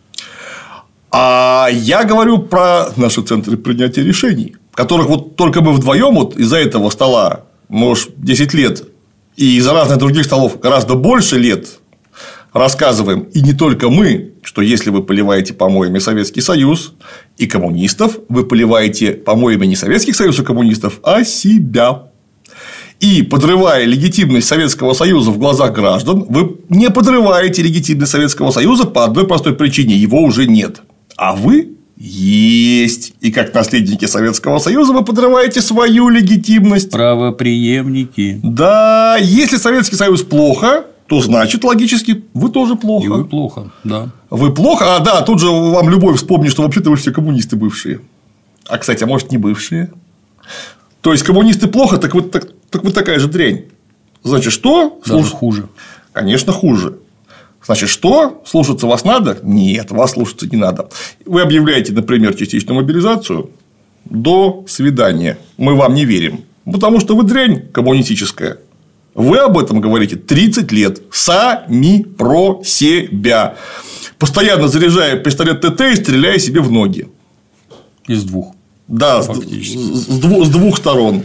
А я говорю про наши центры принятия решений, которых вот только мы вдвоем вот из-за этого стола, может, десять лет, и из-за разных других столов гораздо больше лет рассказываем, и не только мы, что если вы поливаете помоями Советский Союз и коммунистов, вы поливаете помоями не Советский Союз и коммунистов, а себя. И, подрывая легитимность Советского Союза в глазах граждан, вы не подрываете легитимность Советского Союза по одной простой причине – его уже нет. А вы есть. И как наследники Советского Союза вы подрываете свою легитимность. Правопреемники. Да, если Советский Союз плохо, то значит, логически, вы тоже плохо. И вы плохо, да. Вы плохо, а да, тут же вам любой вспомнит, что вообще-то вы все коммунисты бывшие. А, кстати, а может, не бывшие? То есть, коммунисты плохо, так вы, так, так вы такая же дрянь. Значит, что? Даже Слуш... хуже. Конечно, хуже. Значит, что? Слушаться вас надо? Нет, вас слушаться не надо. Вы объявляете, например, частичную мобилизацию. До свидания. Мы вам не верим. Потому что вы дрянь коммунистическая. Вы об этом говорите тридцать лет. Сами про себя. Постоянно заряжая пистолет ТТ и стреляя себе в ноги. Из двух. Да, с, с, с двух сторон.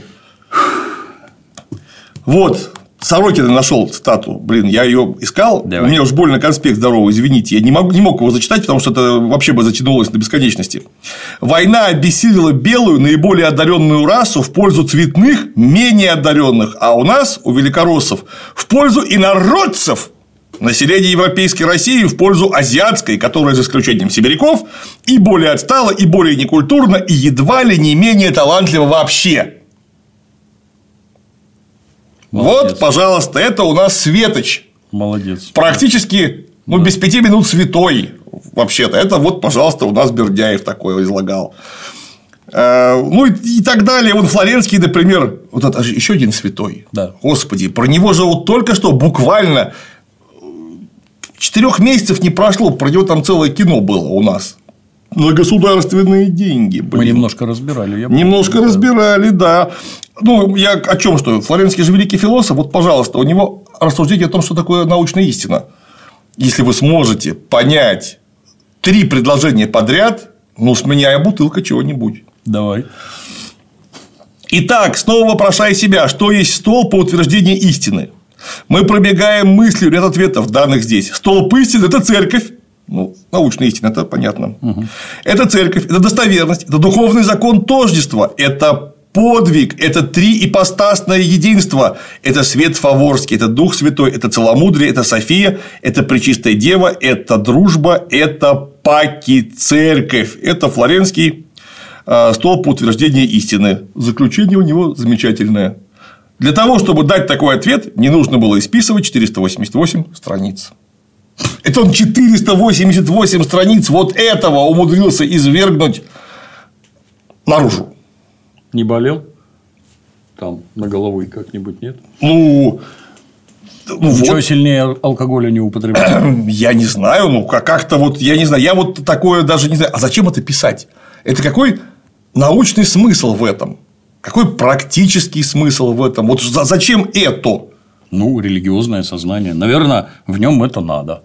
Вот. Сорокина нашел цитату. Блин, я ее искал. Давай. У меня уж больно конспект здоровый, извините. Я не, могу, не мог его зачитать, потому что это вообще бы затянулось на бесконечности. Война обессилила белую, наиболее одаренную расу в пользу цветных, менее одаренных. А у нас, у великороссов, в пользу инородцев. Население Европейской России в пользу азиатской, которая, за исключением сибиряков, и более отстала, и более некультурна, и едва ли не менее талантлива вообще. Молодец. Вот, пожалуйста, это у нас Светоч. Молодец. Практически, ну, да. без пяти минут святой. Вообще-то. Это вот, пожалуйста, у нас Бердяев такое излагал. Ну и так далее. Вон Флоренский, например, вот это еще один святой. Да. Господи, про него же вот только что буквально четырех месяцев не прошло, про него там целое кино было у нас. на государственные деньги. Блин. Мы немножко разбирали. Я немножко помню, разбирали, да. Ну, я о чем что? Флоренский же великий философ, вот, пожалуйста, у него рассуждение о том, что такое научная истина. Если вы сможете понять три предложения подряд, ну, с меня и бутылка чего-нибудь. Давай. Итак, снова вопрошая себя, что есть столб по утверждению истины. Мы пробегаем мыслью ряд ответов, данных здесь. Столб истины – это церковь. Ну, научная истина, это понятно. Угу. Это церковь, это достоверность, это духовный закон тождества, это подвиг, это триипостасное единство, это свет Фаворский, это Дух Святой, это целомудрие, это София, это Пречистая Дева, это дружба, это паки церковь, это Флоренский столб утверждения истины. Заключение у него замечательное. Для того, чтобы дать такой ответ, не нужно было исписывать четыреста восемьдесят восемь страниц. Это он четыреста восемьдесят восемь страниц вот этого умудрился извергнуть наружу. Не болел? Там на головой как-нибудь нет? Ну, ну Ничего вот. Сильнее алкоголя не употреблял? Я не знаю, ну как-то вот, я не знаю, я вот такое даже не знаю. А зачем это писать? Это какой научный смысл в этом? Какой практический смысл в этом? Вот зачем это? Ну, религиозное сознание. Наверное, в нем это надо.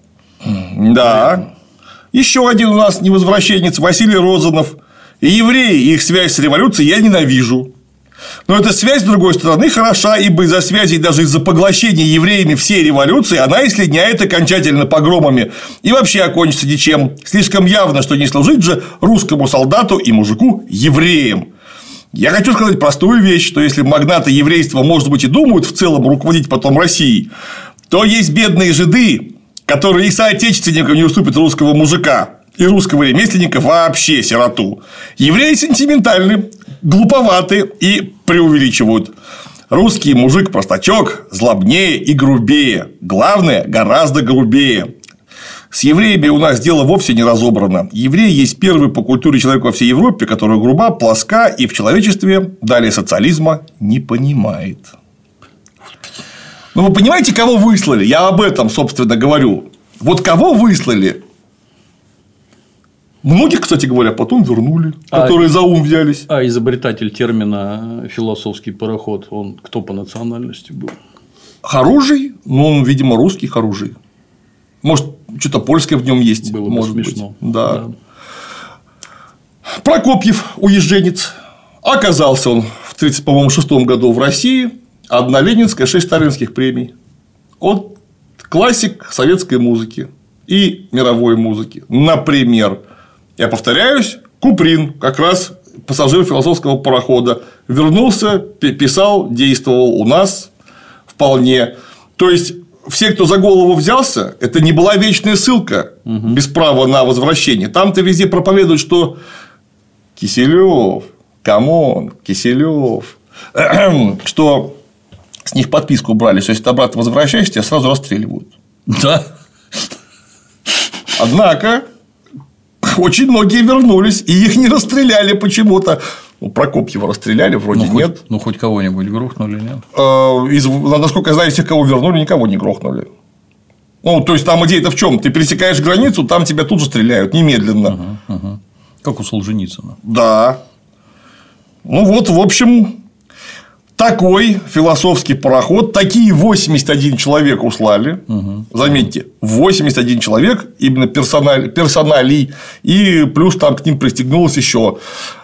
Да. Еще один у нас невозвращенец Василий Розанов. И евреи, и их связь с революцией я ненавижу. Но эта связь, с другой стороны, хороша, ибо из-за связи, даже из-за поглощения евреями всей революции, она и слиняет окончательно погромами и вообще окончится ничем. Слишком явно, что не служить же русскому солдату и мужику евреям. Я хочу сказать простую вещь, что если магнаты еврейства, может быть, и думают в целом руководить потом Россией, то есть бедные жиды, которые и соотечественникам не уступят русского мужика. И русского ремесленника вообще сироту. Евреи сентиментальны, глуповаты и преувеличивают. Русский мужик-простачок злобнее и грубее. Главное, гораздо грубее. С евреями у нас дело вовсе не разобрано. Еврей есть первый по культуре человек во всей Европе, который груба, плоска и в человечестве, далее социализма, не понимает. Ну, вы понимаете, кого выслали? Я об этом, собственно, говорю. Вот кого выслали? Многих, кстати говоря, потом вернули, которые а, за ум взялись. А изобретатель термина «философский пароход», он кто по национальности был? Харужий? Ну, он, видимо, русский Харужий. Может, что-то польское в нем есть. Было бы может смешно. Быть. Да. Да. Прокопьев, уезженец. Оказался он в тридцать шестом году в России. Одна ленинская, шесть сталинских премий. Он классик советской музыки и мировой музыки. Например, я повторяюсь, Куприн, как раз пассажир философского парохода, вернулся, писал, действовал у нас вполне. То есть, все, кто за голову взялся, это не была вечная ссылка угу. без права на возвращение. Там-то везде проповедуют, что Киселёв, камон, Киселёв, что с них подписку брали, что если ты обратно возвращаешься, тебя сразу расстреливают. Да. Однако очень многие вернулись, и их не расстреляли почему-то. Ну, Прокопьева расстреляли, вроде ну, нет. Хоть, ну, хоть кого-нибудь грохнули, нет? Из, насколько я знаю, всех, кого вернули, никого не грохнули. Ну, то есть, там идея-то в чем? Ты пересекаешь границу, там тебя тут же стреляют немедленно. Угу, угу. Как у Солженицына. Да. Ну, вот, в общем, такой философский пароход, такие восемьдесят один человек услали. Угу. Заметьте, восемьдесят один человек, именно персональ, персоналий, и плюс там к ним пристегнулось еще.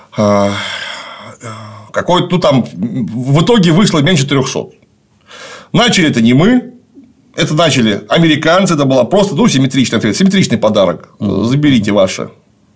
Какой-то, ну, там в итоге вышло меньше трехсот. Начали это не мы, это начали американцы, это было просто, ну, симметричный ответ, симметричный подарок. Заберите ваше.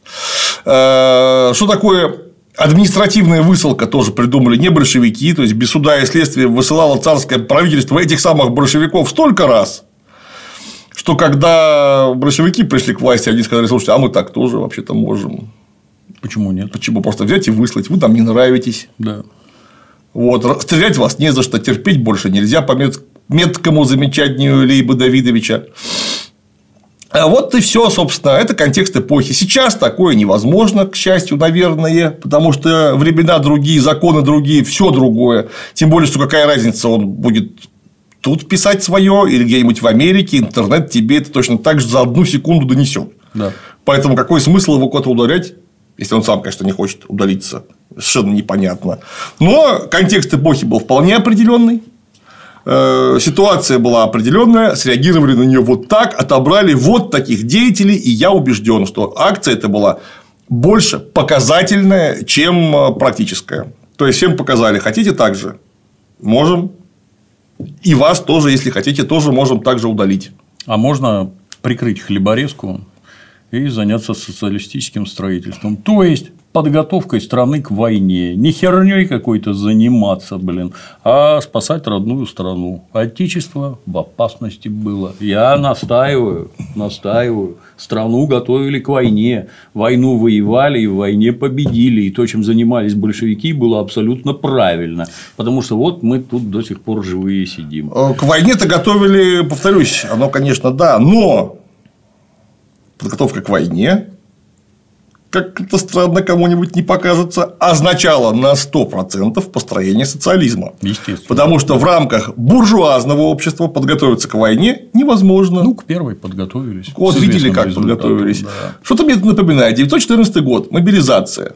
Что такое административная высылка, тоже придумали не большевики, то есть без суда и следствия высылало царское правительство этих самых большевиков столько раз, что когда большевики пришли к власти, они сказали: слушайте, а мы так тоже вообще-то можем. Почему нет? Почему? Просто взять и выслать. Вы нам не нравитесь. Да. Вот. Стрелять вас не за что, терпеть больше нельзя по меткому замечанию Лейба Давидовича. А вот и все, собственно, это контекст эпохи. Сейчас такое невозможно, к счастью, наверное, потому что времена другие, законы другие, все другое. Тем более, что какая разница, он будет тут писать свое или где-нибудь в Америке, интернет тебе это точно так же за одну секунду донесет. Да. Поэтому какой смысл его куда-то удалять, если он сам, конечно, не хочет удалиться? Совершенно непонятно. Но контекст эпохи был вполне определенный. Ситуация была определенная, среагировали на нее вот так, отобрали вот таких деятелей, и я убежден, что акция эта была больше показательная, чем практическая. То есть всем показали, хотите так же, можем, и вас тоже, если хотите, тоже можем также удалить. А можно прикрыть хлеборезку и заняться социалистическим строительством. То есть подготовкой страны к войне. Не херней какой-то заниматься, блин, а спасать родную страну. Отечество в опасности было. Я настаиваю, настаиваю. Страну готовили к войне. Войну воевали и в войне победили. И то, чем занимались большевики, было абсолютно правильно. Потому что вот мы тут до сих пор живые сидим. К войне-то готовили, повторюсь, оно, конечно, да, но подготовка к войне, как это странно кому-нибудь не покажется, означало на сто процентов построение социализма. Естественно. Потому что в рамках буржуазного общества подготовиться к войне невозможно. Ну, к первой подготовились. Вот видели, как подготовились. Да. Что-то мне это напоминает. девятьсот четырнадцатый год. Мобилизация.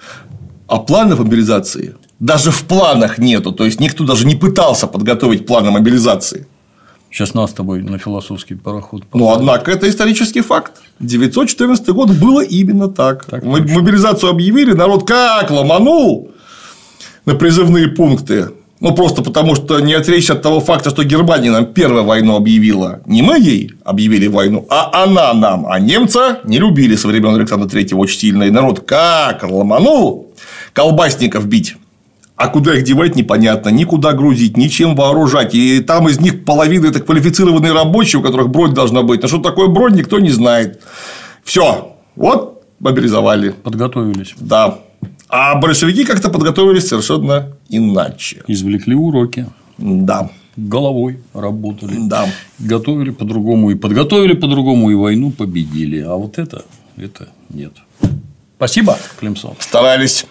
А планов мобилизации даже в планах нету. То есть никто даже не пытался подготовить планы мобилизации. Сейчас нас с тобой на философский пароход. Ну, однако, это исторический факт. девятьсот четырнадцатый год было именно так. так Мобилизацию объявили, народ как ломанул на призывные пункты. Ну, просто потому, что не отречься от того факта, что Германия нам первую войну объявила. Не мы ей объявили войну, а она нам. А немца не любили со времен Александра Третьего очень сильно. И народ как ломанул колбасников бить. А куда их девать, непонятно, никуда грузить, ничем вооружать. И там из них половина – это квалифицированные рабочие, у которых бронь должна быть. А что такое бронь, никто не знает. Все. Вот мобилизовали. Подготовились. Да. А большевики как-то подготовились совершенно иначе. Извлекли уроки. Да. Головой работали. Да. Готовили по-другому и подготовили по-другому, и войну победили. А вот это, это нет. Спасибо, Климсон. Старались.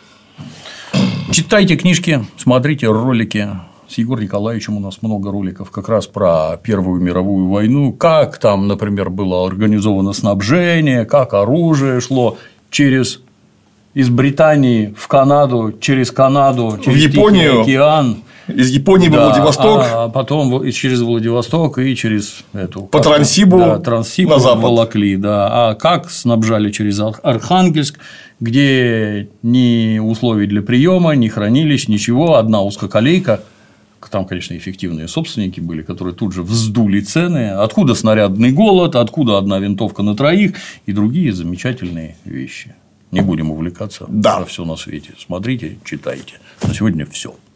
Читайте книжки, смотрите ролики. С Егором Николаевичем у нас много роликов как раз про Первую мировую войну, как там, например, было организовано снабжение, как оружие шло через из Британии в Канаду, через Канаду, через в Японию, Тихий океан. Из Японии да, в Владивосток. А потом через Владивосток и через эту. По Транссибу, да, Транссибу на запад. волокли. Да. А как снабжали через Архангельск, где ни условий для приема, ни хранилищ, ничего, одна узкоколейка. Там, конечно, эффективные собственники были, которые тут же вздули цены. Откуда снарядный голод, откуда одна винтовка на троих и другие замечательные вещи. Не будем увлекаться. Да. Про все на свете. Смотрите, читайте. На сегодня все.